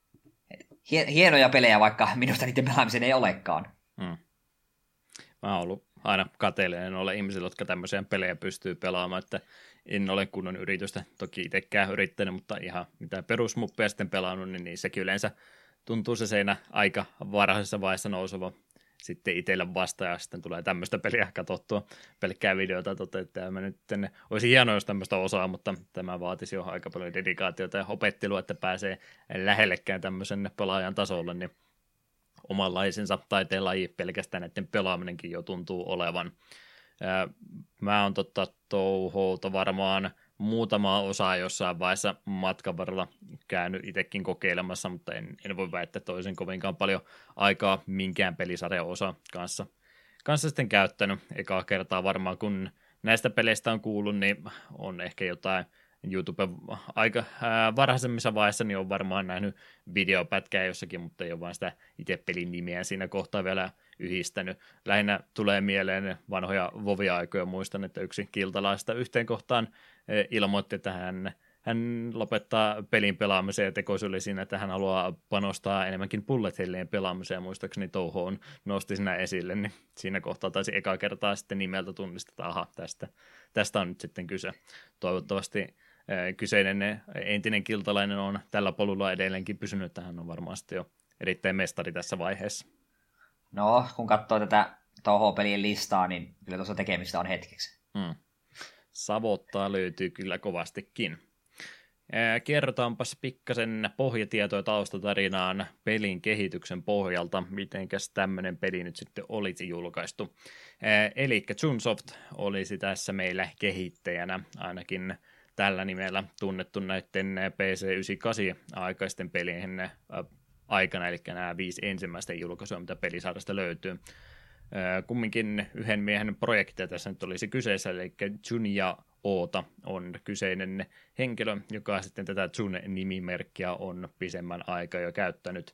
S2: Hienoja pelejä, vaikka minusta niiden pelaamisen ei olekaan.
S1: Hmm. Mä oon ollut aina kateellinen ole ihmisillä, jotka tämmöisiä pelejä pystyy pelaamaan, että en ole kunnon yritystä toki itsekään yrittänyt, mutta ihan mitä perusmuppeja sitten pelannut, niin niissäkin yleensä tuntuu se seinä aika varhaisessa vaiheessa nouseva sitten itselle vasta, ja sitten tulee tämmöistä peliä katsottua pelkkää videota, että mä nyt olisi hienoa, jos tämmöistä osaa, mutta tämä vaatisi jo aika paljon dedikaatiota ja opettelua, että pääsee lähellekään tämmöisen pelaajan tasolle, niin omanlaisensa taiteen laji pelkästään näiden pelaaminenkin jo tuntuu olevan. Mä oon totta Touhouta varmaan muutama osa jossain vaiheessa matkan varrella käynyt itsekin kokeilemassa, mutta en, en voi väittää toisen kovinkaan paljon aikaa minkään pelisarjan osa kanssa, kanssa sitten käyttänyt. Ekaa kertaa varmaan kun näistä peleistä on kuullut, niin on ehkä jotain YouTuben aika ää, varhaisemmissa vaiheessa, niin on varmaan nähnyt videopätkää jossakin, mutta ei ole vain sitä itse pelin nimeä siinä kohtaa vielä yhdistänyt. Lähinnä tulee mieleen vanhoja Vovia-aikoja. Muistan, että yksi kiltalaista yhteen kohtaan ilmoitti, että hän hän lopettaa pelin pelaamiseen ja tekoisu oli siinä, että hän haluaa panostaa enemmänkin bullet hellien pelaamiseen. Muistaakseni Touhou nosti siinä esille, niin siinä kohtaa taisi eka kertaa sitten nimeltä tunnistaa, että aha, tästä, tästä on nyt sitten kyse. Toivottavasti kyseinen entinen kiltalainen on tällä polulla edelleenkin pysynyt, että hän on varmasti jo erittäin mestari tässä vaiheessa.
S2: No, kun katsoo tätä Touhou-pelien listaa, niin kyllä tuossa tekemistä on hetkeksi.
S1: Hmm. Savottaa löytyy kyllä kovastikin. Kerrotaanpas pikkasen pohjatietoja taustatarinaan pelin kehityksen pohjalta, mitenkäs tämmöinen peli nyt sitten olisi julkaistu. Eli Chunsoft olisi tässä meillä kehittäjänä, ainakin tällä nimellä tunnettu näiden P C yhdeksänkymmentäkahdeksan aikaisten pelien aikana, eli nämä viisi ensimmäistä julkaisua, mitä pelisarjasta löytyy. Kumminkin yhden miehen projekteja tässä nyt olisi kyseessä, eli Junya Oota on kyseinen henkilö, joka sitten tätä Jun-nimimerkkiä on pisemmän aikaa jo käyttänyt.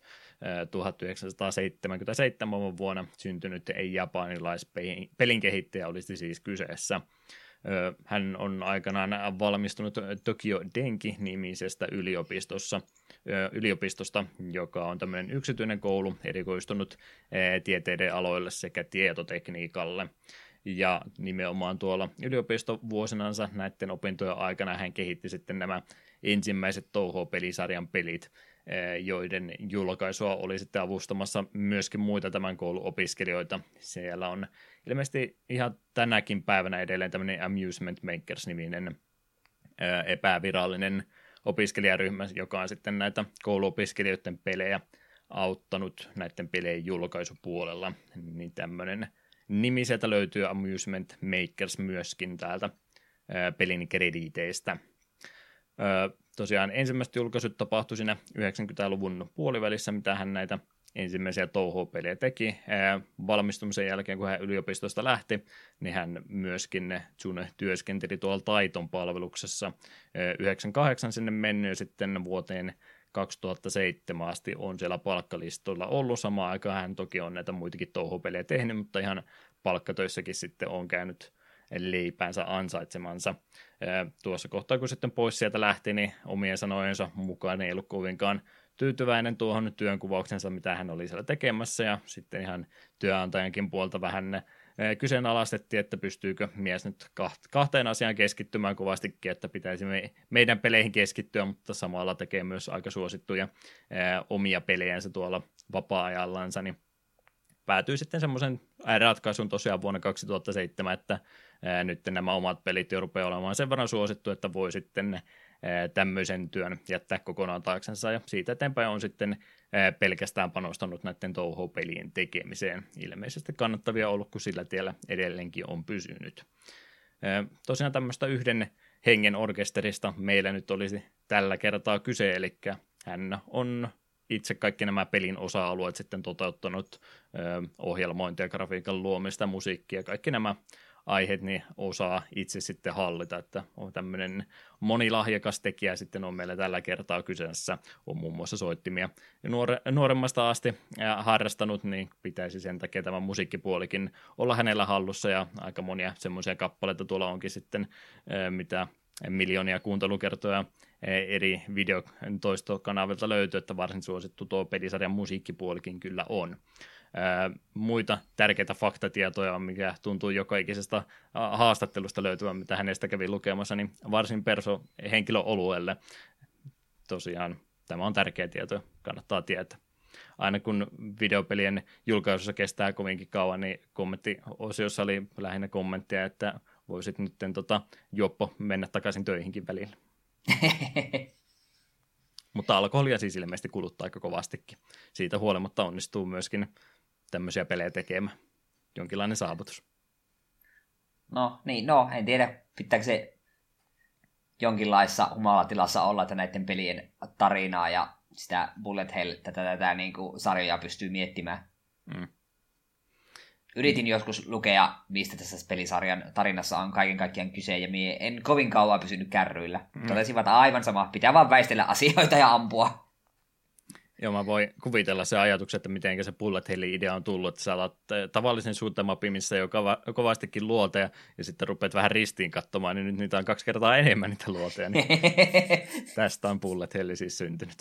S1: tuhatyhdeksänsataaseitsemänkymmentäseitsemän vuonna syntynyt japanilaispelin kehittäjä olisi siis kyseessä. Hän on aikanaan valmistunut Tokyo Denki-nimisestä yliopistossa, yliopistosta, joka on tämmöinen yksityinen koulu, erikoistunut tieteiden aloille sekä tietotekniikalle. Ja nimenomaan tuolla yliopistovuosinansa näiden opintojen aikana hän kehitti sitten nämä ensimmäiset Touhou-pelisarjan pelit, joiden julkaisua oli sitten avustamassa myöskin muita tämän koulun opiskelijoita. Siellä on ilmeisesti ihan tänäkin päivänä edelleen tämmöinen Amusement Makers-niminen epävirallinen opiskelijaryhmä, joka on sitten näitä kouluopiskelijoiden pelejä auttanut näiden pelien julkaisupuolella. Niin tämmöinen nimi sieltä löytyy Amusement Makers myöskin täältä pelin krediiteistä. Tosiaan ensimmäiset julkaisut tapahtui siinä yhdeksänkymmentäluvun puolivälissä, mitä hän näitä ensimmäisiä Touhou-pelejä teki. Valmistumisen jälkeen, kun hän yliopistosta lähti, niin hän myöskin Jun työskenteli tuolla Taiton palveluksessa. yhdeksänkymmentäkahdeksan sinne mennyt ja sitten vuoteen kaksituhattaseitsemän asti on siellä palkkalistoilla ollut. Samaan aikaan hän toki on näitä muitakin Touhou-pelejä tehnyt, mutta ihan palkkatöissäkin sitten on käynyt leipäänsä ansaitsemansa. Tuossa kohtaa, kun sitten pois sieltä lähti, niin omien sanojensa mukaan ei ollut kovinkaan tyytyväinen tuohon työnkuvauksensa, mitä hän oli siellä tekemässä, ja sitten ihan työnantajankin puolta vähän kyseenalaistettiin, että pystyykö mies nyt kahteen asiaan keskittymään kovastikin, että pitäisi meidän peleihin keskittyä, mutta samalla tekee myös aika suosittuja omia pelejänsä tuolla vapaa-ajallansa, niin päätyi sitten semmoisen ratkaisun tosiaan vuonna kaksituhattaseitsemän, että ää, nyt nämä omat pelit jo rupeaa olemaan sen verran suosittu, että voi sitten ää, tämmöisen työn jättää kokonaan taaksensa, ja siitä eteenpäin on sitten ää, pelkästään panostanut näiden Touhou-pelien tekemiseen. Ilmeisesti kannattavia ollut, kun sillä tiellä edelleenkin on pysynyt. Ää, tosiaan tämmöistä yhden hengen orkesterista meillä nyt olisi tällä kertaa kyse, eli hän on itse kaikki nämä pelin osa-alueet sitten toteuttanut, ö, ohjelmointia, grafiikan luomista, musiikkia, kaikki nämä aiheet niin osaa itse sitten hallita, että on tämmöinen monilahjakas tekijä sitten on meillä tällä kertaa kyseessä, on muun muassa soittimia nuore, nuoremmasta asti ja harrastanut, niin pitäisi sen takia tämä musiikkipuolikin olla hänellä hallussa, ja aika monia semmoisia kappaleita tuolla onkin sitten, ö, mitä miljoonia kuuntelukertoja eri videotoistokanavilta löytyy, että varsin suosittu tuo pelisarjan musiikkipuolikin kyllä on. Ää, muita tärkeitä faktatietoja, mikä tuntuu joka ikisestä haastattelusta löytyvän, mitä hänestä kävi lukemassa, niin varsin perso henkilöolueelle. Tosiaan tämä on tärkeä tieto, kannattaa tietää. Aina kun videopelien julkaisussa kestää kovinkin kauan, niin kommenttiosiossa oli lähinnä kommenttia, että voisit nyt tota, Joppo mennä takaisin töihinkin välillä. Mutta alkoholia siis ilmeisesti kuluttaa aika kovastikin. Siitä huolimatta onnistuu myöskin tämmöisiä pelejä tekemään. Jonkinlainen saavutus.
S2: No niin, no en tiedä, pitääkö se jonkinlaisessa humalatilassa olla, että näiden pelien tarinaa ja sitä bullet hell, tätä, tätä niin kuin sarjaa pystyy miettimään. Mm. Yritin joskus lukea, mistä tässä pelisarjan tarinassa on kaiken kaikkiaan kyse, ja mie en kovin kauan pysynyt kärryillä. Mm. Totesivat aivan sama, pitää vaan väistellä asioita ja ampua.
S1: Joo, mä voin kuvitella se ajatuksen, että miten se bullet hell-idea on tullut, että sä alat tavallisen shoot'em-upin, missä jo kova, kovastikin luoteja, ja sitten rupeat vähän ristiin katsomaan, niin nyt niitä on kaksi kertaa enemmän niitä luoteja, niin tästä on bullet hell siis syntynyt.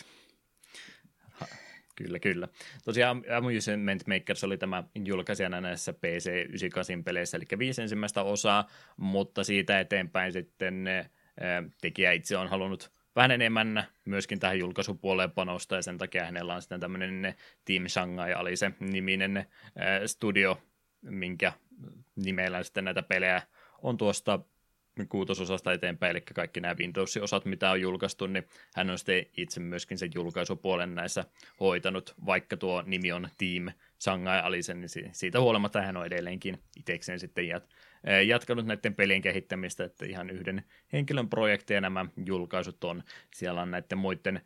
S1: Ha, kyllä, kyllä. Tosiaan Amusement Makers oli tämä julkaisijana näissä P C yhdeksänkymmentäkahdeksan-peleissä, eli viisi ensimmäistä osaa, mutta siitä eteenpäin sitten tekijä itse on halunnut vähän enemmän myöskin tähän julkaisupuoleen panosta, ja sen takia hänellä on sitten tämmöinen Team Shanghai oli se niminen studio, minkä nimellä sitten näitä pelejä on tuosta kuutososasta eteenpäin, eli kaikki nämä Windows-osat, mitä on julkaistu, niin hän on sitten itse myöskin sen julkaisupuolen näissä hoitanut, vaikka tuo nimi on Team Shanghai Alice, niin siitä huolimatta hän on edelleenkin itsekseen sitten jatkanut näiden pelien kehittämistä, että ihan yhden henkilön projekteja nämä julkaisut on. Siellä on näiden muiden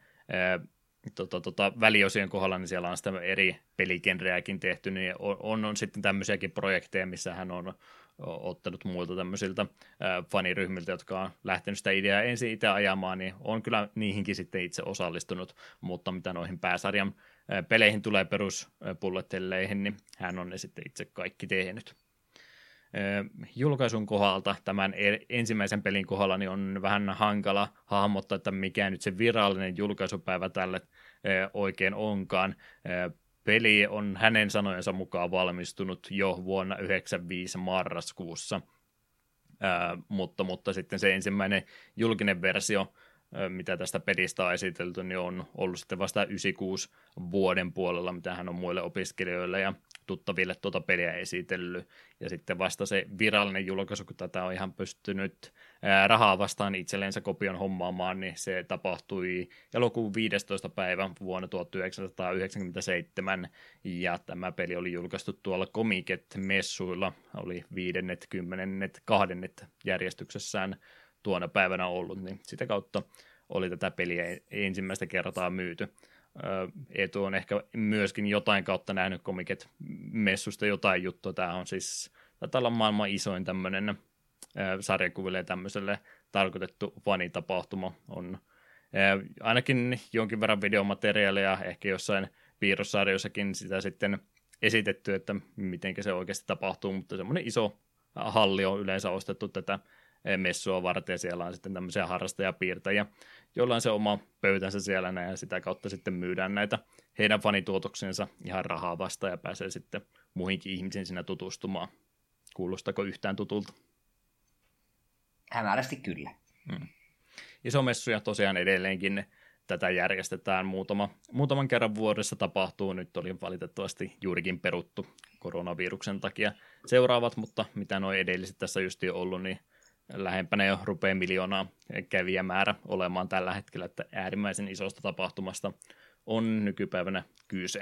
S1: tota, tota, väliosien kohdalla, niin siellä on sitä eri peligenreäkin tehty, niin on, on, on sitten tämmöisiäkin projekteja, missä hän on ottanut muilta tämmöisiltä ää, faniryhmiltä, jotka on lähtenyt sitä ideaa ensin itse ajamaan, niin on kyllä niihinkin sitten itse osallistunut, mutta mitä noihin pääsarjan ää, peleihin tulee peruspullettelleihin, niin hän on ne sitten itse kaikki tehnyt. Ää, julkaisun kohdalta, tämän ensimmäisen pelin kohdalla, niin on vähän hankala hahmottaa, että mikä nyt se virallinen julkaisupäivä tälle ää, oikein onkaan. Ää, Peli on hänen sanojensa mukaan valmistunut jo vuonna yhdeksänkymmentäviisi marraskuussa, Ää, mutta, mutta sitten se ensimmäinen julkinen versio, ää, mitä tästä pelistä on esitelty, niin on ollut sitten vasta yhdeksänkymmentäkuusi vuoden puolella, mitä hän on muille opiskelijoille ja tuttaville tuota peliä esitellyt. Ja sitten vasta se virallinen julkaisu, kun tätä on ihan pystynyt ää, rahaa vastaan itsellensä kopion hommaamaan, niin se tapahtui elokuun viidestoista päivän vuonna tuhatyhdeksänsataayhdeksänkymmentäseitsemän, ja tämä peli oli julkaistu tuolla Comiket-messuilla, oli viidennet, kymmenennet, kahdennet järjestyksessään tuona päivänä ollut, niin sitä kautta oli tätä peliä ensimmäistä kertaa myyty. Eetu on ehkä myöskin jotain kautta nähnyt Comiket-messusta jotain juttua. Tämä on siis, taitaa olla maailman isoin tämmöinen sarjakuville ja tämmöiselle tarkoitettu fanitapahtuma. On ää, ainakin jonkin verran videomateriaalia, ehkä jossain piirrossarjoissakin sitä sitten esitetty, että miten se oikeasti tapahtuu, mutta semmoinen iso halli on yleensä ostettu tätä messua varten, ja siellä on sitten tämmöisiä harrastajapiirtäjiä, joilla on se oma pöytänsä siellä näin, ja sitä kautta sitten myydään näitä heidän fanituotoksensa ihan rahaa vastaan, ja pääsee sitten muihinkin ihmisiin siinä tutustumaan. Kuulostako yhtään tutulta?
S2: Hämärästi kyllä.
S1: Hmm. Isomessuja tosiaan edelleenkin tätä järjestetään muutama, muutaman kerran vuodessa tapahtuu. Nyt oli valitettavasti juurikin peruttu koronaviruksen takia seuraavat, mutta mitä nuo edelliset tässä just jo ollut, niin lähempänä jo rupeaa miljoonaa kävijämäärä olemaan tällä hetkellä, että äärimmäisen isosta tapahtumasta on nykypäivänä kyse.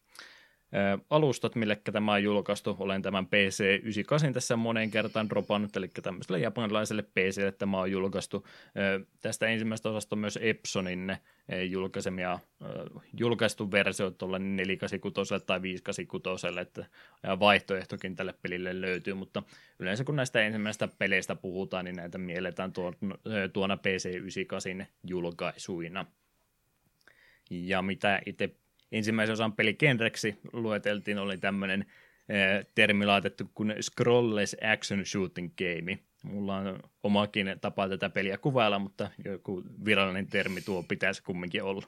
S1: Ä, alustat, millekä tämä on julkaistu, olen tämän P C yhdeksänkymmentäkahdeksan tässä moneen kertaan dropannut, eli tämmöiselle japanilaiselle P C:lle tämä on julkaistu. Ä, tästä ensimmäistä osasta on myös Epsonin ä, julkaisemia ä, julkaistu versio tuolla neljäsataakahdeksankymmentäkuusi tai viisisataakahdeksankymmentäkuusi, että vaihtoehtokin tälle pelille löytyy, mutta yleensä kun näistä ensimmäistä peleistä puhutaan, niin näitä mielletään tuon, tuona P C yhdeksänkymmentäkahdeksan julkaisuina. Ja mitä itse ensimmäisen osan peligenreksi lueteltiin, oli tämmöinen eh, termi laitettu kuin Scrollless Action Shooting Game. Mulla on omakin tapa tätä peliä kuvailla, mutta joku virallinen termi tuo pitäisi kumminkin olla.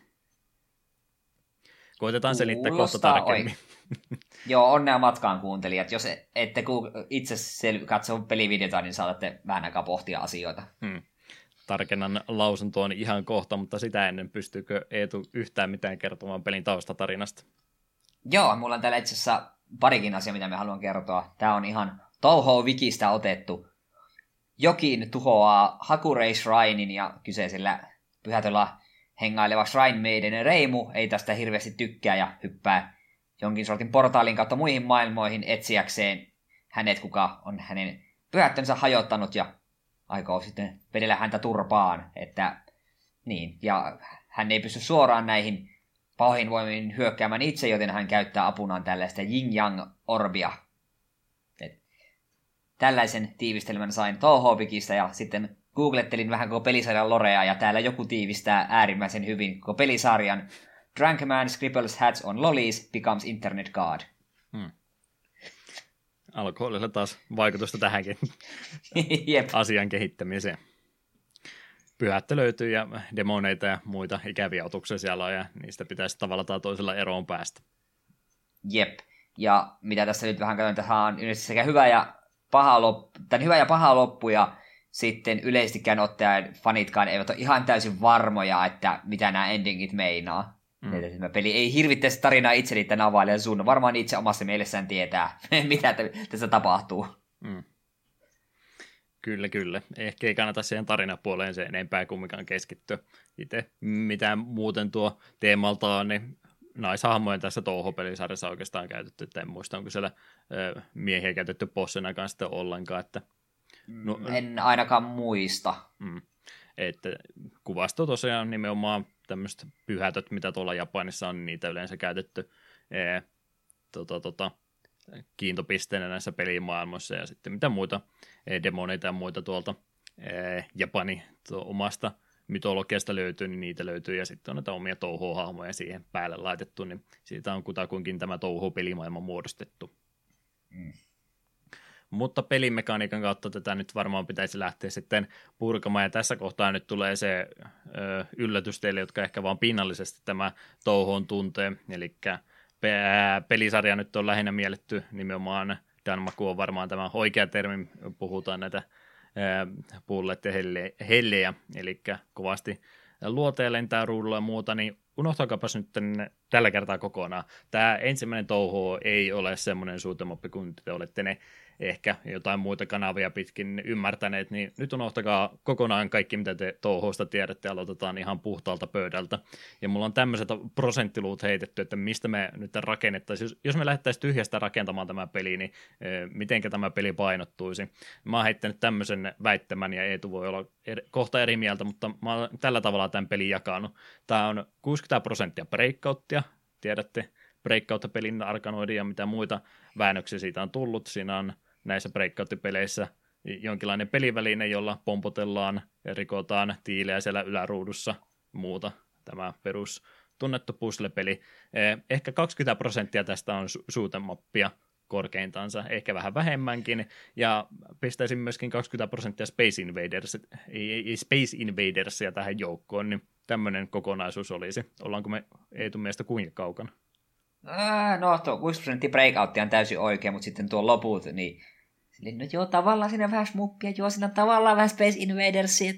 S1: Koitetaan selittää kohta tarkemmin.
S2: Joo, onnea matkaan kuuntelijat. Jos ette itse sel- katso pelivideota, niin saatatte vähän aikaa pohtia asioita.
S1: Hmm. Tarkennan lausuntoon ihan kohta, mutta sitä ennen pystyykö Eetu yhtään mitään kertomaan pelin taustatarinasta?
S2: Joo, mulla on täällä itse asiassa parikin asia, mitä me haluan kertoa. Tää on ihan Touhou Wikistä otettu. Jokin tuhoaa Hakurei Shrinein ja kyseisellä pyhätöllä hengaileva Shrine Maiden Reimu ei tästä hirveästi tykkää ja hyppää jonkin sortin portaalin kautta muihin maailmoihin etsiäkseen hänet, kuka on hänen pyhättönsä hajottanut ja aikoo sitten vedellä häntä turpaan, että niin, ja hän ei pysty suoraan näihin pahoihin voimiin hyökkäämään itse, joten hän käyttää apunaan tällaista yin-yang-orbia. Et tällaisen tiivistelmän sain Touhou-wikistä ja sitten googlettelin vähän koko pelisarjan lorea, ja täällä joku tiivistää äärimmäisen hyvin koko pelisarjan Drunk man scribbles hats on lollies, becomes internet god.
S1: Hmm. Alkoholilla taas vaikutusta tähänkin
S2: Jep.
S1: asian kehittämiseen. Pyhättä löytyy ja demoneita ja muita ikäviä otuksia siellä on, ja niistä pitäisi tavalla tai toisella eroon päästä.
S2: Jep. Ja mitä tässä nyt vähän katsoin, tässä on yleisesti sekä hyvä ja paha loppu, tai hyvä ja paha loppu, ja sitten yleisestikään ottajan fanitkaan eivät ole ihan täysin varmoja, että mitä nämä endingit meinaa. Mm. Että tämä peli ei hirvittäisi tarinaa itse niitä availee sun. Varmaan itse omassa mielessään tietää, mitä tässä tapahtuu. Mm.
S1: Kyllä, kyllä. Ehkä ei kannata siihen tarinapuoleen sen enempää kumminkaan keskittyä. Itse mitä muuten tuo teemaltaan, niin naishahmoja tässä touhopelisarjassa oikeastaan käytetty. Että en muista, onko siellä ö, miehiä käytetty bossinakaan sitten ollenkaan. Että,
S2: no, en ainakaan muista.
S1: Mm, että kuvasto tosiaan nimenomaan tämmöiset pyhätöt, mitä tuolla Japanissa on, niin niitä yleensä käytetty ee, tota, tota, kiintopisteenä näissä pelimaailmoissa, ja sitten mitä muita ee, demoneita ja muita tuolta ee, Japani omasta mytologiasta löytyy, niin niitä löytyy, ja sitten on näitä omia touhuhahmoja siihen päälle laitettu, niin siitä on kutakuinkin tämä touhu-pelimaailma muodostettu. Mm. Mutta pelimekaniikan kautta tätä nyt varmaan pitäisi lähteä sitten purkamaan, ja tässä kohtaa nyt tulee se ö, yllätys teille, jotka ehkä vaan pinnallisesti tämä touhoon tuntee, eli pelisarja nyt on lähinnä mielletty nimenomaan, Danmaku on varmaan tämä oikea termi, puhutaan näitä pullet ja helle, hellejä, eli kovasti luoteja lentää ruudulla ja muuta, niin unohtakaapas nyt tällä kertaa kokonaan. Tämä ensimmäinen touhu ei ole semmoinen suutemoppi, kun te olette ne ehkä jotain muita kanavia pitkin ymmärtäneet, niin nyt unohtakaa kokonaan kaikki, mitä te touhuista tiedätte, aloitetaan ihan puhtaalta pöydältä. Ja mulla on tämmöiset prosenttiluut heitetty, että mistä me nyt rakennettaisiin. Jos me lähdettäisiin tyhjästä rakentamaan tämä peli, niin mitenkä tämä peli painottuisi. Mä oon heittänyt tämmöisen väittämän, ja Eetu voi olla eri, kohta eri mieltä, mutta mä oon tällä tavalla tämän pelin jakanut. Tämä on kuusikymmentä prosenttia breakouttia, tiedätte, breakout-pelin arkanoidia ja mitä muita väännöksiä siitä on tullut. Siinä on näissä breakout-peleissä jonkinlainen peliväline, jolla pompotellaan ja rikotaan tiilejä siellä yläruudussa, muuta. Tämä perus tunnettu puzzle-peli. Ehkä kaksikymmentä prosenttia tästä on suutemoppia korkeintansa, ehkä vähän vähemmänkin, ja pistäisin myöskin kaksikymmentä prosenttia Space Invaders, Space Invadersia tähän joukkoon, niin tämmöinen kokonaisuus olisi. Ollaanko me Eetun mielestä kuinka kaukana?
S2: No, tuo kuusikymmentä prosenttia breakouttia on täysin oikein, mutta sitten tuo loput, niin Eli no joo, tavallaan siinä vähän smuppia, joo, siinä on tavallaan vähän Space Invadersia.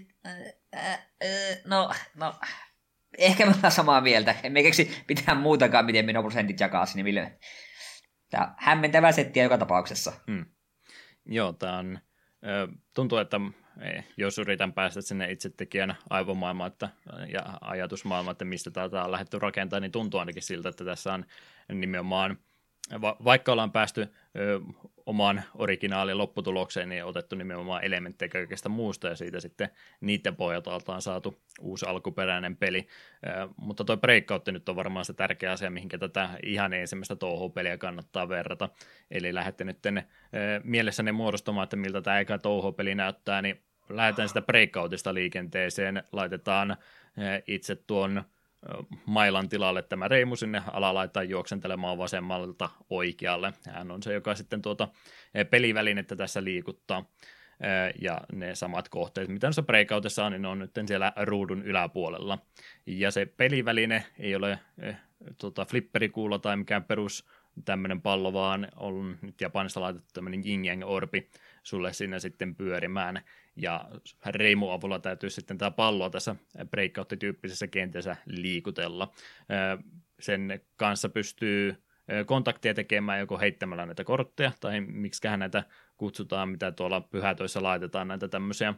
S2: No, no, ehkä me ollaan samaa mieltä. Emme keksi pitää muutakaan, miten minä prosentit jakaa sinne. Mille... Tämä on hämmentävä settiä joka tapauksessa.
S1: Hmm. Joo, tämä on, tuntuu, että jos yritän päästä sinne itse tekijän aivomaailmaan että, ja ajatusmaailmaan, että mistä tätä on lähdetty rakentamaan, niin tuntuu ainakin siltä, että tässä on nimenomaan, va- vaikka ollaan päästy ö, omaan originaalin lopputulokseen, niin otettu nimenomaan elementtejä kaikesta muusta, ja siitä sitten niiden pohjalta on saatu uusi alkuperäinen peli. Ö, mutta tuo Breakout nyt on varmaan se tärkeä asia, mihinkä tätä ihan ensimmäistä touhupeliä kannattaa verrata. Eli lähdette nyt ö, mielessäni muodostamaan, että miltä tämä eka touhupeli näyttää, niin lähdetään sitä Breakoutista liikenteeseen, laitetaan ö, itse tuon mailan tilalle tämä Reimu sinne alalaittaa juoksentelemaan vasemmalta oikealle. Hän on se, joka sitten tuota pelivälinettä tässä liikuttaa. Ja ne samat kohteet, mitä noissa breakoutissa on, niin ne on nyt siellä ruudun yläpuolella. Ja se peliväline ei ole eh, tuota, flipperikuulla tai mikään perus tämmöinen pallo, vaan on nyt Japanissa laitettu tämmöinen yin-yang-orbi sulle sinne sitten pyörimään. Ja Reimun avulla täytyy sitten tämä palloa tässä breakout-tyyppisessä kentässä liikutella. Sen kanssa pystyy kontaktia tekemään joko heittämällä näitä kortteja, tai miksiköhän näitä kutsutaan, mitä tuolla pyhätöissä laitetaan, näitä tämmöisiä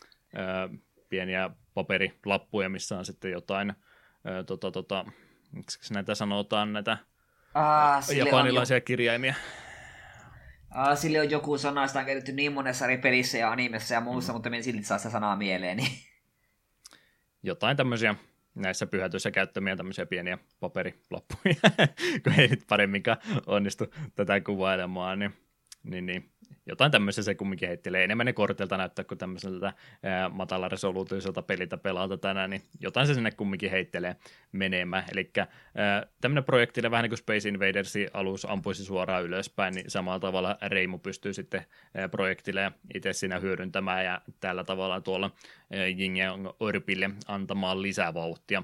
S1: pieniä paperilappuja, missä on sitten jotain, tota, tota, miksi näitä sanotaan, näitä
S2: ah,
S1: japanilaisia jo... kirjaimia.
S2: Ah, sille on joku sana, sitä on käytetty niin monessa eri pelissä ja animessa ja muussa, mm. mutta en silti saa sitä sanaa mieleen. Niin.
S1: Jotain tämmöisiä näissä pyhätöissä käyttämiä tämmöisiä pieniä paperilappuja, kun ei nyt paremminkaan onnistu tätä kuvailemaan. Niin, Niin, niin. Jotain tämmöistä se kumminkin heittelee. Enemmän ne kortilta näyttää kuin tämmöiseltä ää, matala resoluutioiselta peliltä pelata tänään, niin jotain se sinne kumminkin heittelee menemään. Eli tämmöinen projektille vähän niin kuin Space Invadersin alus ampuisi suoraan ylöspäin, niin samalla tavalla Reimu pystyy sitten ää, projektille itse siinä hyödyntämään ja tällä tavalla tuolla Jingen Orpille antamaan lisävauhtia.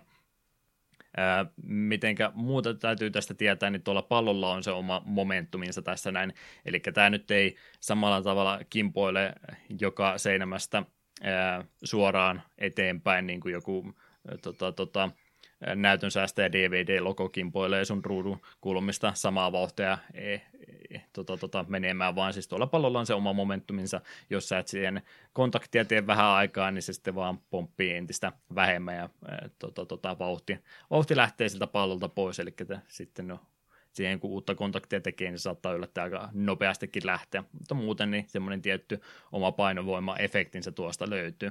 S1: Ää, mitenkä muuta täytyy tästä tietää, niin tuolla pallolla on se oma momentuminsa tässä näin, eli tämä nyt ei samalla tavalla kimpoile joka seinämästä ää, suoraan eteenpäin, niin kuin joku ää, tota, tota, näytön säästäjä D V D-logo kimpoilee sun ruudun kulmista samaa vauhtia e, e, tota, tota, menemään, vaan siis tuolla pallolla on se oma momentuminsa, jos sä et siihen kontaktia tee vähän aikaa, niin se sitten vaan pomppii entistä vähemmän ja e, tota, tota, vauhti, vauhti lähtee siltä pallolta pois, eli te, sitten no, siihen kun uutta kontaktia tekee, niin se saattaa yllättää aika nopeastikin lähteä, mutta muuten niin semmoinen tietty oma painovoima-efektinsä tuosta löytyy.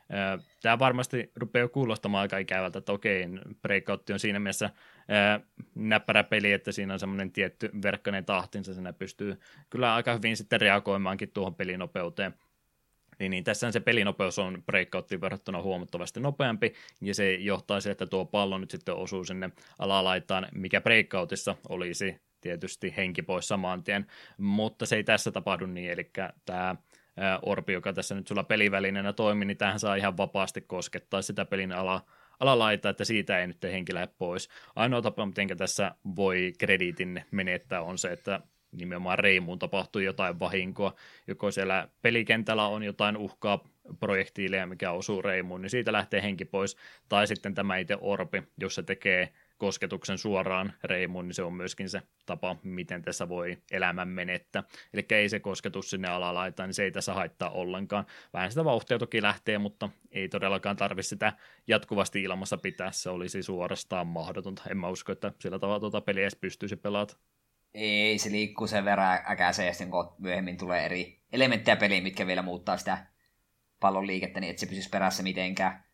S1: Tämä varmasti rupeaa kuulostamaan aika ikävältä, että okei, Breakout on siinä mielessä ää, näppärä peli, että siinä on semmoinen tietty verkkainen tahtinsa, siinä pystyy kyllä aika hyvin sitten reagoimaankin tuohon pelinopeuteen. Niin, niin tässä se pelinopeus on Breakoutiin verrattuna huomattavasti nopeampi, ja se johtaa siihen, että tuo pallo nyt sitten osuu sinne alalaitaan, mikä Breakoutissa olisi tietysti henki pois saman tien, mutta se ei tässä tapahdu niin, eli tämä orpi, joka tässä nyt sulla pelivälineenä toimii, niin tähän saa ihan vapaasti koskettaa sitä pelin ala, alalaita, että siitä ei nyt henki lähde pois. Ainoa tapa, miten tässä voi krediitin menettää, on se, että nimenomaan Reimuun tapahtuu jotain vahinkoa, joko siellä pelikentällä on jotain uhkaa projektiileja, mikä osuu Reimuun, niin siitä lähtee henki pois, tai sitten tämä itse orpi, jos se tekee kosketuksen suoraan Reimuun, niin se on myöskin se tapa, miten tässä voi elämän menettää. Eli ei se kosketus sinne alalaitaan, niin se ei tässä haittaa ollenkaan. Vähän sitä vauhtia toki lähtee, mutta ei todellakaan tarvitse sitä jatkuvasti ilmassa pitää, se olisi suorastaan mahdotonta. En mä usko, että sillä tavalla tuota peliä edes pystyisi pelaamaan.
S2: Ei, se liikkuu sen verran äkäiseen, ja sitten kun myöhemmin tulee eri elementtejä peliin, mitkä vielä muuttaa sitä pallon liikettä, niin et se pysyisi perässä mitenkään.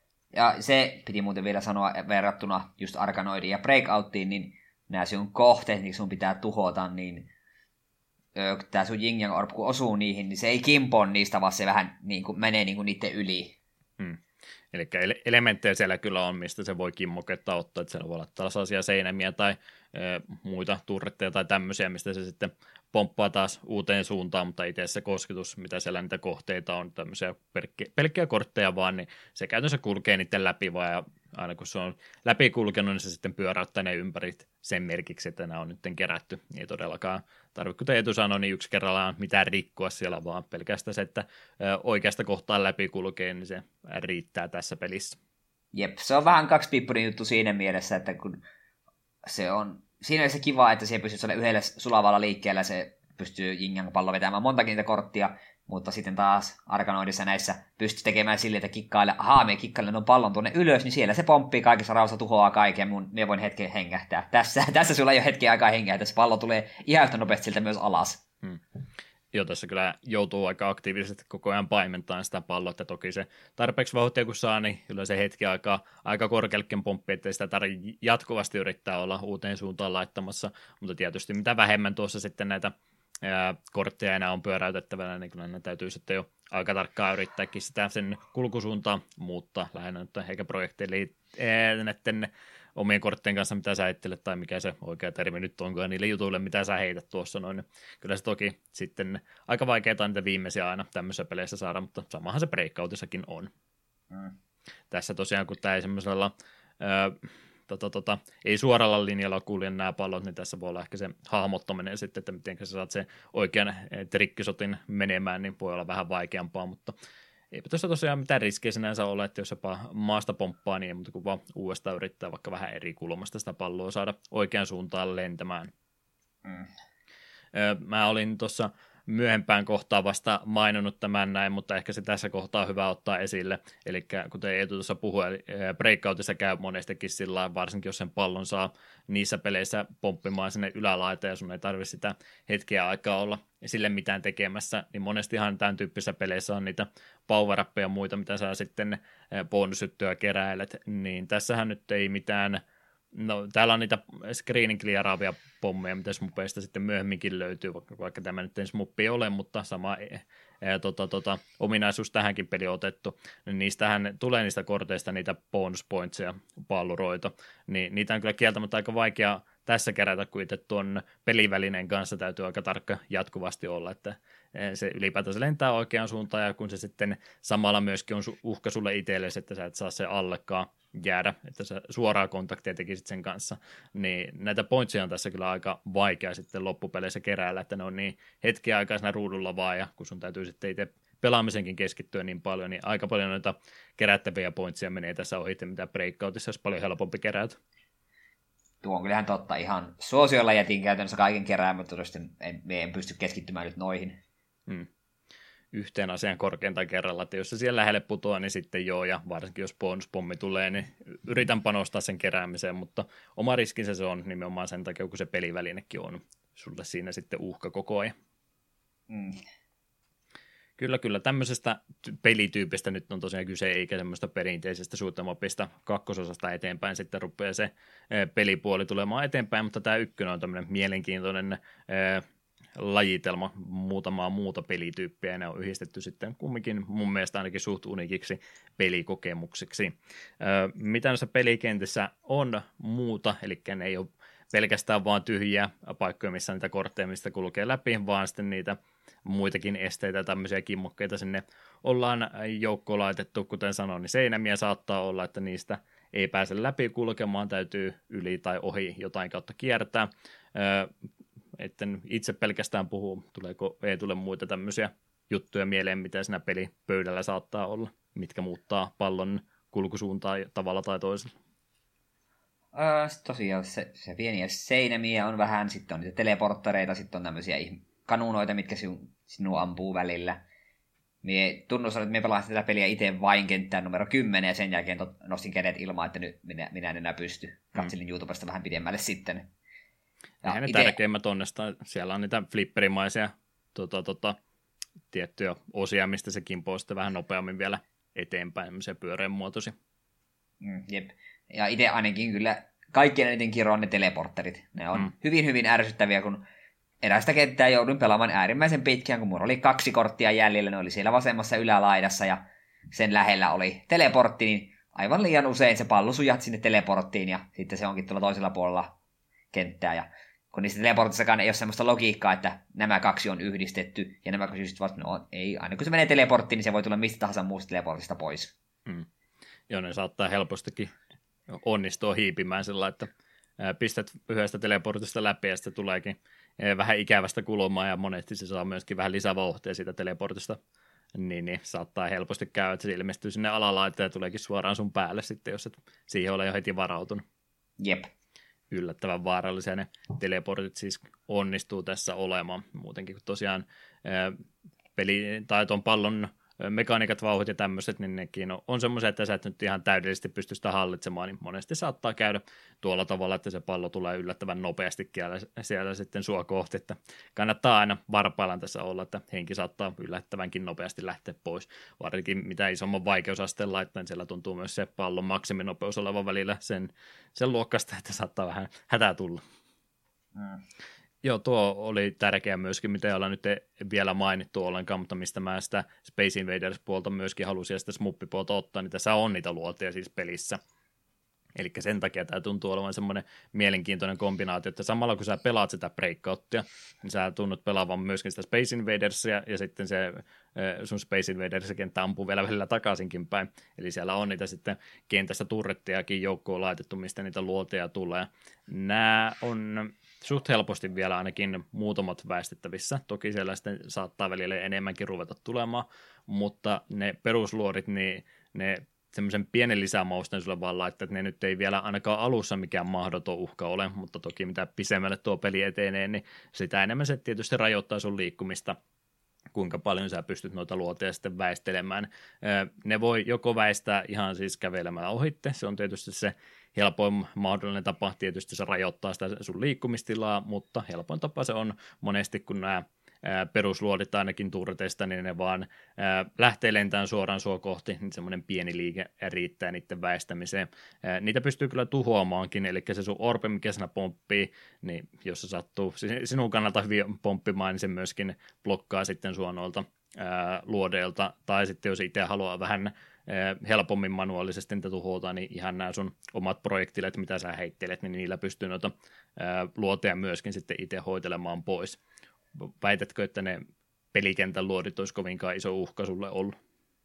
S2: Ja se piti muuten vielä sanoa verrattuna just Arkanoidiin ja Breakouttiin, niin nämä sun kohteet, niin sun pitää tuhota, niin kun tämä sun Yin Yang Orb kun osuu niihin, niin se ei kimpoon niistä, vaan se vähän niin kuin menee niin kuin niiden yli. Hmm.
S1: Eli elementtejä siellä kyllä on, mistä se voi kimmoketta ottaa, että siellä voi olla tasaisia seinämiä tai e, muita turretteja tai tämmöisiä, mistä se sitten pomppaa taas uuteen suuntaan, mutta itse se kosketus, mitä siellä niitä kohteita on, tämmöisiä pelkkiä, pelkkiä kortteja vaan, niin se käytännössä kulkee niiden läpi vaan, ja aina kun se on läpi kulkenut, niin se sitten pyöräyttää ne ympärit sen merkiksi, että nämä on nyt kerätty. Ei todellakaan tarvitse, kuten Eetu sanoi, niin yksi kerrallaan mitään rikkoa siellä, vaan pelkästään se, että oikeasta kohtaan läpi kulkee, niin se riittää tässä pelissä.
S2: Jep, se on vähän kaksipiippunen juttu siinä mielessä, että kun se on siinä on se kiva, että siihen pystyy yhdellä sulavalla liikkeellä, se pystyy Yin-Yang-pallo vetämään montakin niitä korttia, mutta sitten taas Arkanoidissa näissä pystyy tekemään sille, että kikkaille, ahaa, me kikkaille on pallon tuonne ylös, niin siellä se pomppii kaikissa rauhassa, tuhoaa kaiken, mun, minä voin hetken hengähtää. Tässä, tässä sulla ei ole hetken aikaa hengähtää, se pallo tulee ihan yhtä nopeasti siltä myös alas. Hmm.
S1: Joo, tässä kyllä joutuu aika aktiivisesti koko ajan paimentamaan sitä palloa, että toki se tarpeeksi vauhtia kun saa, niin kyllä se hetki aikaa aika korkeallekin pomppii, ettei sitä tarvitse jatkuvasti yrittää olla uuteen suuntaan laittamassa, mutta tietysti mitä vähemmän tuossa sitten näitä ää, kortteja enää on pyöräytettävänä, niin kyllä ne täytyy sitten jo aika tarkkaan yrittääkin sitä sen kulkusuuntaa muuttaa lähinnä, että eikä projekteille näiden omien korttien kanssa, mitä sä ajattelet, tai mikä se oikea termi nyt onkaan niille jutuille, mitä sä heität tuossa noin. Kyllä se toki sitten aika vaikeaa niitä viimeisiä aina tämmöisissä peleissä saada, mutta samahan se Breakoutissakin on. Mm. Tässä tosiaan, kun tämä ei semmoisella ö, tota, tota, ei suoralla linjalla kulje nämä pallot, niin tässä voi olla ehkä se hahmottaminen sitten, että miten sä saat sen oikean trikkisotin menemään, niin voi olla vähän vaikeampaa, mutta eipä tuossa tosiaan mitään riskejä sinänsä ole, että jos jopa maasta pomppaa, niin ei muuta kuin vaan uudestaan yrittää vaikka vähän eri kulmasta sitä palloa saada oikean suuntaan lentämään. Mm. Mä olin tuossa myöhempään kohtaan vasta maininnut tämän näin, mutta ehkä se tässä kohtaa on hyvä ottaa esille. Eli kuten Eetu tuossa puhui, Breakoutissa käy monestikin sillä lailla, varsinkin jos sen pallon saa niissä peleissä pomppimaan sinne ylälaita ja sun ei tarvitse sitä hetkeä aikaa olla sille mitään tekemässä, niin monestihan tämän tyyppisissä peleissä on niitä power ja muita, mitä sä sitten bonusjuttuja keräilet, niin tässähän nyt ei mitään No, täällä on niitä screenin clearaavia pommeja, mitä smupeista sitten myöhemminkin löytyy, vaikka, vaikka tämä nyt ei smuppi ole, mutta sama e, e, tota, tota, ominaisuus tähänkin peli on otettu. Niistähän tulee niistä korteista niitä bonus pointseja, palluroita, niin niitä on kyllä kieltämättä aika vaikea tässä kerätä, kun itse tuon pelivälineen kanssa täytyy aika tarkka jatkuvasti olla, että se ylipäätään se lentää oikeaan suuntaan, ja kun se sitten samalla myöskin on uhka sulle itsellesi, että sä et saa se allekaan jäädä, että sä suoraa kontaktia tekisit sen kanssa, niin näitä pointseja on tässä kyllä aika vaikea sitten loppupeleissä keräällä, että ne on niin hetken aikaisena ruudulla vaan, ja kun sun täytyy sitten itse pelaamisenkin keskittyä niin paljon, niin aika paljon noita kerättäviä pointseja menee tässä ohi, mitä breakoutissa olisi paljon helpompi kerätä.
S2: Tuo on kyllähän totta. Ihan suosiolla jätin käytännössä kaiken kerään, mutta todella en, en pysty keskittymään nyt noihin.
S1: Hmm. Yhteen asian korkeintaan kerralla, että jos se siellä lähelle putoaa, niin sitten joo, ja varsinkin jos bonuspommi tulee, niin yritän panostaa sen keräämiseen, mutta oma riskinsä se on nimenomaan sen takia, kun se pelivälinekin on sulle siinä sitten uhka koko ajan.
S2: Hmm.
S1: Kyllä, kyllä. Tämmöisestä pelityypistä nyt on tosiaan kyse, eikä semmoista perinteisestä shoot'em-upista kakkososasta eteenpäin sitten rupeaa se pelipuoli tulemaan eteenpäin, mutta tämä ykkönen on tämmöinen mielenkiintoinen ää, lajitelma muutamaa muuta pelityyppiä, ja ne on yhdistetty sitten kumminkin mun mielestä ainakin suht unikiksi pelikokemukseksi. Ää, mitä näissä pelikentissä on muuta, eli ne ei ole pelkästään vaan tyhjiä paikkoja, missä niitä kortteja, mistä kulkee läpi, vaan sitten niitä muitakin esteitä ja tämmöisiä kimmokkeita sinne ollaan joukkoon laitettu, kuten sanoin, niin seinämiä saattaa olla, että niistä ei pääse läpi kulkemaan, täytyy yli tai ohi jotain kautta kiertää. Etten itse pelkästään puhu, tuleeko, ei tule muita tämmöisiä juttuja mieleen, mitä siinä pelipöydällä saattaa olla, mitkä muuttaa pallon kulkusuuntaa tavalla tai toisella.
S2: Öö, tosiaan se, se pieniä seinämiä on vähän, sitten on niitä teleporttareita, sitten on tämmöisiä kanunoita, mitkä sinun, sinun ampuu välillä. Mie tunnustan, että minä pelasin tätä peliä itse vain kenttään numero kymmenen, ja sen jälkeen tot, nostin kädet ilmaan, että nyt minä, minä en enää pysty. Katselin mm. YouTubesta vähän pidemmälle sitten.
S1: Ja ne ite... tärkeimmät onnestaan. Siellä on niitä flipperimaisia tota, tota, tiettyjä osia, mistä se kimpoo sitten vähän nopeammin vielä eteenpäin, semmoisia pyöreän muotoisia.
S2: Mm, jep. Ja itse ainakin kyllä kaikkien eniten kiroon ne teleportterit. Ne on mm. hyvin, hyvin ärsyttäviä, kun erästä kenttää jouduin pelaamaan äärimmäisen pitkään, kun minulla oli kaksi korttia jäljellä. Ne oli siellä vasemmassa ylälaidassa ja sen lähellä oli teleportti, niin aivan liian usein se pallo sujat sinne teleporttiin ja sitten se onkin tuolla toisella puolella kenttää. Ja kun niistä teleportissakaan ei ole semmoista logiikkaa, että nämä kaksi on yhdistetty ja nämä kaksi yhdistetty, no ei, aina kun se menee teleporttiin, niin se voi tulla mistä tahansa muusta teleportista pois.
S1: Mm. Joo, ne saattaa helpostikin onnistua hiipimään sillä, että pistät yhdestä teleportista läpi ja sitten tuleekin vähän ikävästä kulmaa ja monesti se saa myöskin vähän lisävauhtia siitä teleportista, niin, niin saattaa helposti käydä, että se ilmestyy sinne alalaita ja tuleekin suoraan sun päälle sitten, jos et siihen ole jo heti varautunut.
S2: Jep.
S1: Yllättävän vaarallisia ne teleportit siis onnistuu tässä olemaan. Muutenkin kun tosiaan peli tai tuon pallon mekaniikat, vauhut ja tämmöiset, niin nekin on, on semmoisia, että sä et nyt ihan täydellisesti pysty sitä hallitsemaan, niin monesti saattaa käydä tuolla tavalla, että se pallo tulee yllättävän nopeasti siellä, siellä sitten sua kohti, että kannattaa aina varpaillaan tässä olla, että henki saattaa yllättävänkin nopeasti lähteä pois, varsinkin mitä isomman vaikeusasteen laittaa, niin siellä tuntuu myös se pallon maksiminopeus olevan välillä sen, sen luokkasta, että saattaa vähän hätää tulla. Mm. Joo, tuo oli tärkeä myöskin, mitä ei olla nyt vielä mainittu ollenkaan, mutta mistä mä sitä Space Invaders-puolta myöskin halusin ja sitä smuppipuolta ottaa, niin tässä on niitä luoteja siis pelissä. Eli sen takia tämä tuntuu olevan semmoinen mielenkiintoinen kombinaatio, että samalla kun sä pelaat sitä breakouttia, niin sä tunnut pelaavan myöskin sitä Space Invadersia, ja sitten se sun Space Invaders-kenttä ampuu vielä välillä takaisinkin päin. Eli siellä on niitä sitten kentästä turrettiakin joukkoon laitettu, mistä niitä luoteja tulee. Nämä on suht helposti vielä ainakin muutamat väestettävissä. Toki siellä sitten saattaa välillä enemmänkin ruveta tulemaan, mutta ne perusluorit, niin ne semmoisen pienen lisämausteen sulle vaan laittaa, että ne nyt ei vielä ainakaan alussa mikään mahdoton uhka ole, mutta toki mitä pisemmälle tuo peli etenee, niin sitä enemmän se tietysti rajoittaa sun liikkumista, kuinka paljon sä pystyt noita luoteja sitten väistelemään. Ne voi joko väistää ihan siis kävelemällä ohitte, se on tietysti se helpoin mahdollinen tapa, tietysti se rajoittaa sitä sun liikkumistilaa, mutta helpoin tapa se on monesti, kun nämä perusluodit ainakin turreteista, niin ne vaan ää, lähtee lentämään suoraan sua kohti, niin semmoinen pieni liike riittää niiden väistämiseen. Ää, niitä pystyy kyllä tuhoamaankin, eli se sun orbe, mikä siinä pomppii, niin jos se sattuu sinun kannalta hyvin pomppimaan, niin se myöskin blokkaa sitten sua noilta ää, luodeilta, tai sitten jos itse haluaa vähän helpommin manuaalisesti niitä tuhota, niin ihan nämä sun omat projektilet, mitä sä heittelet, niin niillä pystyy noita ää, luoteja myöskin sitten itse hoitelemaan pois. Väitätkö, että ne pelikentän luodit olisi kovinkaan iso uhka sulle ollut?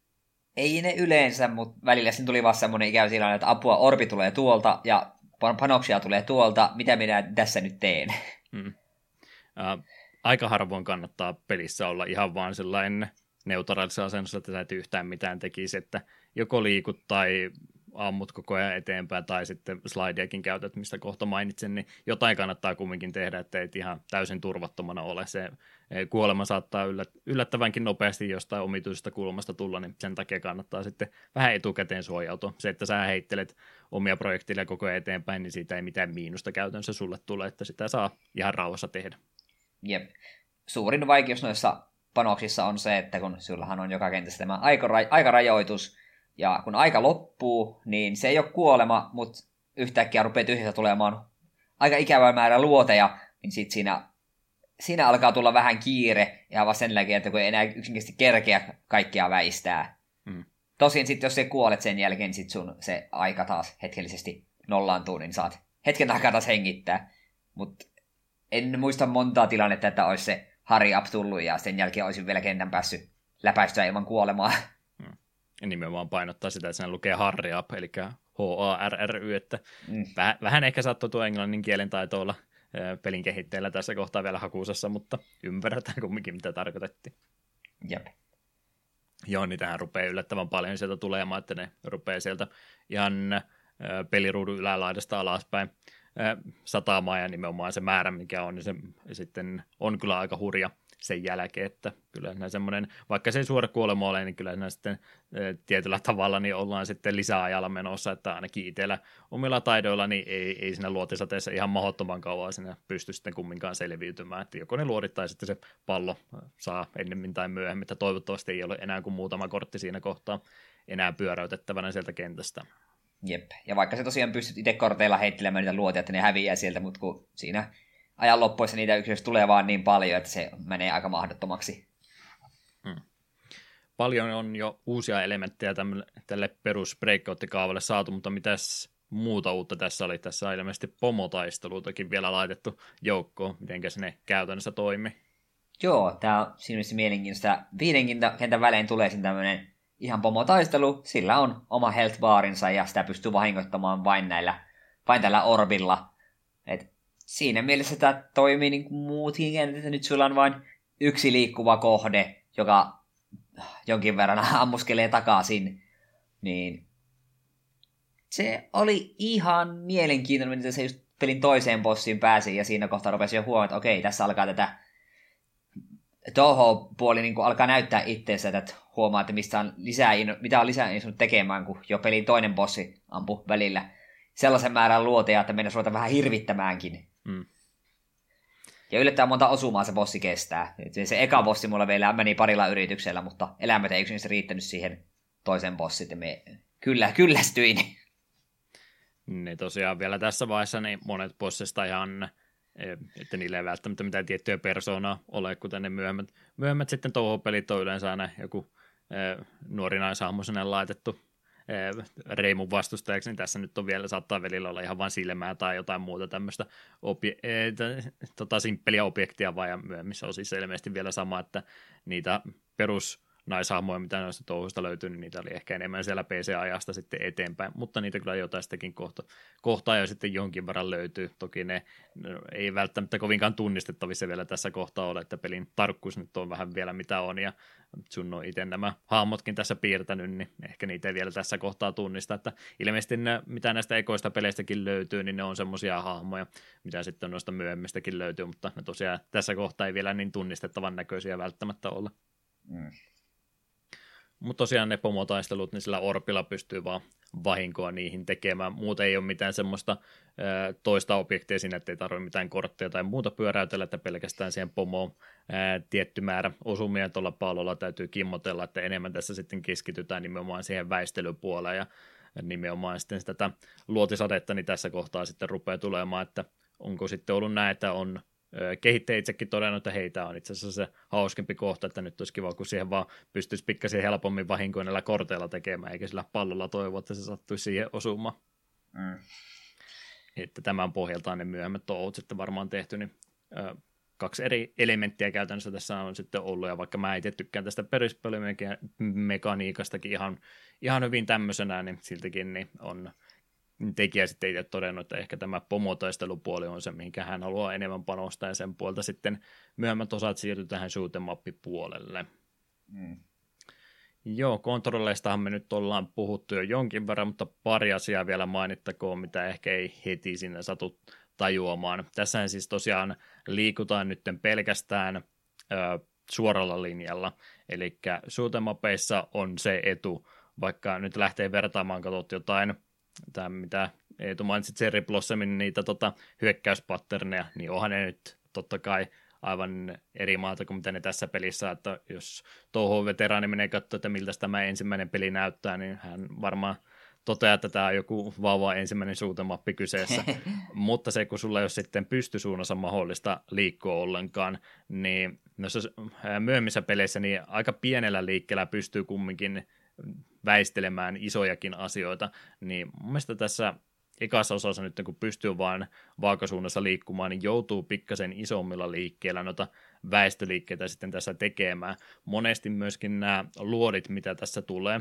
S2: Ei ne yleensä, mutta välillä siinä tuli vaan semmoinen ikävä tilanne, että apua, orbi tulee tuolta ja panoksia tulee tuolta, mitä minä tässä nyt teen?
S1: Hmm. Äh, aika harvoin kannattaa pelissä olla ihan vaan sellainen neutraalissa asennossa, että sä et yhtään mitään tekisi, että joko liikut tai ammut koko ajan eteenpäin tai sitten slideakin käytät, mistä kohta mainitsen, niin jotain kannattaa kumminkin tehdä, että et ihan täysin turvattomana ole. Se kuolema saattaa yllättävänkin nopeasti jostain omituisesta kulmasta tulla, niin sen takia kannattaa sitten vähän etukäteen suojautua. Se, että sä heittelet omia projekteja koko ajan eteenpäin, niin siitä ei mitään miinusta käytännössä sulle tule, että sitä saa ihan rauhassa tehdä.
S2: Jep. Suurin vaikeus noissa panoksissa on se, että kun sullahan on joka kentässä tämä aikara- aikarajoitus, ja kun aika loppuu, niin se ei ole kuolema, mutta yhtäkkiä rupeaa tyhjästä tulemaan aika ikävä määrä luoteja, niin sitten siinä, siinä alkaa tulla vähän kiire, ihan vaan sen takia, että kun ei enää yksinkertaisesti kerkeä kaikkia väistää. Mm. Tosin sitten jos sä kuolet sen jälkeen, niin sit sun se aika taas hetkellisesti nollaantuu, niin saat hetken aikaa taas hengittää. Mutta en muista montaa tilannetta, että olisi se hurry up tullut ja sen jälkeen olisin vielä kentän päässyt läpäistyä ilman kuolemaa.
S1: Hmm. Ja nimenomaan painottaa sitä, että siinä lukee hurry up, eli H A R R Y, että hmm. väh- vähän ehkä saattoi tuo englannin kielen taito olla pelin kehitteellä tässä kohtaa vielä hakuusassa, mutta ymmärretään kumminkin, mitä tarkoitettiin.
S2: Jep.
S1: Joo, niitähän rupeaa yllättävän paljon sieltä tulemaan, että ne rupeaa sieltä ihan peliruudun ylälaidasta alaspäin satamaan, ja nimenomaan se määrä, mikä on, niin se sitten on kyllä aika hurja sen jälkeen, että kyllä nämä semmoinen, vaikka se ei suora kuolema ole, niin kyllä nämä sitten tietyllä tavalla niin ollaan sitten lisäajalla menossa, että ainakin itsellä omilla taidoilla niin ei, ei siinä luotisateessa ihan mahdottoman kauan siinä pysty sitten kumminkaan selviytymään, että joko ne luodit tai sitten se pallo saa ennemmin tai myöhemmin, että toivottavasti ei ole enää kuin muutama kortti siinä kohtaa enää pyöräytettävänä sieltä kentästä.
S2: Jep, ja vaikka se tosiaan pystyt itse korteilla heittelemään niitä luotia, että ne häviää sieltä, mutta kun siinä ajan loppuessa niitä yksilöistä tulee vaan niin paljon, että se menee aika mahdottomaksi.
S1: Hmm. Paljon on jo uusia elementtejä tälle, tälle perus breakout-kaavalle saatu, mutta mitäs muuta uutta tässä oli? Tässä on ilmeisesti pomotaisteluutakin vielä laitettu joukkoon. Mitenkä se ne käytännössä toimi?
S2: Joo, tää on siinä mielenkiintoista. Viidenkin kentän välein tulee siinä tämmöinen ihan pomotaistelu, sillä on oma health barinsa ja sitä pystyy vahingoittamaan vain näillä, vain tällä orbilla. Et siinä mielessä tämä toimii niin kuin muutkin kentät, nyt sulla on vain yksi liikkuva kohde, joka jonkin verran ammuskelee takaisin. Niin se oli ihan mielenkiintoinen, että se just pelin toiseen bossiin pääsi ja siinä kohtaa rupesi jo huomioon, että okei, tässä alkaa tätä toho puoli niin alkaa näyttää itseensä, että huomaa, että mistä on lisää, mitä on lisää innostunut tekemään, kun jo pelin toinen bossi ampui välillä sellaisen määrän luoteja, että mennä ruveta vähän hirvittämäänkin. Mm. Ja yllättävän monta osumaa se bossi kestää. Se eka bossi mulla vielä meni parilla yrityksellä, mutta elämät ei yksin riittänyt siihen toisen bossin, että me kyllä, kyllästyin.
S1: Niin tosiaan vielä tässä vaiheessa niin monet bossista ihan, että niillä ei välttämättä mitään tiettyjä persoonaa ole, kuten ne myöhemmät, myöhemmät sitten touhupelit on yleensä aina joku eh, nuori naishahmo sinne laitettu eh, Reimun vastustajaksi, niin tässä nyt on vielä, saattaa välillä olla ihan vain silmää tai jotain muuta tämmöistä obje- eh, t- tota simppeliä objektia, vaan ja myöhemmissä on siis ilmeisesti vielä sama, että niitä perus naishahmoja, mitä noista touhuista löytyy, niin niitä oli ehkä enemmän siellä P C-ajasta sitten eteenpäin, mutta niitä kyllä jotain sitäkin kohta, kohtaa jo sitten jonkin verran löytyy. Toki ne no, ei välttämättä kovinkaan tunnistettavissa vielä tässä kohtaa ole, että pelin tarkkuus nyt on vähän vielä mitä on, ja sun on itse nämä hahmotkin tässä piirtänyt, niin ehkä niitä ei vielä tässä kohtaa tunnista, että ilmeisesti ne, mitä näistä ekoista peleistäkin löytyy, niin ne on semmoisia hahmoja, mitä sitten noista myöhemmistäkin löytyy, mutta ne tosiaan tässä kohtaa ei vielä niin tunnistettavan näköisiä välttämättä olla. Mm. Mutta tosiaan ne pomotaistelut, niin sillä orpilla pystyy vaan vahinkoa niihin tekemään. Muuten ei ole mitään semmoista ää, toista objektia siinä, että ei tarvitse mitään kortteja tai muuta pyöräytellä, että pelkästään siihen pomoon ää, tietty määrä osumia tuolla pallolla täytyy kimmotella, että enemmän tässä sitten keskitytään nimenomaan siihen väistelypuoleen ja nimenomaan sitten tätä luotisadetta, niin tässä kohtaa sitten rupeaa tulemaan, että onko sitten ollut näin, että on kehittäjä itsekin todennut, että heitä on itse asiassa se hauskempi kohta, että nyt olisi kiva, kun siihen vaan pystyisi pikkasen helpommin vahinkoin näillä korteilla tekemään, eikä sillä pallolla toivoa, että se sattuisi siihen osumaan. Mm. Että tämän pohjaltaan ne myöhemmät touhut sitten varmaan tehty, niin ö, kaksi eri elementtiä käytännössä tässä on sitten ollut, ja vaikka mä itse tykkään tästä peruspelymekaniikastakin ihan, ihan hyvin tämmöisenä, niin siltikin niin on tekijä sitten itse todennut, että ehkä tämä pomotaistelupuoli on se, mihinkä hän haluaa enemmän panostaa, ja sen puolta sitten myöhemmät osat siirtyy tähän shoot 'em up puolelle. Mm. Joo, kontrolleistahan me nyt ollaan puhuttu jo jonkin verran, mutta pari asiaa vielä mainittakoon, mitä ehkä ei heti sinne satu tajuamaan. Tässähän siis tosiaan liikutaan nyt pelkästään ö, suoralla linjalla, eli shoot 'em upeissa on se etu, vaikka nyt lähtee vertaamaan, katsot jotain, tämä mitä Eetu mainitsit Cherry Blossomin niitä tota, hyökkäyspatterneja, niin onhan ne nyt totta kai aivan eri maata kuin mitä ne tässä pelissä, että jos touhuu veteraani menee katsoa, että miltä tämä ensimmäinen peli näyttää, niin hän varmaan toteaa, että tämä on joku vauva ensimmäinen suutemappi kyseessä, mutta se, kun sulla ei ole sitten pystysuunnassa mahdollista liikkua ollenkaan, niin noissa myöhemmissä peleissä niin aika pienellä liikkeellä pystyy kumminkin väistelemään isojakin asioita, niin mun mielestä tässä ekassa osassa nyt, kun pystyy vain vaakasuunnassa liikkumaan, niin joutuu pikkasen isommilla liikkeellä noita väistöliikkeitä sitten tässä tekemään. Monesti myöskin nämä luodit, mitä tässä tulee,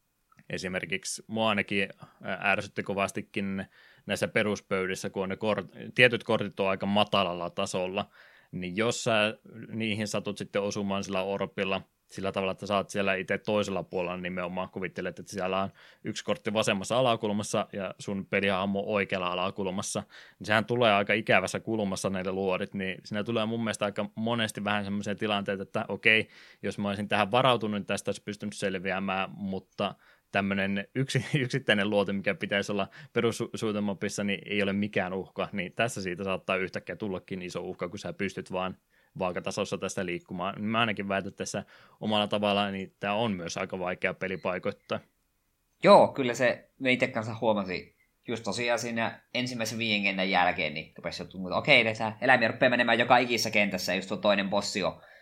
S1: esimerkiksi mua ainakin ärsytti kovastikin näissä peruspöydissä, kun ne kort- tietyt kortit on aika matalalla tasolla, niin jos sä niihin satut sitten osumaan sillä orpilla, sillä tavalla, että sä oot siellä itse toisella puolella nimenomaan, kuvittelet, että siellä on yksi kortti vasemmassa alakulmassa ja sun pelihahmo oikealla alakulmassa, niin sehän tulee aika ikävässä kulmassa näille luodit, niin siinä tulee mun mielestä aika monesti vähän semmoisia tilanteita, että okei, jos mä olisin tähän varautunut, niin tästä olisi pystynyt selviämään, mutta tämmöinen yksi, yksittäinen luoti, mikä pitäisi olla perussuutemapissa, niin ei ole mikään uhka, niin tässä siitä saattaa yhtäkkiä tullakin iso uhka, kun sä pystyt vaan vaakatasossa tästä liikkumaan. Mä ainakin väitän, että tässä omalla tavallaan niin tämä on myös aika vaikea peli paikoittaa.
S2: Joo, kyllä se me itse kanssa huomasin. Just tosiaan siinä ensimmäisen viien kentän jälkeen, niin rupesi jo tuntua, okei, okay, tässä eläimiä rupeaa menemään joka ikisessä kentässä, ja just tuo toinen bossi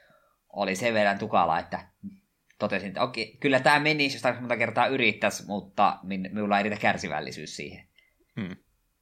S2: oli sen verran tukala, että totesin, että okei, kyllä tämä menisi, jos monta kertaa yrittäisi, mutta minulla ei riitä kärsivällisyys siihen. Hmm.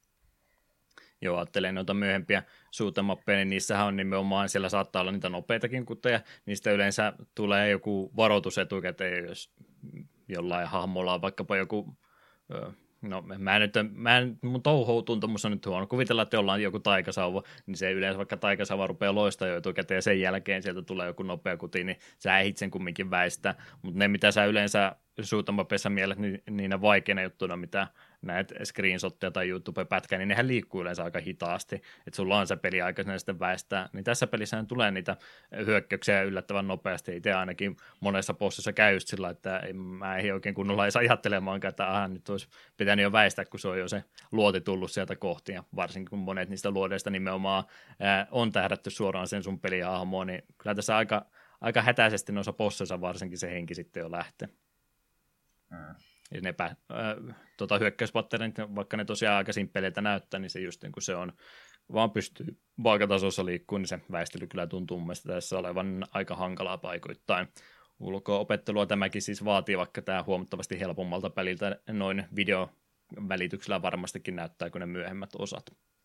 S1: Joo, ajattelen noita myöhempiä suutemappeja, niin niissähän on nimenomaan, siellä saattaa olla niitä nopeitakin kutteja, niistä yleensä tulee joku varoitus etukäteen, jos jollain hahmolla on vaikkapa joku, no mä en nyt, mä en, mun touhoutuntomus on nyt huono, kuvitellaan, että jollain joku taikasauva, niin se yleensä vaikka taikasauva rupeaa loistaa jo etukäteen ja sen jälkeen sieltä tulee joku nopea kuti, niin sä ehdit sen kumminkin väistää, mutta ne mitä sä yleensä suutemappeissa mielet niin, niinä vaikeina juttuna, mitä näet screenshotteja tai YouTube-pätkää, niin nehän liikkuu yleensä aika hitaasti, että sulla on se peli aika sitten väistää, niin tässä pelissähän tulee niitä hyökkäyksiä yllättävän nopeasti, itse ainakin monessa bossissa käy just sillä, että en, mä ei oikein kunnolla edes ajattelemaankaan, että aha, nyt olisi pitänyt jo väistää, kun se on jo se luoti tullut sieltä kohti, ja varsinkin kun monet niistä luodeista nimenomaan ää, on tähdätty suoraan sen sun pelihahmoon, niin kyllä tässä aika, aika hätäisesti noissa bossissa varsinkin se henki sitten jo lähtee. Mm. Ja ne pä, äh, tota, hyökkäyspatterit, vaikka ne tosiaan aika simppeleitä näyttää, niin se just niin kuin se on, vaan pystyy vaakatasossa liikkumaan, niin se väistely kyllä tuntuu mun mielestä tässä olevan aika hankalaa paikoittain. Ulko-opettelua tämäkin siis vaatii, vaikka tämä huomattavasti helpommalta peliltä noin videovälityksellä varmastikin näyttää kuin ne myöhemmät osat.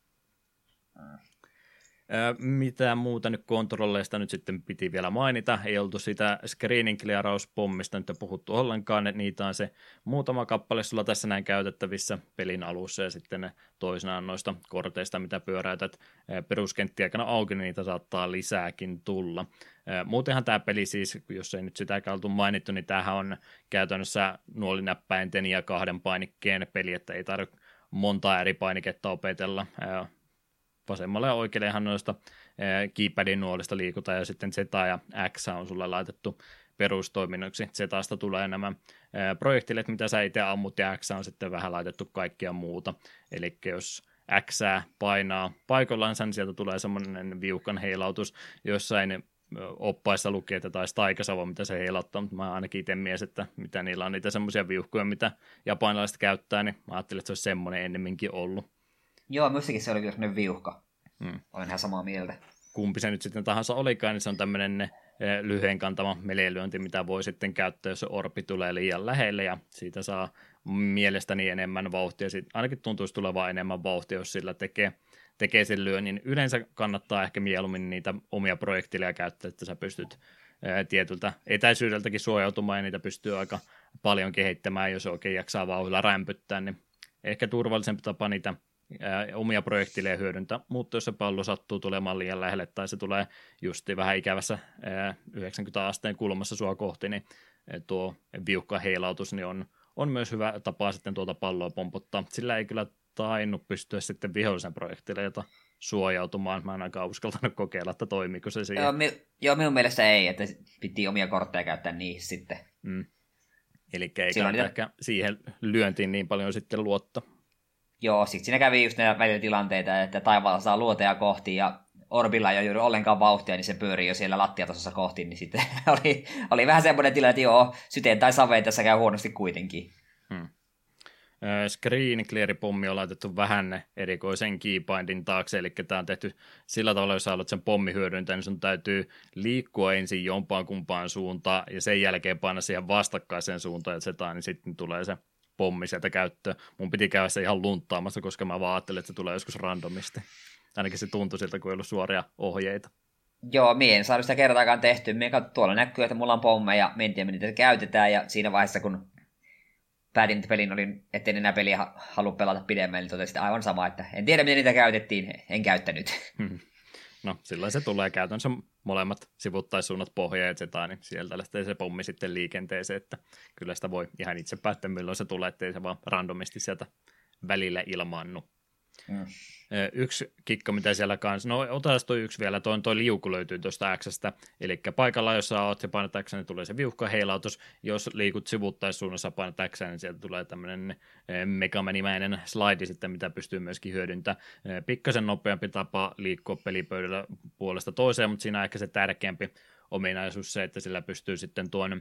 S1: Mm. Mitä muuta nyt kontrolleista nyt sitten piti vielä mainita, ei oltu sitä screening clearauspommista nyt puhuttu ollenkaan, että niitä on se muutama kappale sulla tässä näin käytettävissä pelin alussa ja sitten toisenaan noista korteista, mitä pyöräytät peruskenttiä aikana auki, niin niitä saattaa lisääkin tulla. Muutenhan tämä peli siis, jos ei nyt sitäkään oltu mainittu, niin tämähän on käytännössä nuolinäppäinten ja kahden painikkeen peli, että ei tarvitse monta eri painiketta opetella. Vasemmalle ja oikeallehan noista keypadin nuolista liikutaan, ja sitten Z ja X on sulle laitettu perustoiminnoksi. Zetasta tulee nämä projektilet, mitä sä itse ammut, ja X on sitten vähän laitettu kaikkia muuta. Eli jos X painaa paikallansa, niin sieltä tulee semmoinen viuhkan heilautus. Jossain oppaissa lukee, että taisi taikasavo, mitä se heilauttaa, mutta mä ainakin itse mies, että mitä niillä on niitä semmoisia viuhkoja, mitä japanilaiset käyttää, niin mä ajattelin, että se olisi semmoinen ennemminkin ollut.
S2: Joo, myöskin se oli kyllä semmoinen viuhka.
S1: Hmm.
S2: Olen ihan samaa mieltä.
S1: Kumpi se nyt sitten tahansa olikaan, niin se on tämmöinen lyhyen kantama meleelyönti, mitä voi sitten käyttää, jos se orpi tulee liian lähelle, ja siitä saa mielestäni enemmän vauhtia. Siitä ainakin tuntuisi tulevaa enemmän vauhtia, jos sillä tekee, tekee sen lyönnin. Yleensä kannattaa ehkä mieluummin niitä omia projektileja käyttää, että sä pystyt ää, tietyltä etäisyydeltäkin suojautumaan, ja niitä pystyy aika paljon kehittämään, jos oikein jaksaa vauhdilla rämpyttää, niin ehkä turvallisempi tapa niitä ää, omia projektileja hyödyntää, mutta jos se pallo sattuu tulemaan liian lähelle, tai se tulee justi vähän ikävässä ää, yhdeksänkymmentä asteen kulmassa sua kohti, niin ää, tuo viuhka heilautus niin on on myös hyvä tapa sitten tuota palloa pompottaa. Sillä ei kyllä tainnut pystyä sitten vihollisen projektileita suojautumaan. Mä en ainakaan uskaltanut kokeilla, että toimiiko se siihen.
S2: Joo, mi- joo, minun mielestä ei, että piti omia kortteja käyttää niihin sitten.
S1: Mm. Eli ei
S2: Silloin
S1: kannata
S2: niitä...
S1: ehkä siihen lyöntiin niin paljon sitten luottaa.
S2: Joo, siksi siinä kävi just ne välillä tilanteita, että taivaalla saa luoteja kohti ja orbilla ei ole juuri ollenkaan vauhtia, niin se pyörii jo siellä lattiatasossa kohti, niin sitten oli, oli vähän semmoinen tilanne, että joo, syteen tai saveen tässä käy huonosti kuitenkin.
S1: Hmm. Screen Clear-pommi on laitettu vähän erikoisen keybindin taakse, eli tämä on tehty sillä tavalla, jos haluat sen pommi hyödyntää, niin sun täytyy liikkua ensin jompaan kumpaan suuntaan, ja sen jälkeen paina siihen vastakkaiseen suuntaan, että se taa, niin sitten tulee se pommi sieltä käyttöön. Mun piti käydä se ihan lunttaamassa, koska mä vaan ajattelin, että se tulee joskus randomisti. Ainakin se tuntui siltä, kun ei ollut suoria ohjeita.
S2: Joo, mie en saanut sitä kertaakaan tehtyä. Mie katsoin, tuolla näkyy, että mulla on pommeja, me en tiedä, niitä käytetään, ja siinä vaiheessa, kun päätin, että pelin olin, etten enää peliä halua pelata pidemmän, niin totesin aivan sama, että en tiedä, miten niitä käytettiin, en käyttänyt.
S1: No, silloin se tulee käytännössä molemmat sivuttaissuunnat pohjaa, et setä, niin sieltä lähtee se pommi sitten liikenteeseen, että kyllä sitä voi ihan itse päättää, milloin se tulee, ettei se vaan randomisti sieltä välillä ilmaannu. Mm. Yksi kikka, mitä siellä kanssa, no otetaan toi yksi vielä, toi, toi liuku löytyy tuosta X:stä, eli paikalla, jos sä oot ja painat X, niin tulee se viuhka heilautus, jos liikut sivuttaissuunnassa painat X, niin sieltä tulee tämmöinen megamanimäinen slide sitten, mitä pystyy myöskin hyödyntämään. Pikkasen nopeampi tapa liikkua pelipöydällä puolesta toiseen, mutta siinä on ehkä se tärkeämpi ominaisuus se, että sillä pystyy sitten tuon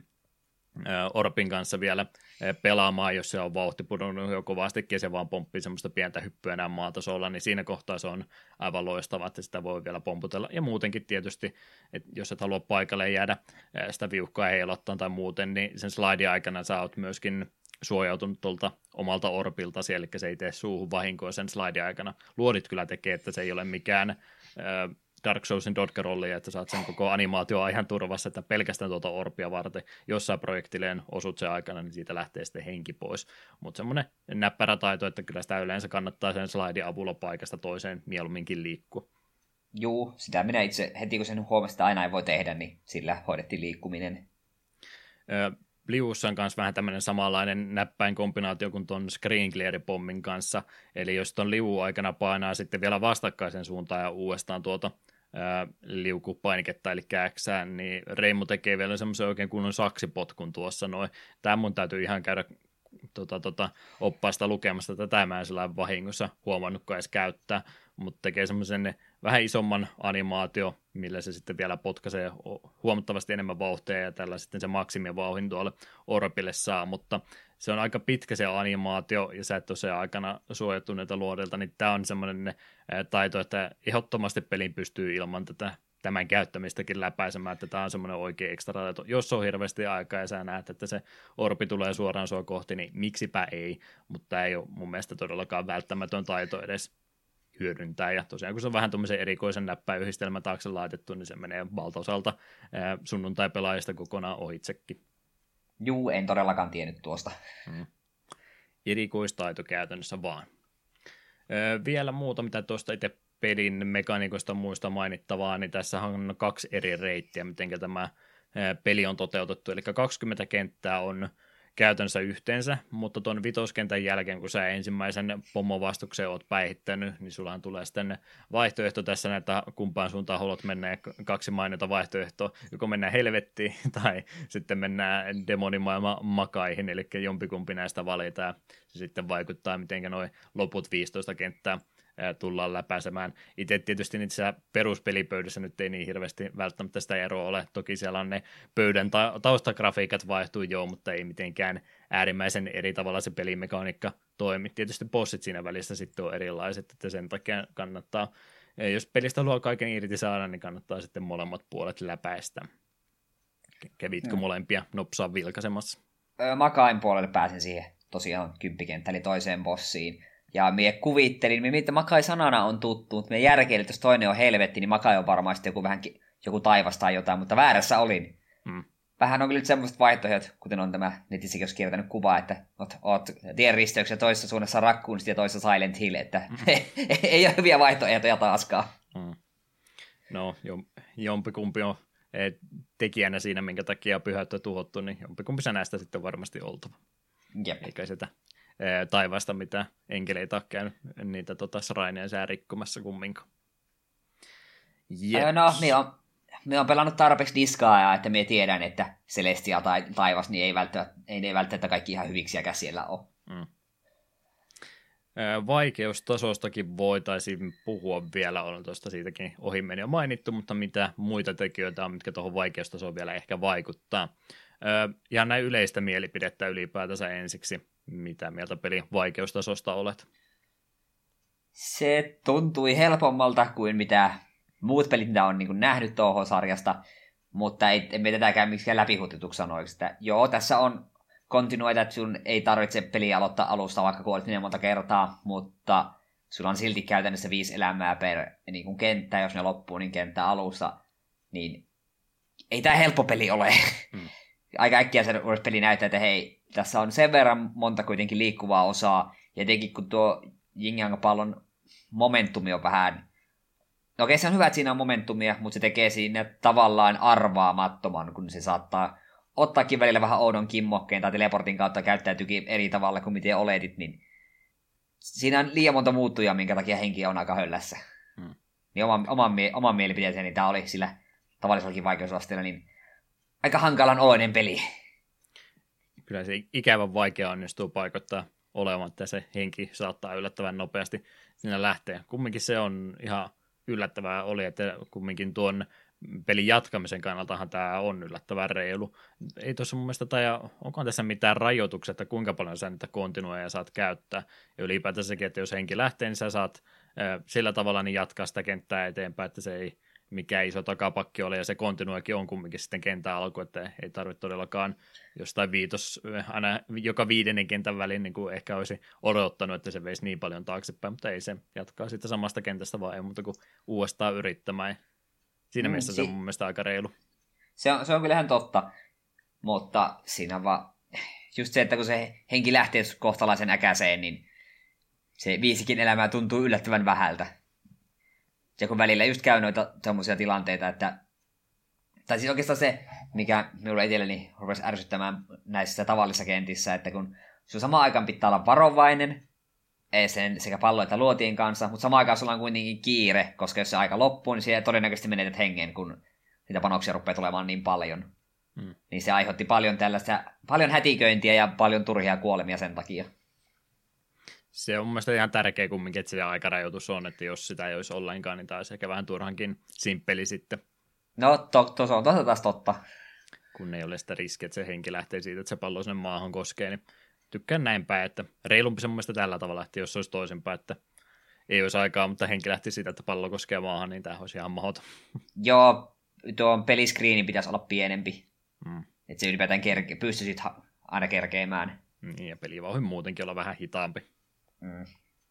S1: Orpin kanssa vielä pelaamaan, jos se on vauhti pudonnut jo kovastikin ja se vaan pomppii semmoista pientä hyppyä enää maatasolla, niin siinä kohtaa se on aivan loistava, että sitä voi vielä pomputella. Ja muutenkin tietysti, että jos et halua paikalle jäädä sitä viuhkaa heilottaa tai muuten, niin sen slidin aikana sä oot myöskin suojautunut tuolta omalta Orpiltasi, eli se ei tee suuhun vahinkoa sen slidin aikana. Luodit kyllä tekee, että se ei ole mikään Dark Soulsin dodgerolli, että saat sen koko animaatio ihan turvassa, että pelkästään tuota orpia varten, jos sä projektileen osut sen aikana, niin siitä lähtee sitten henki pois. Mutta semmoinen näppärä taito, että kyllä sitä yleensä kannattaa sen slidin avulla paikasta toiseen mieluumminkin liikkua.
S2: Juu, sitä minä itse heti kun sen huomasin, että aina ei voi tehdä, niin sillä hoidettiin liikkuminen.
S1: Öö, Liuussa on myös vähän tämmöinen samanlainen näppäin kombinaatio kuin tuon Screen Clear-pommin kanssa, eli jos tuon liu aikana painaa sitten vielä vastakkaisen suuntaan ja uudestaan tuota ää, liukupainiketta, eli Xään, niin Reimo tekee vielä semmoisen oikein kunnon saksipotkun tuossa noin. Tämä mun täytyy ihan käydä tota, tota, oppaista lukemasta, tätä mä en sellainen vahingossa huomannutkaan edes käyttää, mutta tekee semmoisen vähän isomman animaatio, millä se sitten vielä potkaisee huomattavasti enemmän vauhtia ja tällä sitten se maksimivauhin tuolle Orpille saa, mutta se on aika pitkä se animaatio ja sä et ole se aikana suojattu näitä luodelta, niin tämä on semmoinen taito, että ehdottomasti pelin pystyy ilman tätä tämän käyttämistäkin läpäisemään, että tämä on semmoinen oikein ekstra taito. Jos on hirveästi aikaa ja sä näet, että se orpi tulee suoraan sua kohti, niin miksipä ei, mutta tämä ei ole mun mielestä todellakaan välttämätön taito edes hyödyntää, ja tosiaan kun se on vähän tuommoisen erikoisen näppäyhdistelmän taakse laitettu, niin se menee valtaosalta sunnuntai-pelaajista kokonaan ohitsekin.
S2: Juu, en todellakaan tiennyt tuosta.
S1: Hmm. Erikoistaito käytännössä vaan. Öö, vielä muuta, mitä tuosta itse pelin mekaniikoista muista mainittavaa, niin tässä on kaksi eri reittiä, miten tämä peli on toteutettu, eli kaksikymmentä kenttää on käytännössä yhteensä, mutta tuon vitoskentän jälkeen, kun sä ensimmäisen pommovastuksen oot päihittänyt, niin sullahan tulee sitten vaihtoehto tässä, että kumpaan suuntaan haluat mennä, kaksi mainita vaihtoehtoa, joko mennään helvettiin tai sitten mennään demonimaailman makaihin, eli jompikumpi näistä valitaan, se sitten vaikuttaa, miten noin loput viisitoista kenttää tullaan läpäisemään. Itse tietysti niissä peruspelipöydissä nyt ei niin hirveästi välttämättä sitä eroa ole. Toki siellä on ne pöydän ta- taustagrafiikat vaihtuu joo, mutta ei mitenkään äärimmäisen eri tavalla se pelimekaniikka toimi. Tietysti bossit siinä välissä sitten on erilaiset, että sen takia kannattaa, jos pelistä haluaa kaiken irti saada, niin kannattaa sitten molemmat puolet läpäistä. Kävitkö hmm. molempia nopsaa vilkaisemassa?
S2: Makain puolelle pääsin siihen tosiaan kymppikenttä, eli toiseen bossiin. Ja mie kuvittelin, mitä Makai sanana on tuttu, mutta mie järkeilin, että jos toinen on helvetti, niin Makai on varmaan joku vähän joku taivas tai jotain, mutta väärässä olin. Hmm. Vähän on kyllä nyt semmoiset vaihtoehdot, kuten on tämä netissäkin, jos kirjoittanut kuva, että oot, oot tien risteyksen toisessa suunnassa Raccoonista ja toisessa Silent Hill, että hmm. ei ole hyviä vaihtoehtoja taaskaan. Hmm.
S1: No, jompikumpi on tekijänä siinä, minkä takia pyhäyttä tuhottu, niin jompikumpi sä näistä sitten on varmasti oltava.
S2: Jep.
S1: Eikä sitä taivaasta, mitä enkeleitä on käynyt niitä tota, sraineja sää rikkomassa kumminkaan.
S2: Öö, no, minä on, minä on pelannut tarpeeksi diskaa, että minä tiedän, että Celestia tai taivas, niin ei välttämättä, ei, ei välttämättä kaikki ihan hyviksiäkään siellä ole. Mm.
S1: Vaikeustasostakin voitaisiin puhua vielä, on tuosta siitäkin ohi meni jo mainittu, mutta mitä muita tekijöitä on, mitkä tuohon vaikeustasoon vielä ehkä vaikuttaa. Ihan näin yleistä mielipidettä ylipäätänsä ensiksi. Mitä mieltä pelin vaikeustasosta olet?
S2: Se tuntui helpommalta kuin mitä muut pelit, mitä on niin kuin nähnyt tuohon sarjasta, mutta ei, emme tätäkään miksikään läpihuutetuksi sanoiksi. Että joo, tässä on kontinuita, että sun ei tarvitse peliä aloittaa alusta, vaikka kuolet niin monta kertaa, mutta sulla on silti käytännössä viisi elämää per niin kuin kenttä, jos ne loppuu, niin kenttä alussa, niin ei tämä helppo peli ole. Hmm. Aika äkkiä se peli näyttää, että hei, tässä on sen verran monta kuitenkin liikkuvaa osaa, ja etenkin kun tuo Yin-Yang-pallon momentumi on vähän... No okei, se on hyvä, että siinä on momentumia, mutta se tekee siinä tavallaan arvaamattoman, kun se saattaa ottaakin välillä vähän oudon kimmokkeen tai teleportin kautta käyttäytyykin eri tavalla kuin miten oletit, niin siinä on liian monta muuttujaa, minkä takia henki on aika höllässä. Hmm. Niin oman, oman, oman mielipiteeseen niin tämä oli sillä tavallisellakin vaikeusasteella niin aika hankalan oloinen peli.
S1: Kyllä se ikävän vaikea onnistuu paikottaa olemaan, että se henki saattaa yllättävän nopeasti siinä lähteä. Kumminkin se on ihan yllättävää oli, että kumminkin tuon pelin jatkamisen kannaltahan tämä on yllättävän reilu. Ei tuossa mun mielestä, tai onko tässä mitään rajoituksia, että kuinka paljon sä niitä kontinueja saat käyttää. Ja ylipäätään sekin, että jos henki lähtee, niin sä saat äh, sillä tavalla niin jatkaa sitä kenttää eteenpäin, että se ei mikä iso takapakki oli, ja se kontinuakin on kumminkin sitten kentän alku, että ei tarvitse todellakaan jostain viitos, aina joka viidennen kentän väliin, niin kuin ehkä olisi odottanut, että se veisi niin paljon taaksepäin, mutta ei, se jatkaa sitten samasta kentästä, vaan ei muuta kuin uudestaan yrittämään. Siinä mm, mielessä si- se on mun mielestä aika reilu.
S2: Se on, se on kyllähän totta, mutta siinä vaan just se, että kun se henki lähtee kohtalaisen äkäiseen, niin se viisikin elämää tuntuu yllättävän vähältä. Ja kun välillä just käy noita semmoisia tilanteita, että... Tai siis oikeastaan se, mikä minulle itselleni rupesi ärsyttämään näissä tavallisissa kentissä, että kun sun samaan aikaan pitää olla varovainen sen sekä pallo että luotien kanssa, mutta samaan aikaan sulla on kuitenkin kiire, koska jos se aika loppuu, niin siellä todennäköisesti menetät hengen, kun niitä panoksia rupeaa tulemaan niin paljon. Hmm. Niin se aiheutti paljon tällaista, paljon hätiköintiä ja paljon turhia kuolemia sen takia.
S1: Se on mun mielestä ihan tärkeä kumminkin, että se aikarajoitus on, että jos sitä ei olisi ollenkaan, niin taisi ehkä vähän turhankin simppeli sitten.
S2: No, to, to, se on tosi taas totta.
S1: Kun ei ole sitä riskiä, että se henki lähtee siitä, että se pallo sinne maahan koskee, niin tykkään näin päin, että reilumpi se mun mielestä tällä tavalla, että jos se olisi toisinpäin, että ei olisi aikaa, mutta henki lähti siitä, että pallo koskee maahan, niin tämä olisi ihan mahdoton.
S2: Joo, tuon peliskriinin pitäisi olla pienempi, mm. että se ylipäätään kerke- pystyisit ha- aina kerkeämään.
S1: Niin, ja pelivauhin muutenkin olla vähän hitaampi.
S2: Mm.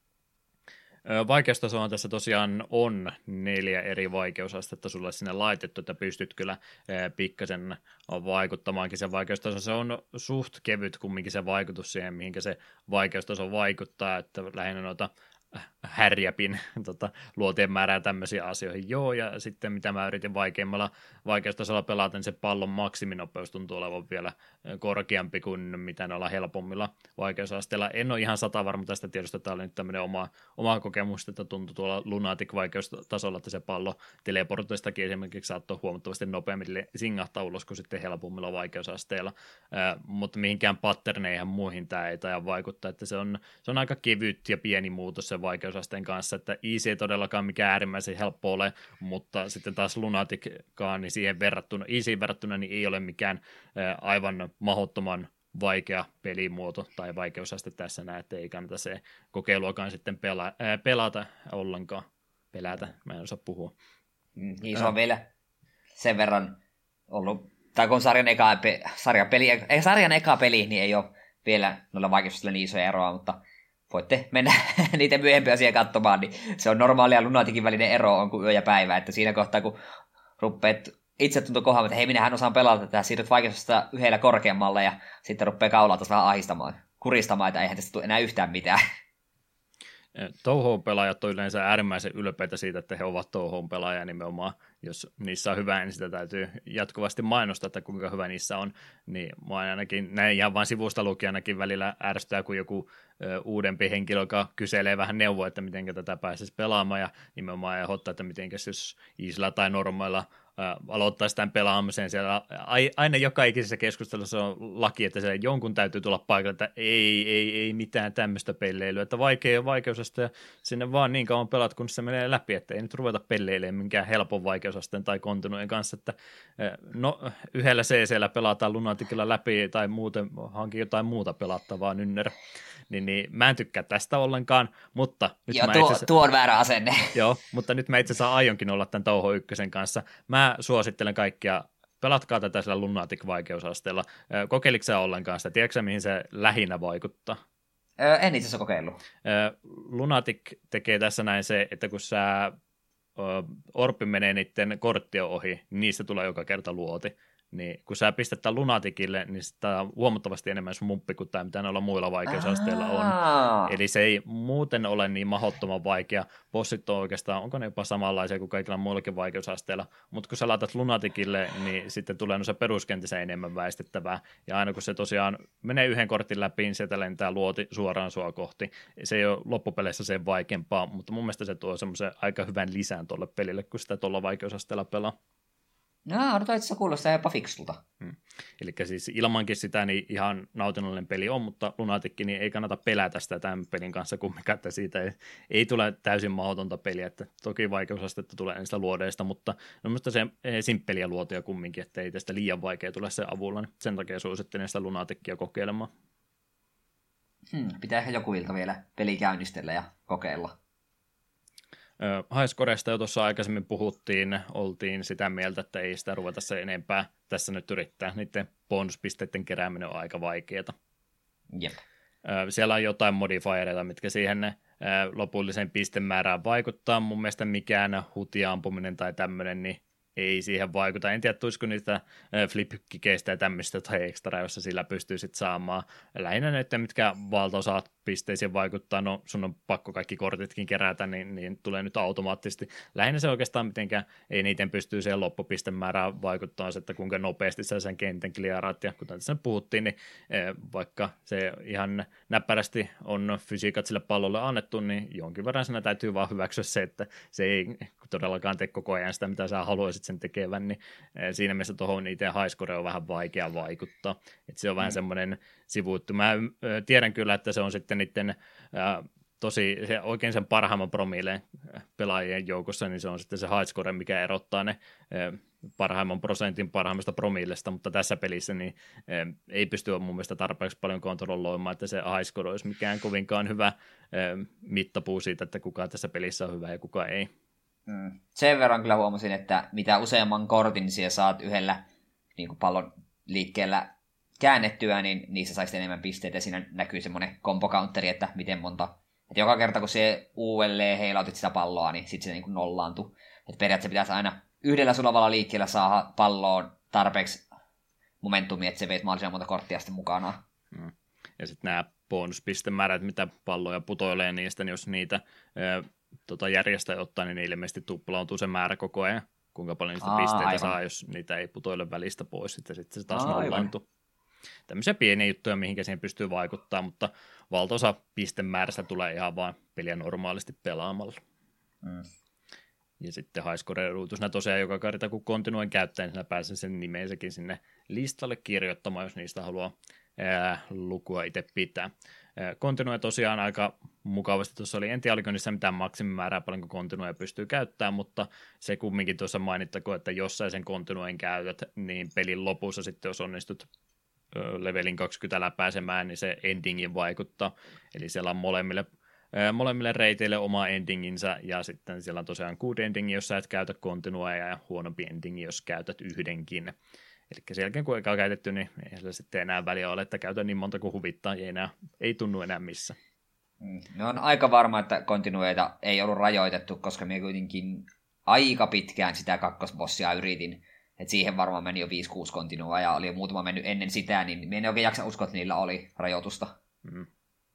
S1: Vaikeustasoa tässä tosiaan on neljä eri vaikeusastetta sulle sinne laitettu, että pystyt kyllä pikkasen vaikuttamaankin sen vaikeustaso. Se on suht kevyt kumminkin se vaikutus siihen, mihinkä se vaikeustaso vaikuttaa, että lähinnä noita härjäpin tota, luotien määrää tämmöisiin asioihin. Joo, ja sitten mitä mä yritin vaikeimmalla vaikeustasolla pelata, niin se pallon maksiminopeus tuntuu olevan vielä korkeampi kuin mitä ne ollaan helpommilla vaikeusasteilla. En ole ihan sata varma tästä tiedosta, että tämä oli nyt tämmöinen oma, oma kokemus, että tuntui tuolla Lunatic-vaikeustasolla, että se pallo teleportoistakin esimerkiksi saattoi huomattavasti nopeammin singahtaa ulos kuin sitten helpommilla vaikeusasteilla, äh, mutta mihinkään patterneihin ja muihin tämä ei taida vaikuttaa, että se on, se on aika kevyt ja pieni muutos sen vaikeusasteen kanssa, että easy ei todellakaan mikään äärimmäisen helppo ole, mutta sitten taas Lunatickaan, niin siihen verrattuna, easy verrattuna, niin ei ole mikään äh, aivan mahdottoman vaikea pelimuoto tai vaikeusaste tässä näin, että ei kannata se kokeiluakaan sitten pela, ää, pelata ollenkaan. Pelätä, mä en osaa puhua.
S2: Niin se on vielä sen verran ollut, tai kun sarjan eka, pe, sarjan, peli, ei, sarjan eka peli, niin ei ole vielä noilla vaikeusasteilla niin isoja eroa, mutta voitte mennä niitä myöhempiä asiaa katsomaan, niin se on normaalia Lunaticin välinen ero on kuin yö ja päivä, että siinä kohtaa kun rupeat itse tuntuu kohdalla, että hei, minähän osaan pelata tätä, siirryt vaikeuksesta yhdellä korkeammalle ja sitten rupeaa kaulaa taas vähän ahistamaan, kuristamaan, että eihän tästä tule enää yhtään mitään.
S1: Touhou-pelaajat on yleensä äärimmäisen ylpeitä siitä, että he ovat Touhou-pelaajia nimenomaan. Jos niissä on hyvä, niin sitä täytyy jatkuvasti mainostaa, että kuinka hyvä niissä on. Niin mä ainakin näin ihan vain sivusta lukijanakin välillä ärsyttää, kun joku ö, uudempi henkilö, joka kyselee vähän neuvoa, että miten tätä pääsisi pelaamaan ja nimenomaan ehdottaa, että miten jos isillä tai normailla aloittaisi tämän pelaamisen. Siellä aina joka ikisessä keskustelussa on laki, että se jonkun täytyy tulla paikalle, että ei, ei, ei mitään tämmöistä pelleilyä, että vaikea vaikeusasta ja sinne vaan niin kauan pelat, kun se menee läpi, että ei nyt ruveta pelleilemään minkään helpon vaikeusasteen tai kontinujen kanssa, että no yhdellä C C:llä pelataan Lunaticilla läpi tai muuten hankin jotain muuta pelattavaa nynner. Niin, niin mä en tykkää tästä ollenkaan, mutta nyt
S2: joo,
S1: mä
S2: tuo,
S1: itse...
S2: tuo on väärä asenne.
S1: Joo, mutta nyt mä itse asiassa aionkin olla tämän Touhou ykkösen kanssa. Mä suosittelen kaikkia, pelatkaa tätä sillä Lunatic-vaikeusasteella. Kokeiliko sä ollenkaan sitä? Tiedätkö sä, mihin se lähinnä vaikuttaa?
S2: Öö, en itse asiassa kokeillut.
S1: Lunatic tekee tässä näin se, että kun sä Orppi menee niiden korttien ohi, niin niistä tulee joka kerta luoti. Niin kun sä pistät tämän Lunaticille, niin sitä on huomattavasti enemmän sun mumppi kuin tämä, mitä noilla muilla vaikeusasteilla on.
S2: Aa.
S1: Eli se ei muuten ole niin mahdottoman vaikea. Bossit on oikeastaan, onko ne jopa samanlaisia kuin kaikilla muillakin vaikeusasteilla, mutta kun sä laitat Lunaticille, niin sitten tulee noissa peruskentissä enemmän väistettävää. Ja aina kun se tosiaan menee yhden kortin läpi, niin sieltä lentää luoti suoraan sua kohti. Se ei ole loppupeleissä sen vaikeampaa, mutta mun mielestä se tuo semmoisen aika hyvän lisän tuolle pelille, kun sitä tuolla vaikeusasteella pelaa.
S2: No, no itse asiassa kuulostaa jopa fiksulta.
S1: Hmm. Eli siis ilmankin sitä niin ihan nautinnollinen peli on, mutta Lunatic niin ei kannata pelätä sitä tämän pelin kanssa kumminkaan, että siitä ei, ei tule täysin mahdotonta peliä, että toki vaikeusastetta tulee niistä luodeista, mutta no minusta se simppeliä luotia kumminkin, että ei tästä liian vaikea tule sen avulla, niin sen takia suosittelen sitä Lunaticia kokeilemaan.
S2: Hmm, pitää ehkä joku ilta vielä peli käynnistellä ja kokeilla.
S1: Highscoresta jo tuossa aikaisemmin puhuttiin, oltiin sitä mieltä, että ei sitä ruveta se enempää tässä nyt yrittää. Niiden bonuspisteiden kerääminen on aika vaikeaa.
S2: Jep.
S1: Siellä on jotain modifiereita, mitkä siihen lopulliseen pistemäärään vaikuttaa. Mun mielestä mikään hutiampuminen tai tämmöinen, niin ei siihen vaikuta. En tiedä, tulisiko niistä flip-kikeistä ja tämmöistä tai extra, jossa sillä pystyy sitten saamaan. Lähinnä ne, mitkä valtaosaat pisteisiin vaikuttaa, no sun on pakko kaikki kortitkin kerätä, niin, niin tulee nyt automaattisesti. Lähinnä se oikeastaan mitenkään ei niiden pystyy siihen loppupistemäärään vaikuttaa, että kuinka nopeasti sä sen kentän kliaraat, ja kuten tässä puhuttiin, niin vaikka se ihan näppärästi on fysiikat sille pallolle annettu, niin jonkin verran siinä täytyy vaan hyväksyä se, että se ei todellakaan tee koko ajan sitä, mitä sä haluaisit sen tekevän, niin siinä mielessä tuohon itse highscore on vähän vaikea vaikuttaa. Että se on mm. vähän semmoinen sivuuttu. Mä tiedän kyllä, että se on sitten niiden äh, tosi se, oikein sen parhaimman promilleen pelaajien joukossa, niin se on sitten se highscore, mikä erottaa ne äh, parhaimman prosentin parhaimmasta promillesta, mutta tässä pelissä niin äh, ei pysty mun mielestä tarpeeksi paljon kontrolloimaan, että se highscore olisi mikään kovinkaan hyvä äh, mittapuu siitä, että kuka tässä pelissä on hyvä ja kuka ei.
S2: Mm. Sen verran kyllä huomasin, että mitä useamman kortin siellä saat yhdellä niin kuin pallon liikkeellä käännettyä, niin niissä saisi enemmän pisteitä ja siinä näkyy semmoinen kompokaunteri, että miten monta. Että joka kerta kun se uudelleen heilautit sitä palloa, niin sitten se niin kuin nollaantui. Että periaatteessa pitäisi aina yhdellä sulavalla liikkeellä saada palloon tarpeeksi momentumia, että se veit mahdollisimman monta korttia sitten mukana.
S1: Mm. Ja sitten nämä bonuspistemäärät, mitä palloja putoilee niistä, niin jos niitä ää, tota järjestäjä ottaa, niin ne ilmeisesti tuplautuu se määrä koko ajan. Kuinka paljon niistä
S2: Aa,
S1: pisteitä
S2: aivan.
S1: saa, jos niitä ei putoile välistä pois, sitten, sitten se taas
S2: Aa,
S1: nollaantuu. Tämmöisiä pieniä juttuja, mihinkä siihen pystyy vaikuttaa, mutta valtaosa pistemäärästä tulee ihan vaan peliä normaalisti pelaamalla. Mm. Ja sitten highscore-ruutusena tosiaan joka kerta, kun kontinuoin käyttäen, niin pääsen sen nimeensäkin sinne listalle kirjoittamaan, jos niistä haluaa ää, lukua itse pitää. Kontinuoja tosiaan aika mukavasti tuossa oli, en tiedä oliko niissä mitään maksimimäärää paljonko kontinuoja pystyy käyttämään, mutta se kumminkin tuossa mainittakoon, että jos sä sen kontinuoin käytät, niin pelin lopussa sitten jos onnistut levelin kaksikymmentä läpäisemään, niin se endingin vaikuttaa, eli siellä on molemmille molemmille reiteille oma endinginsä, ja sitten siellä on tosiaan good endingi, jos sä et käytä kontinuoja, ja huonompi endingi, jos käytät yhdenkin. Eli sen jälkeen, kun eka on käytetty, niin ei sillä sitten enää väliä ole, että käytän niin monta kuin huvittaa, ei, enää, ei tunnu enää missä.
S2: No on aika varma, että kontinueita ei ollut rajoitettu, koska minä kuitenkin aika pitkään sitä kakkosbossia yritin. Että siihen varmaan meni jo viisi kuusi kontinuaa, ja oli jo muutama mennyt ennen sitä, niin minä en oikein jaksa uskoa, että niillä oli rajoitusta. Mm.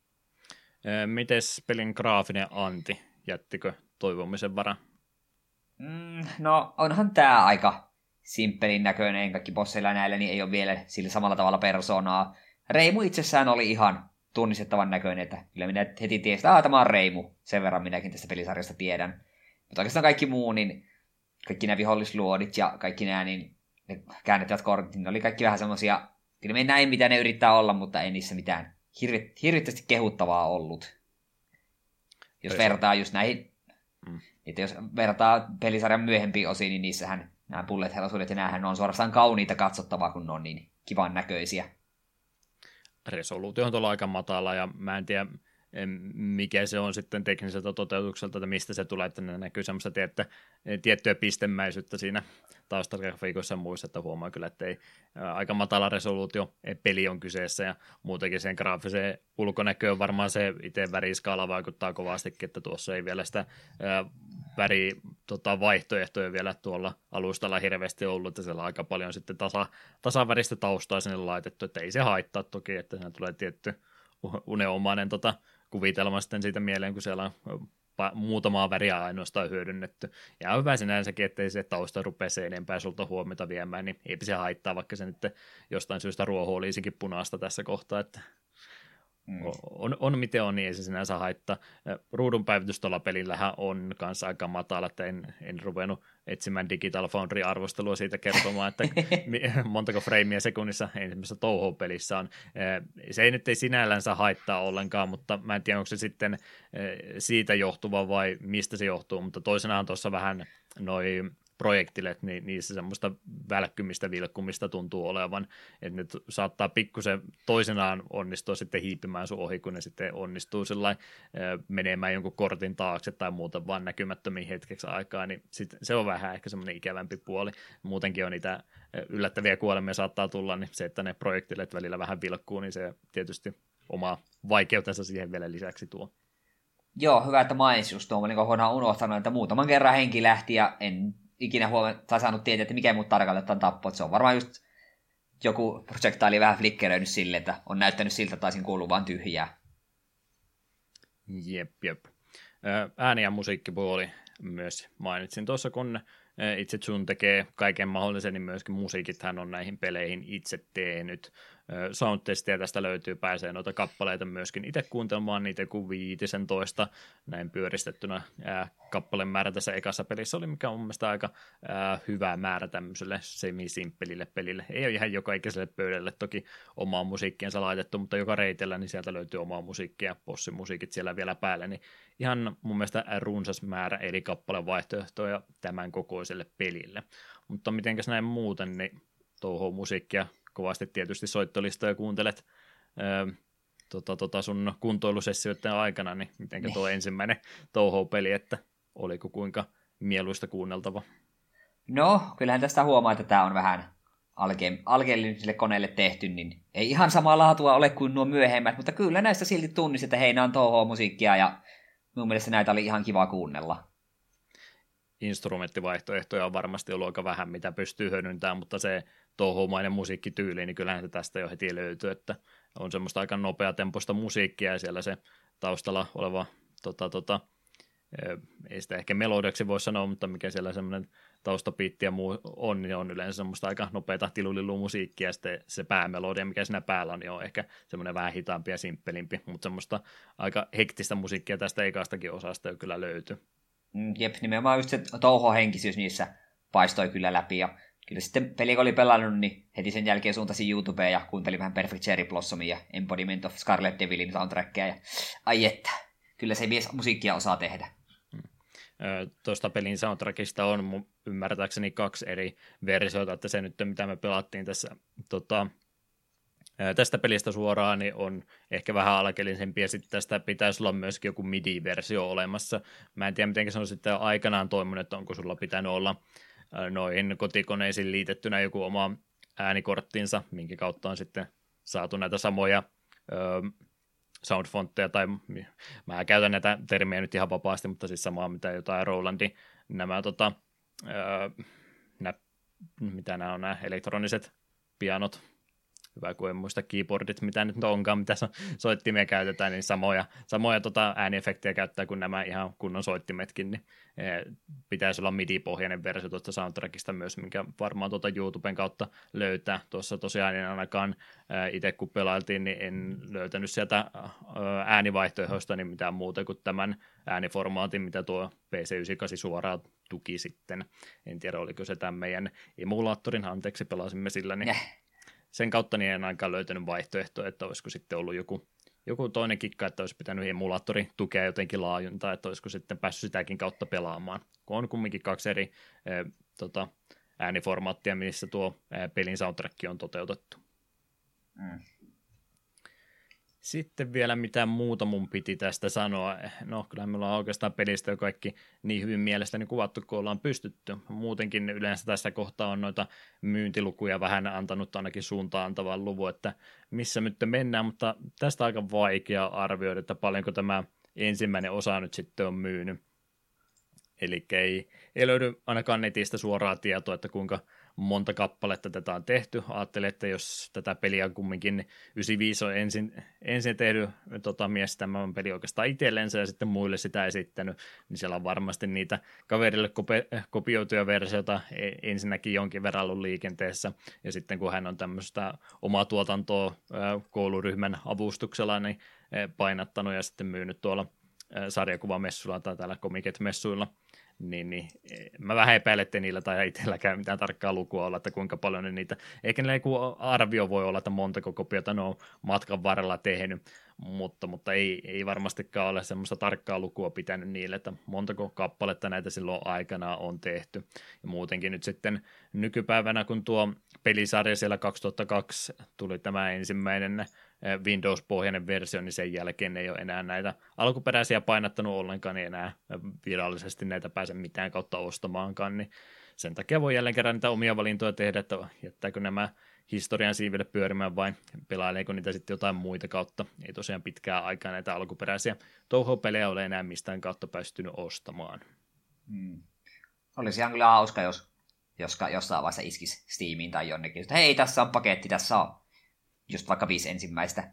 S1: Mites pelin graafinen anti? Jättikö toivomisen varan?
S2: Mm, no onhan tää aika simppelin näköinen. Kaikki bosseilla näillä niin ei ole vielä sillä samalla tavalla persoonaa. Reimu itsessään oli ihan tunnistettavan näköinen, että kyllä minä heti tiesin, että tämä on Reimu. Sen verran minäkin tästä pelisarjasta tiedän. Mutta oikeastaan kaikki muu, niin kaikki nämä vihollisluodit ja kaikki nämä, niin ne käännettävät kortit, niin ne oli kaikki vähän semmosia, kyllä me näin mitä ne yrittää olla, mutta ei niissä mitään Hirvit, hirvittävästi kehuttavaa ollut. Jos Pesa. vertaa just näihin, mm. että jos vertaa pelisarjan myöhempiin osiin, niin niissähän nämä bullet hellosuudet ja näähän on suorastaan kauniita katsottavaa, kun ne on niin kivan näköisiä.
S1: Resoluutio on tuolla aika matala, ja mä en tiedä, mikä se on sitten tekniseltä toteutukselta, että mistä se tulee, että ne näkyy semmoista tiettyä, tiettyä pistemäisyyttä siinä taustagrafiikoissa ja muissa, että huomaa kyllä, että ei, ää, aika matala resoluutio peli on kyseessä, ja muutenkin sen graafiseen ulkonäköön varmaan se itse väriskaala vaikuttaa kovastikin, että tuossa ei vielä sitä ää, väri tota, vaihtoehtoja vielä tuolla alustalla hirveästi ollut, että siellä on aika paljon sitten tasa, tasaväristä taustaa sinne laitettu, että ei se haittaa toki, että siinä tulee tietty unenomainen tota, kuvitelma sitten siitä mieleen, kun siellä on muutamaa väriä ainoastaan hyödynnetty. Ja on hyvä sinänsäkin, ettei se tausta rupea se enempää sulta huomiota viemään, niin eipä se haittaa, vaikka se nyt jostain syystä ruoho olisikin punaista tässä kohtaa, että mm. on, on miten on, niin ei se sinänsä haittaa. Ruudun päivitys tuolla pelillähän on kanssa aika matala, että en, en ruvennut etsimään Digital Foundry-arvostelua siitä kertomaan, että montako freimiä sekunnissa ensimmäisessä touhou-pelissä on. Se ei nyt ei sinällänsä haittaa ollenkaan, mutta mä en tiedä, onko se sitten siitä johtuva vai mistä se johtuu, mutta toisenahan tuossa vähän noi projektilet, niin niissä semmoista välkkymistä, vilkkumista tuntuu olevan, että ne saattaa pikkusen toisenaan onnistua sitten hiipimään sun ohi, kun ne sitten onnistuu sillä menemään jonkun kortin taakse tai muuten vaan näkymättömiin hetkeksi aikaa, niin sit se on vähän ehkä semmoinen ikävämpi puoli. Muutenkin on niitä yllättäviä kuolemia saattaa tulla, niin se, että ne projektilet välillä vähän vilkkuu, niin se tietysti oma vaikeutensa siihen vielä lisäksi tuo.
S2: Joo, hyvä, että mainitsin just tuon, niin kokonaan unohtanut, että muutaman kerran henki lähti ja en ikinä huomioon, tai saanut tietää, että mikä mut tarkalleen ottaen tappoi. Se on varmaan just joku projektaili vähän flikkeröinyt sille, että on näyttänyt siltä, että taisin kuulua vaan tyhjää.
S1: Jep, jep. Ääni- ja musiikkipuoli myös mainitsin tuossa, kun itse Jun tekee kaiken mahdollisen, niin myöskin musiikit hän on näihin peleihin itse tehnyt. Soundtestiä tästä löytyy, pääsee noita kappaleita myöskin itse kuuntelemaan niitä kuin viitisen toista näin pyöristettynä ää, kappaleen määrä tässä ekassa pelissä oli, mikä on mun mielestä aika ää, hyvä määrä tämmöiselle semi-simppelille pelille. Ei ole ihan joka ikiselle pöydälle toki omaa musiikkiensa laitettu, mutta joka reitellä niin sieltä löytyy omaa musiikkia, bossimusiikit siellä vielä päällä, niin ihan mun mielestä runsas määrä eri kappaleen vaihtoehtoja tämän kokoiselle pelille. Mutta mitenkäs näin muuten, niin touhuu musiikkia kovasti tietysti soittolistoja kuuntelet öö, tota, tota sun kuntoilusessioiden aikana, niin mitenkä tuo ensimmäinen touhou-peli, että oliko kuinka mieluista kuunneltava?
S2: No, kyllähän tästä huomaa, että tämä on vähän alke- alkeelliselle koneelle tehty, niin ei ihan samaa laatua ole kuin nuo myöhemmät, mutta kyllä näistä silti tunnistet, että hei, nämä on touhou-musiikkia, ja mun mielestä näitä oli ihan kiva kuunnella.
S1: instrumenttivaihtoehtoja on varmasti ollut aika vähän, mitä pystyy hyödyntämään, mutta se touhumainen musiikkityyli, niin kyllähän se tästä jo heti löytyy, että on semmoista aika nopeatempoista musiikkia ja siellä se taustalla oleva, tota, tota, ei sitä ehkä melodiaksi voi sanoa, mutta mikä siellä semmoinen taustapiitti ja muu on, niin on yleensä semmoista aika nopeata tilulilumusiikkia, ja sitten se päämelodia, mikä siinä päällä on, niin on ehkä semmoinen vähän hitaampi ja simppelimpi, mutta semmoista aika hektistä musiikkia tästä ekaastakin osasta jo kyllä löytyy.
S2: Jep, nimenomaan just se touhohenkisyys niissä paistoi kyllä läpi, ja kyllä sitten peli kun oli pelannut, niin heti sen jälkeen suuntasin YouTubeen ja kuuntelin vähän Perfect Cherry Blossomia ja Embodiment of Scarlet Devilin soundtrackia, ja ai että, kyllä se mies musiikkia osaa tehdä.
S1: Tuosta pelin soundtrackista on ymmärtääkseni kaksi eri versiota, että se nyt, mitä me pelattiin tässä tota, tästä pelistä suoraan, niin on ehkä vähän alkeellisempi, ja sitten tästä pitäisi olla myöskin joku midi-versio olemassa. Mä en tiedä, miten se on sitten aikanaan toiminut, että onko sulla pitänyt olla noihin kotikoneisiin liitettynä joku oma äänikorttinsa, minkä kautta on sitten saatu näitä samoja öö, soundfontteja, tai mä käytän näitä termiä nyt ihan vapaasti, mutta siis samaa mitä jotain Rolandin nämä, tota, öö, nä, mitä nämä on nämä elektroniset pianot, hyvä kun en muista keyboardit, mitä nyt onkaan, mitä soittimia käytetään, niin samoja, samoja tota ääniefektejä käyttää kuin nämä ihan kunnon soittimetkin, niin pitäisi olla midi-pohjainen versio tuosta soundtrackista myös, minkä varmaan tuota YouTuben kautta löytää. Tuossa tosiaan en ainakaan itse kun pelailtiin, niin en löytänyt sieltä äänivaihtoehdoista niin mitään muuta kuin tämän ääniformaatin, mitä tuo P C yhdeksänkymmentäkahdeksan suoraan tuki sitten. En tiedä, oliko se tämän meidän emulaattorin, anteeksi, pelasimme sillä, niin sen kautta niin en ainakaan löytänyt vaihtoehtoa, että olisiko sitten ollut joku, joku toinen kikka, että olisi pitänyt emulaattori tukea jotenkin laajuntaa, että olisiko sitten päässyt sitäkin kautta pelaamaan. Kun on kumminkin kaksi eri e, tota, ääniformaattia, missä tuo e, pelin soundtrack on toteutettu. Mm. Sitten vielä mitä muuta mun piti tästä sanoa. No, kyllähän meillä on oikeastaan pelistä jo kaikki niin hyvin mielestäni kuvattu, kun ollaan pystytty. Muutenkin yleensä tässä kohtaa on noita myyntilukuja vähän antanut ainakin suuntaan antavan luvun, että missä nyt mennään, mutta tästä aika vaikea arvioida, että paljonko tämä ensimmäinen osa nyt sitten on myynyt. Eli ei, ei löydy ainakaan netistä suoraa tietoa, että kuinka monta kappaletta tätä on tehty. Ajattelin, että jos tätä peliä on kumminkin yhdeksänkymmentäviisi on ensin, ensin tehnyt tota, mies tämän peli oikeastaan itsellensä ja sitten muille sitä esittänyt, niin siellä on varmasti niitä kaverille kopi- kopioituja versioita ensinnäkin jonkin verran ollut liikenteessä. Ja sitten kun hän on tämmöistä omaa tuotantoa kouluryhmän avustuksella niin painattanut ja sitten myynyt tuolla sarjakuvamessuilla tai täällä Comiket-messuilla, niin, niin mä vähän epäilen, ettei niillä tai itselläkään mitään tarkkaa lukua olla, että kuinka paljon ne niitä, eikä niillä joku arvio voi olla, että montako kopiota ne on matkan varrella tehnyt, mutta, mutta ei, ei varmastikaan ole semmoista tarkkaa lukua pitänyt niille, että montako kappaletta näitä silloin aikana on tehty. Ja muutenkin nyt sitten nykypäivänä, kun tuo pelisarja siellä kaksituhattakaksi tuli tämä ensimmäinen Windows-pohjainen versio, niin sen jälkeen ei ole enää näitä alkuperäisiä painattanut ollenkaan, niin enää virallisesti näitä pääse mitään kautta ostamaankaan, niin sen takia voi jälleen kerran niitä omia valintoja tehdä, että jättääkö nämä historian siiville pyörimään vai pelaileeko niitä sitten jotain muita kautta. Ei tosiaan pitkään aikaa näitä alkuperäisiä touhopelejä ole enää mistään kautta päästynyt ostamaan.
S2: Hmm. Olisi ihan kyllä hauska, jos, jos jossain vaiheessa iskisi Steamiin tai jonnekin, että hei, tässä on paketti, tässä on just vaikka viisi ensimmäistä.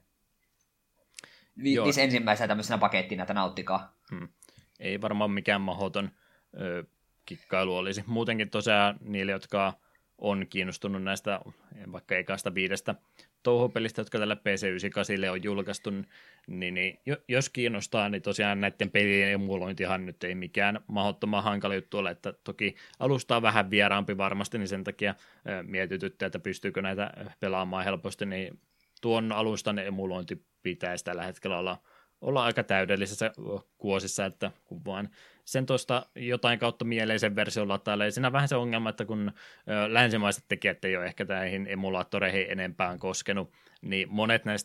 S2: Vi- viisi ensimmäistä tämmöisenä pakettina, että nauttikaa.
S1: Hmm. Ei varmaan mikään mahdoton ö, kikkailu olisi. Muutenkin tosiaan niille, jotka on kiinnostunut näistä vaikka ekasta viidestä touhupelistä, jotka tällä P C yhdeksänkymmentäkahdeksan on julkaistu, niin, niin jos kiinnostaa, niin tosiaan näiden pelien emulointihan nyt ei mikään mahdottoman hankala juttu ole, että toki alusta on vähän vieraampi varmasti, niin sen takia mietityttää, että pystyykö näitä pelaamaan helposti, niin tuon alustan emulointi pitäisi tällä hetkellä olla olla aika täydellisessä kuosissa, että kun vaan sen tuosta jotain kautta mieleisen version latailee. Siinä on vähän se ongelma, että kun länsimaiset tekijät ei ole ehkä näihin emulaattoreihin enempään koskenut, niin monet näistä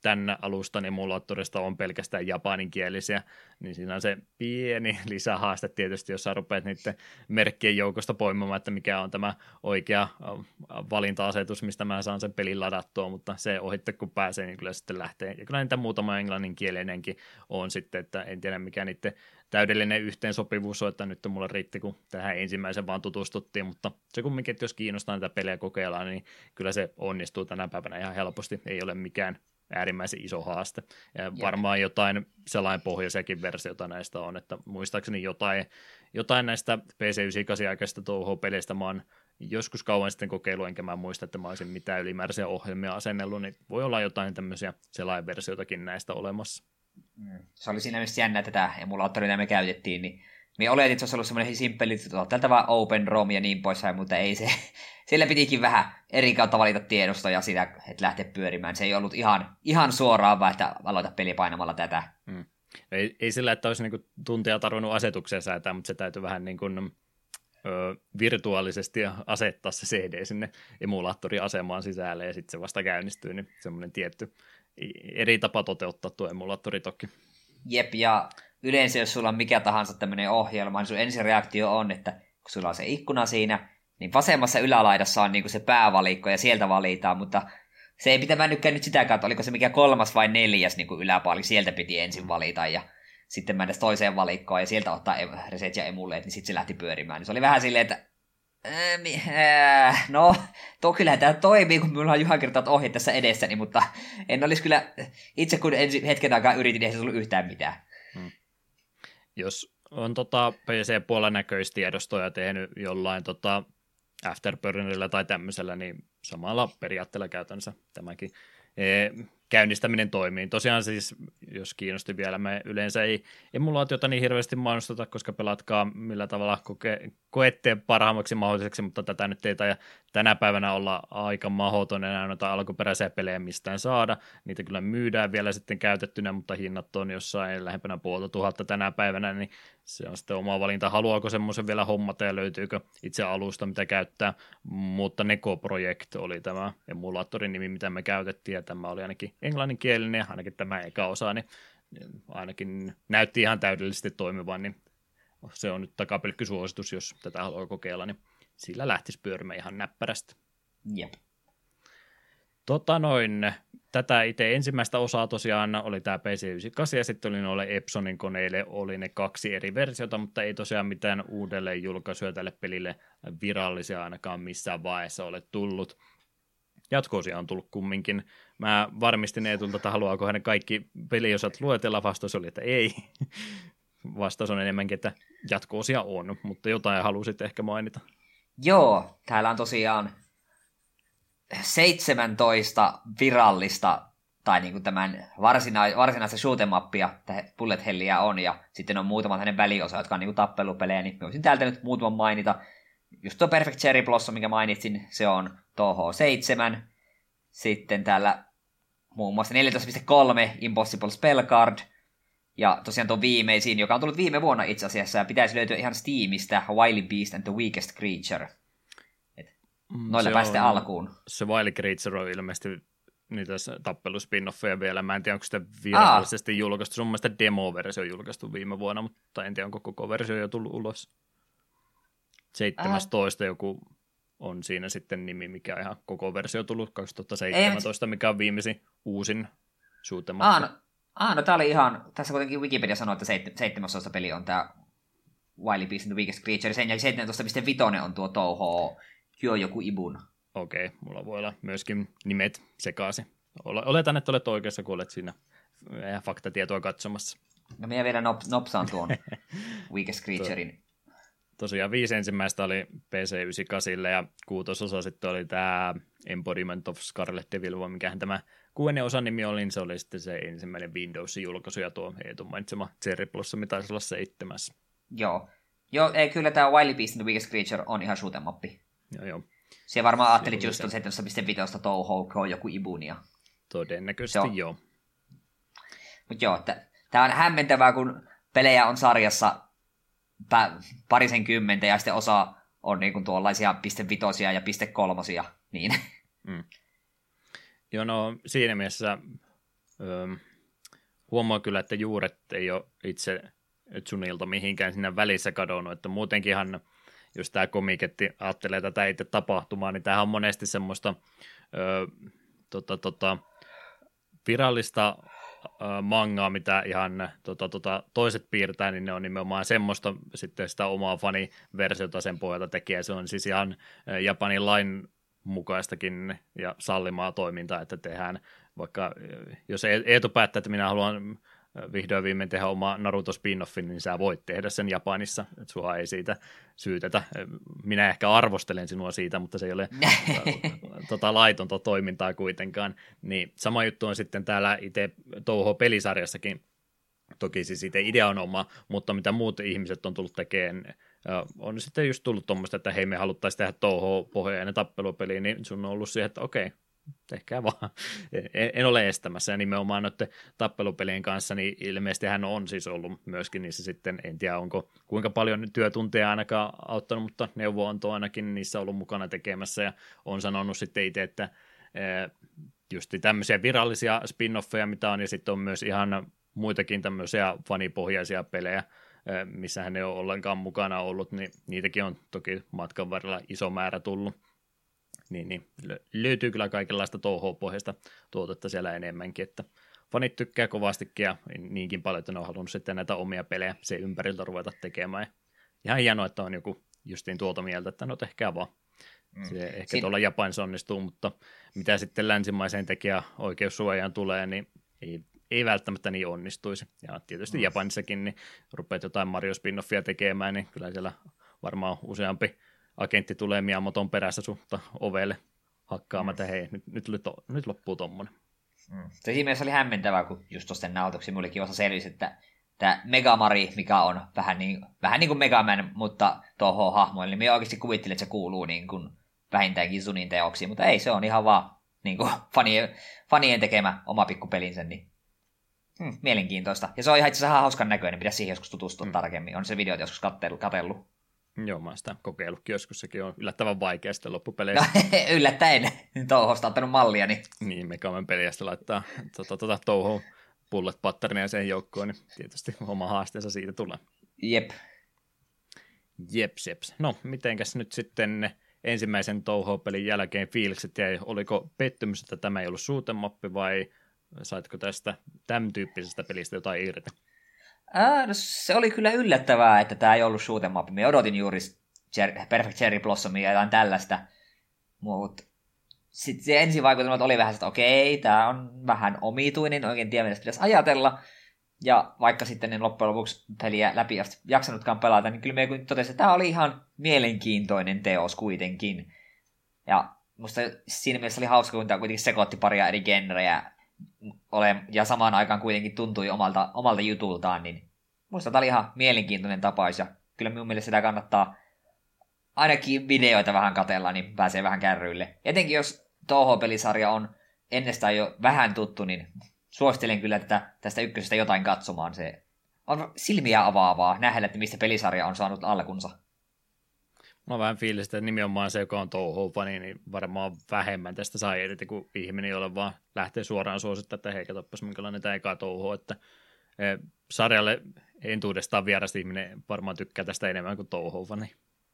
S1: tämän alustan emulaattorista on pelkästään japaninkielisiä, niin siinä on se pieni lisähaaste tietysti, jos sä rupeat niiden merkkien joukosta poimimaan, että mikä on tämä oikea valinta-asetus, mistä mä saan sen pelin ladattua, mutta se ohitte kun pääsee, niin kyllä sitten lähtee. Ja kyllä niitä muutama englanninkielinenkin on sitten, että en tiedä mikä niiden täydellinen yhteensopivuus on, että nyt mulla riitti, kun tähän ensimmäisen vaan tutustuttiin, mutta se kumminkin, että jos kiinnostaa näitä pelejä kokeillaan, niin kyllä se onnistuu tänä päivänä ihan helposti, ei ole mikään äärimmäisen iso haaste. Ja varmaan jotain sellainen pohjaisiakin versioita näistä on, että muistaakseni jotain, jotain näistä P C yhdeksänkymmentäkahdeksan aikaisista touhua-peleistä mä oon joskus kauan sitten kokeilu, enkä mä muista, että mä olisin mitään ylimääräisiä ohjelmia asennellut, niin voi olla jotain tämmöisiä sellainen versioitakin näistä olemassa.
S2: Mm. Se oli siinä myös jännä, että tämä emulaattori, mitä me käytettiin, niin me oletin, että se olisi ollut semmoinen simppeli, tältä vaan Open ROM ja niin poispäin, mutta ei se, siellä pitikin vähän eri kautta valita tiedostoa ja sitä, että lähteä pyörimään. Se ei ollut ihan, ihan suoraan vaan, että aloita peli painamalla tätä.
S1: Mm. Ei, ei sillä, että olisi niinku tuntia tarvinnut asetuksia säätää, mutta se täytyy vähän niin kuin, ö, virtuaalisesti asettaa se C D sinne emulaattoriasemaan sisälle ja sitten se vasta käynnistyy, niin semmoinen tietty eri tapa toteuttaa tuo emulaattori toki.
S2: Jep, ja yleensä jos sulla on mikä tahansa tämmöinen ohjelma, niin sun ensireaktio on, että kun sulla on se ikkuna siinä, niin vasemmassa ylälaidassa on niinku se päävalikko ja sieltä valitaan, mutta se ei pitämänytkään nyt sitä kautta, oliko se mikä kolmas vai neljäs niin yläpuoli, sieltä piti ensin valita ja sitten mennä toiseen valikkoon ja sieltä ottaa reset ja emuleet, niin sitten se lähti pyörimään. Niin se oli vähän silleen, että no, tuo kyllähän tämä toimii, kun minulla on juhan kertaa ohjeet tässä edessäni, mutta en olisi kyllä, itse kun ensin hetken aikaa yritin, niin ei se tullut yhtään mitään. Hmm.
S1: Jos on tota P C-puolella näköistiedostoja tehnyt jollain tota Afterburnerilla tai tämmöisellä, niin samalla periaatteella käytännössä tämäkin e, käynnistäminen toimii. Tosiaan siis, jos kiinnosti vielä, me yleensä ei emulaatiota niin hirveästi mainosteta, koska pelatkaa millä tavalla koke, koette parhaammaksi mahdolliseksi, mutta tätä nyt ei taida tänä päivänä olla aika mahdoton enää noita alkuperäisiä pelejä mistään saada. Niitä kyllä myydään vielä sitten käytettynä, mutta hinnat on jossain lähempänä puolta tuhatta tänä päivänä, niin se on sitten oma valinta, haluaako semmoisen vielä hommata ja löytyykö itse alusta, mitä käyttää, mutta Neko Project oli tämä emulaattorin nimi, mitä me käytettiin, ja tämä oli ainakin englanninkielinen, ja ainakin tämä eka osa, niin ainakin näytti ihan täydellisesti toimivan, niin se on nyt takapelkkysuositus, jos tätä haluaa kokeilla, niin sillä lähtisi pyörimään ihan näppärästi.
S2: Jep.
S1: Tota noin, tätä itse ensimmäistä osaa tosiaan oli tämä P C yhdeksänkymmentäkahdeksan ja sitten oli noille Epsonin koneille oli ne kaksi eri versiota, mutta ei tosiaan mitään uudelleen julkaisuja tälle pelille virallisia ainakaan missään vaiheessa ole tullut. Jatko-osia on tullut kumminkin. Mä varmistin Eetulta, että haluaako hänen kaikki peliosat luetella, vastaus oli, että ei. Vastaus on enemmänkin, että jatko-osia on, mutta jotain halusit ehkä mainita.
S2: Joo, täällä on tosiaan seitsemäntoista virallista tai niin kuin tämän varsina- varsinaista shoot-em-appia, bullet helliä on, ja sitten on muutama hänen väliosa, jotka on niin kuin tappelupelejä, niin voisin täältä nyt muutaman mainita. Just tuo Perfect Cherry Blossom, minkä mainitsin, se on tuo H seitsemän. Sitten täällä muun muassa neljätoista piste kolme Impossible Spellcard. Ja tosiaan tuo viimeisin, joka on tullut viime vuonna itse asiassa, ja pitäisi löytyä ihan Steamista, Wily Beast and the Weakest Creature. Et noilla
S1: se
S2: päästä
S1: on,
S2: alkuun.
S1: Se Wily Creature on ilmeisesti niitä tappeluspin-offeja vielä. Mä en tiedä, onko sitä virallisesti Aa. julkaistu. Se on mun mielestä demo-versio julkaistu viime vuonna, mutta en tiedä, onko koko versio jo tullut ulos. seitsemäntoista Ää. joku on siinä sitten nimi, mikä on ihan koko versio tullut kaksituhattaseitsemäntoista, Ei, mikä on viimeisin uusin shoot 'em up.
S2: Aa, no, aa, no tää oli ihan, tässä kuitenkin Wikipedia sanoo, että seitsemästoista peli on tää Wily Beast and the Weakest Creature, sen jälkeen seitsemäntoista piste viisi on tuo Touhou Kyo joku Ibun.
S1: Okei, okay, mulla voi olla myöskin nimet sekaisin. Oletan, että olet oikeassa, kun olet siinä faktatietoa katsomassa.
S2: No minä vielä nop, nopsaan tuon Weakest Creaturein.
S1: Tosiaan viisi ensimmäistä oli P C yhdeksänkymmentäkahdeksan ja kuutososa sitten oli tämä Embodiment of Scarlet Devil, vai mikähän tämä kuudennen osan nimi oli, niin se oli sitten se ensimmäinen Windowsin julkaisu ja tuo Eetun mainitsema Cherry Blossom taisi olla seitsemäs.
S2: Joo, joo ei, kyllä tämä Wily Beast and the Weakest Creature on ihan shoot 'em up.
S1: Joo, joo.
S2: Siellä varmaan ajattelit just seitsemäntoista piste viisi Touhou Kyo joku Ibunia.
S1: Todennäköisesti joo. joo.
S2: Mutta joo, tämä on hämmentävää, kun pelejä on sarjassa parisen kymmentä ja sitten osa on niinku tuollaisia piste vitosia ja piste kolmosia. Niin.
S1: Mm. Joo, no siinä mielessä öö, huomaa kyllä, että juuret ei ole itse Tsunilta mihinkään siinä välissä kadonnut, että muutenkinhan, jos tämä komiketti ajattelee tätä itse tapahtumaa, niin tämähän on monesti semmoista öö, tota, tota, virallista öö, mangaa, mitä ihan tota, tota, toiset piirtää, niin ne on nimenomaan semmoista sitten sitä omaa faniversiota sen pohjalta tekee. Se on siis ihan Japanin lain mukaistakin ja sallimaa toimintaa, että tehdään vaikka, jos Eetu päättää, että minä haluan vihdoin viimein tehdä oma Naruto spin-offin, niin sä voit tehdä sen Japanissa, että sua ei siitä syytetä. Minä ehkä arvostelen sinua siitä, mutta se ei ole tota laitonta toimintaa kuitenkaan. Niin sama juttu on sitten täällä itse Touhou-pelisarjassakin. Toki siis itse idea on oma, mutta mitä muut ihmiset on tullut tekemään, on sitten just tullut tuommoista, että hei, me haluttaisiin tehdä Touhou-pohjainen tappelupeli, niin sun on ollut siihen, että okei, tehkää vaan. En, en ole estämässä, ja nimenomaan noiden tappelupelien kanssa, niin ilmeisesti hän on siis ollut myöskin niissä sitten, en tiedä onko kuinka paljon työtunteja ainakaan auttanut, mutta neuvoanto ainakin niissä ollut mukana tekemässä, ja on sanonut sitten itse, että just tämmöisiä virallisia spin-offeja, mitä on, ja sitten on myös ihan muitakin tämmöisiä fanipohjaisia pelejä, missä hän ei ole ollenkaan mukana ollut, niin niitäkin on toki matkan varrella iso määrä tullut. Niin, niin löytyy kyllä kaikenlaista Touhou-pohjaista tuotetta siellä enemmänkin, että fanit tykkää kovastikin ja niinkin paljon, että ne on halunnut sitten näitä omia pelejä sen ympäriltä ruveta tekemään. Ihan hienoa, että on joku justiin tuolta mieltä, että no tehkää vaan. Se mm. ehkä Siin... tuolla Japanissa onnistuu, mutta mitä sitten länsimaiseen tekijäoikeussuojaan tulee, niin ei, ei välttämättä niin onnistuisi. Ja tietysti mm. Japanissakin, niin rupeat jotain Mario spin-offia tekemään, niin kyllä siellä varmaan useampi agentti tulee Miyamoton perässä sutta ovelle hakkaamaan, että hei, nyt, nyt, nyt loppuu tommonen.
S2: Mm. Se siinä mielessä oli hämmentävää, kun just tuossa nautuksia mullekin osa selvisi, että tämä Megamari, mikä on vähän niin, vähän niin kuin Megaman, mutta tuohon hahmoille, niin minä oikeasti kuvittelin, että se kuuluu niin kuin vähintäänkin Zunin teoksiin, mutta ei, se on ihan vaan niin kuin fanien, fanien tekemä oma pikkupelinsä, niin hmm, mielenkiintoista. Ja se on ihan itse asiassa hauskan näköinen, pitäisi siihen joskus tutustua mm. tarkemmin. On se video joskus katsellut. katsellut.
S1: Joo, mä oon sitä kokeillutkin joskus, sekin on yllättävän vaikea sitten loppupeleissä.
S2: No, yllättäen, Touhousta ottanut mallia. Niin,
S1: niin Megaman peliä sitten laittaa tuota, tuota, Touhou bullet patternia sen joukkoon, niin tietysti oma haasteensa siitä tulee.
S2: Jep.
S1: Jeps, jeps. No, mitenkäs nyt sitten ensimmäisen Touhou-pelin jälkeen fiilikset jäi? Oliko pettymys, että tämä ei ollut shoot-em-up vai saitko tästä tämän tyyppisestä pelistä jotain irti?
S2: Ää, no se oli kyllä yllättävää, että tämä ei ollut shoot 'em up. Minä odotin juuri Cher- Perfect Cherry Blossomia ja jotain tällaista. Mutta sitten se ensivaikutelmat oli vähän, että okei, tämä on vähän omituinen, oikein tiedä, mitä pitäisi ajatella. Ja vaikka sitten en loppujen lopuksi peliä läpi asti jaksanutkaan pelata, niin kyllä me totesin, että tämä oli ihan mielenkiintoinen teos kuitenkin. Ja musta siinä mielessä oli hauska, kun tämä kuitenkin sekoitti paria eri genrejä ole, ja samaan aikaan kuitenkin tuntui omalta, omalta jutultaan, niin musta tämä oli ihan mielenkiintoinen tapaus, ja kyllä minun mielestä sitä kannattaa ainakin videoita vähän katella, niin pääsee vähän kärryille. Etenkin jos Touhou-pelisarja on ennestään jo vähän tuttu, niin suosittelen kyllä tätä, tästä ykkösestä jotain katsomaan. Se on silmiä avaavaa nähdä, että mistä pelisarja on saanut alkunsa.
S1: Mä vähän fiilistä, että nimenomaan se, joka on Touhou-fani, niin varmaan vähemmän tästä saa irti, kun ihminen, jolle vaan lähtee suoraan suosittaa, että hei, katsopas minkälainen tämä eka Touhou, että e, sarjalle entuudestaan vierasta ihminen varmaan tykkää tästä enemmän kuin Touhou-fani.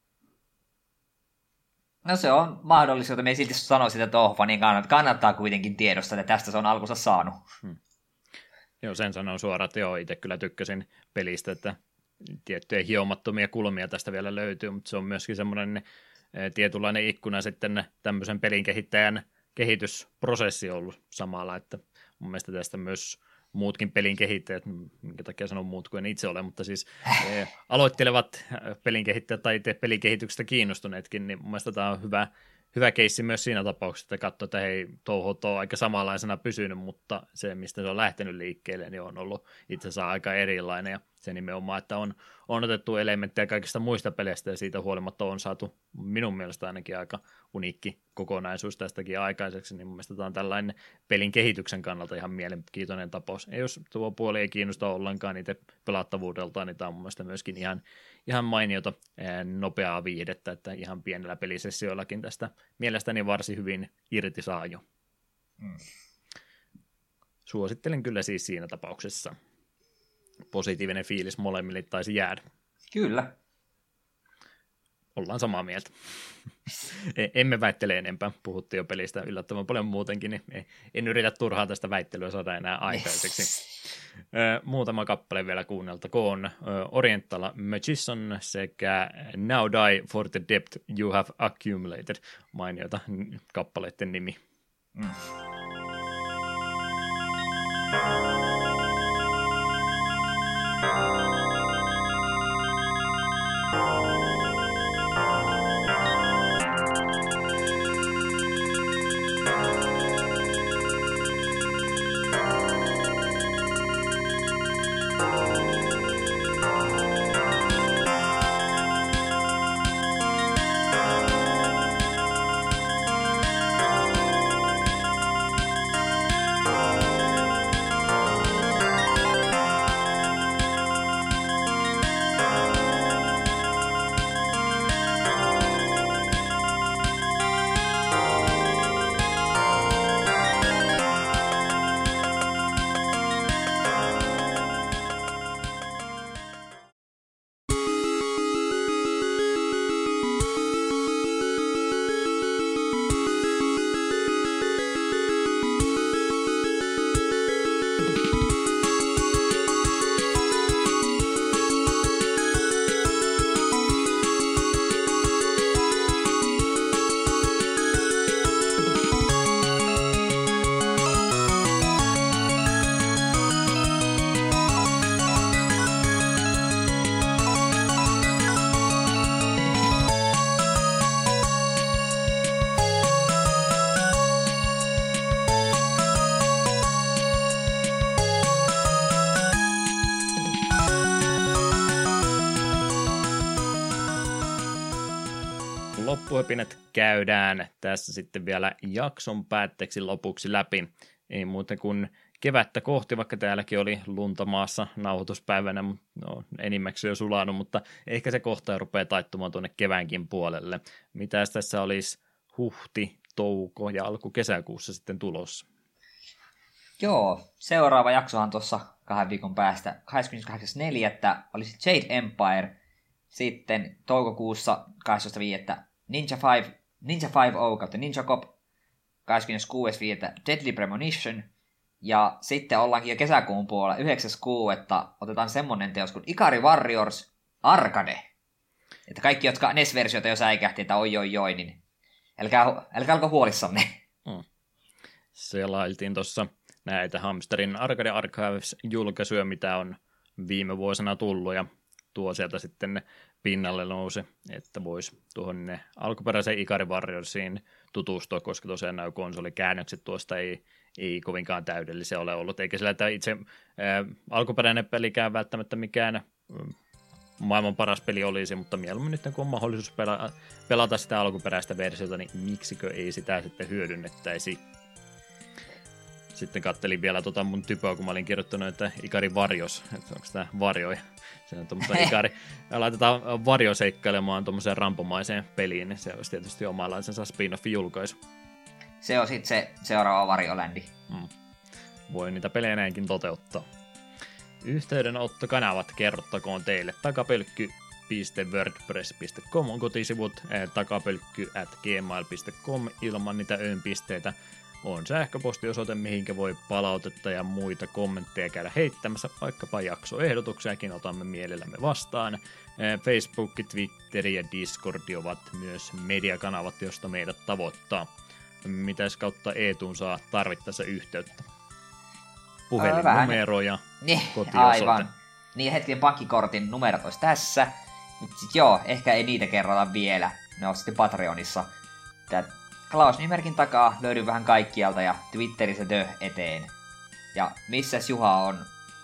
S2: No se on mahdollisuutta. Me ei silti sano sitä Touhou-fanin kannattaa, kannattaa kuitenkin tiedostaa, että tästä se on alkunsa saanut. Hmm.
S1: Joo, sen sanon suoraan, että joo, itse kyllä tykkäsin pelistä, että tiettyjä hiomattomia kulmia tästä vielä löytyy, mutta se on myöskin semmoinen tietynlainen ikkuna sitten tämmöisen pelin kehittäjän kehitysprosessi ollut samalla, että mun mielestä tästä myös muutkin pelin kehittäjät, minkä takia sanon muut kuin en itse ole, mutta siis aloittelevat pelin kehittäjät tai itse pelikehityksestä kiinnostuneetkin, niin mun mielestä tämä on hyvä, hyvä keissi myös siinä tapauksessa, että katsoo, että hei, Touhou on aika samanlaisena pysynyt, mutta se, mistä se on lähtenyt liikkeelle, niin on ollut itse asiassa aika erilainen, ja se nimenomaan, että on, on otettu elementtejä kaikista muista peleistä, ja siitä huolimatta on saatu minun mielestä ainakin aika uniikki kokonaisuus tästäkin aikaiseksi, niin mun mielestä tämä on tällainen pelin kehityksen kannalta ihan mielenkiintoinen tapaus. Ja jos tuo puoli ei kiinnosta ollenkaan itse pelattavuudeltaan, niin tämä on mun mielestä myöskin ihan, ihan mainiota nopeaa viihdettä, että ihan pienellä pelisessioillakin tästä mielestäni varsin hyvin irti saa jo. Mm. suosittelen kyllä siis siinä tapauksessa. Positiivinen fiilis molemmille taisi jäädä.
S2: Kyllä.
S1: Ollaan samaa mieltä. Emme väittele enempää. Puhuttiin jo pelistä yllättävän paljon muutenkin, niin en yritä turhaa tästä väittelyä saada enää aikaiseksi. Muutama kappale vielä kuunneltakoon. Oriental Magician sekä Now Die for the Debt You Have Accumulated. Mainioita kappaleiden nimi. Mm. Loppuhöpinät käydään tässä sitten vielä jakson päätteeksi lopuksi läpi. Ei muuten kuin kevättä kohti, vaikka täälläkin oli lunta maassa nauhoituspäivänä, no, enimmäksi jo sulanut, mutta ehkä se kohta rupeaa taittumaan tuonne keväänkin puolelle. Mitäs tässä olisi huhti, touko ja alkukesäkuussa sitten tulossa?
S2: Joo, seuraava jaksohan tuossa kahden viikon päästä, kahdeskymmeneskahdeksas neljättä olisi Jade Empire, sitten toukokuussa kahdestoista viidettä Ninja viisi, Ninja viisi O kautta Ninja Cop, kahdeskymmeneskuudes viidettä Deadly Premonition, ja sitten ollaankin jo kesäkuun puolella, yhdeksäs kuudetta otetaan semmonen teos kuin Ikari Warriors Arcade. Että kaikki, jotka N E S-versioita jo säikähti, että oi oi oi, niin älkää, älkää alko huolissanne. Hmm.
S1: Selailtiin tuossa näitä Hamsterin Arcade Archives-julkaisuja, mitä on viime vuosina tullut, ja tuo sieltä sitten pinnalle nousi, että voisi tuohon ne alkuperäiseen Ikari Warriorsiin tutustua, koska tosiaan nämä konsolikäännökset tuosta ei, ei kovinkaan täydellisiä ole ollut, eikä sillä tämä itse ää, alkuperäinen pelikään välttämättä mikään ää, maailman paras peli olisi, mutta mieluummin nyt kun on mahdollisuus pela- pelata sitä alkuperäistä versiota, niin miksikö ei sitä sitten hyödynnettäisi. Sitten kattelin vielä tota mun typöä, kun mä olin kirjoittanut, että Ikari Varjos, että onko tämä varjoja. Se on tuommoista Ikari, laitetaan varjo seikkailemaan tuommoiseen rampomaiseen peliin, niin se olisi tietysti omanlaisensa spin-offin julkaisu.
S2: Se on sitten se seuraava Varjoländi. Hmm.
S1: Voi niitä pelejä näinkin toteuttaa. Yhteydenottokanavat kerrottakoon teille. Takapölkky piste wordpress piste com on kotisivut, takapölkky at gmail piste com ilman niitä öönpisteitä. On sähköpostiosoite, mihinkä voi palautetta ja muita kommentteja käydä heittämässä, vaikkapa jaksoehdotuksiakin otamme mielellämme vastaan. Facebook, Twitter ja Discord ovat myös mediakanavat, josta meidät tavoittaa. Mitäs kautta Eetuun saa tarvittaessa yhteyttä? Puhelinnumero ja
S2: niin,
S1: kotiosoite.
S2: Aivan. Niin hetken pankkikortin numerot olisi tässä. Mutta sit joo, ehkä ei niitä kerrota vielä. Ne on sitten Patreonissa. Tää Klaus-nimerkin takaa löytyy vähän kaikkialta ja Twitterissä Dö eteen. Ja missäs Juha on?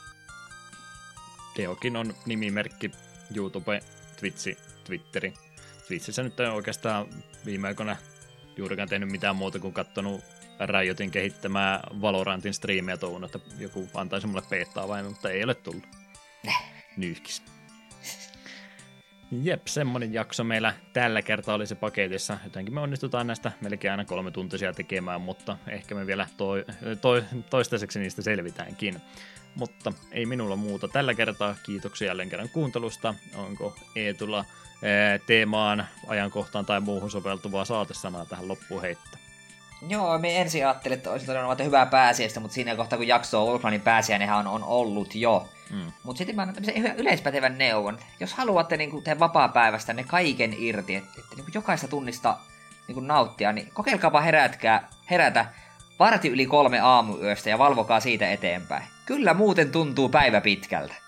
S1: Deokin on nimimerkki, YouTube, Twitchi, Twitteri. Twitchissä nyt ei oikeastaan viime aikoina juurikaan tehnyt mitään muuta kuin kattonut Riotin kehittämää Valorantin striimiä toivon, että joku antaisi mulle peettaa vain, mutta ei ole tullut. Nyyhkis. Jep, semmonen jakso meillä tällä kertaa oli se paketissa. Jotenkin me onnistutaan näistä melkein aina kolme tuntisia tekemään, mutta ehkä me vielä toi, toi, toistaiseksi niistä selvitäänkin. Mutta ei minulla muuta tällä kertaa. Kiitoksia jälleen kerran kuuntelusta. Onko Eetulla ää, teemaan, ajankohtaan tai muuhun soveltuvaa saatesanaa tähän loppuun heittää?
S2: Joo, me ensin ajattelin, että olisi todennut hyvää pääsiäistä, mutta siinä kohtaa kun jakso on ollut, niin pääsiäinenhän on, on ollut jo. Mm. Mutta sitten mä annan tämmöisen yleispätevän neuvon. Jos haluatte niin tehdä vapaa-päivästä ne kaiken irti, että, että niin jokaista tunnista niin nauttia, niin kokeilkaapa herätkää, herätä varti yli kolme aamuyöstä ja valvokaa siitä eteenpäin. Kyllä muuten tuntuu päivä pitkältä.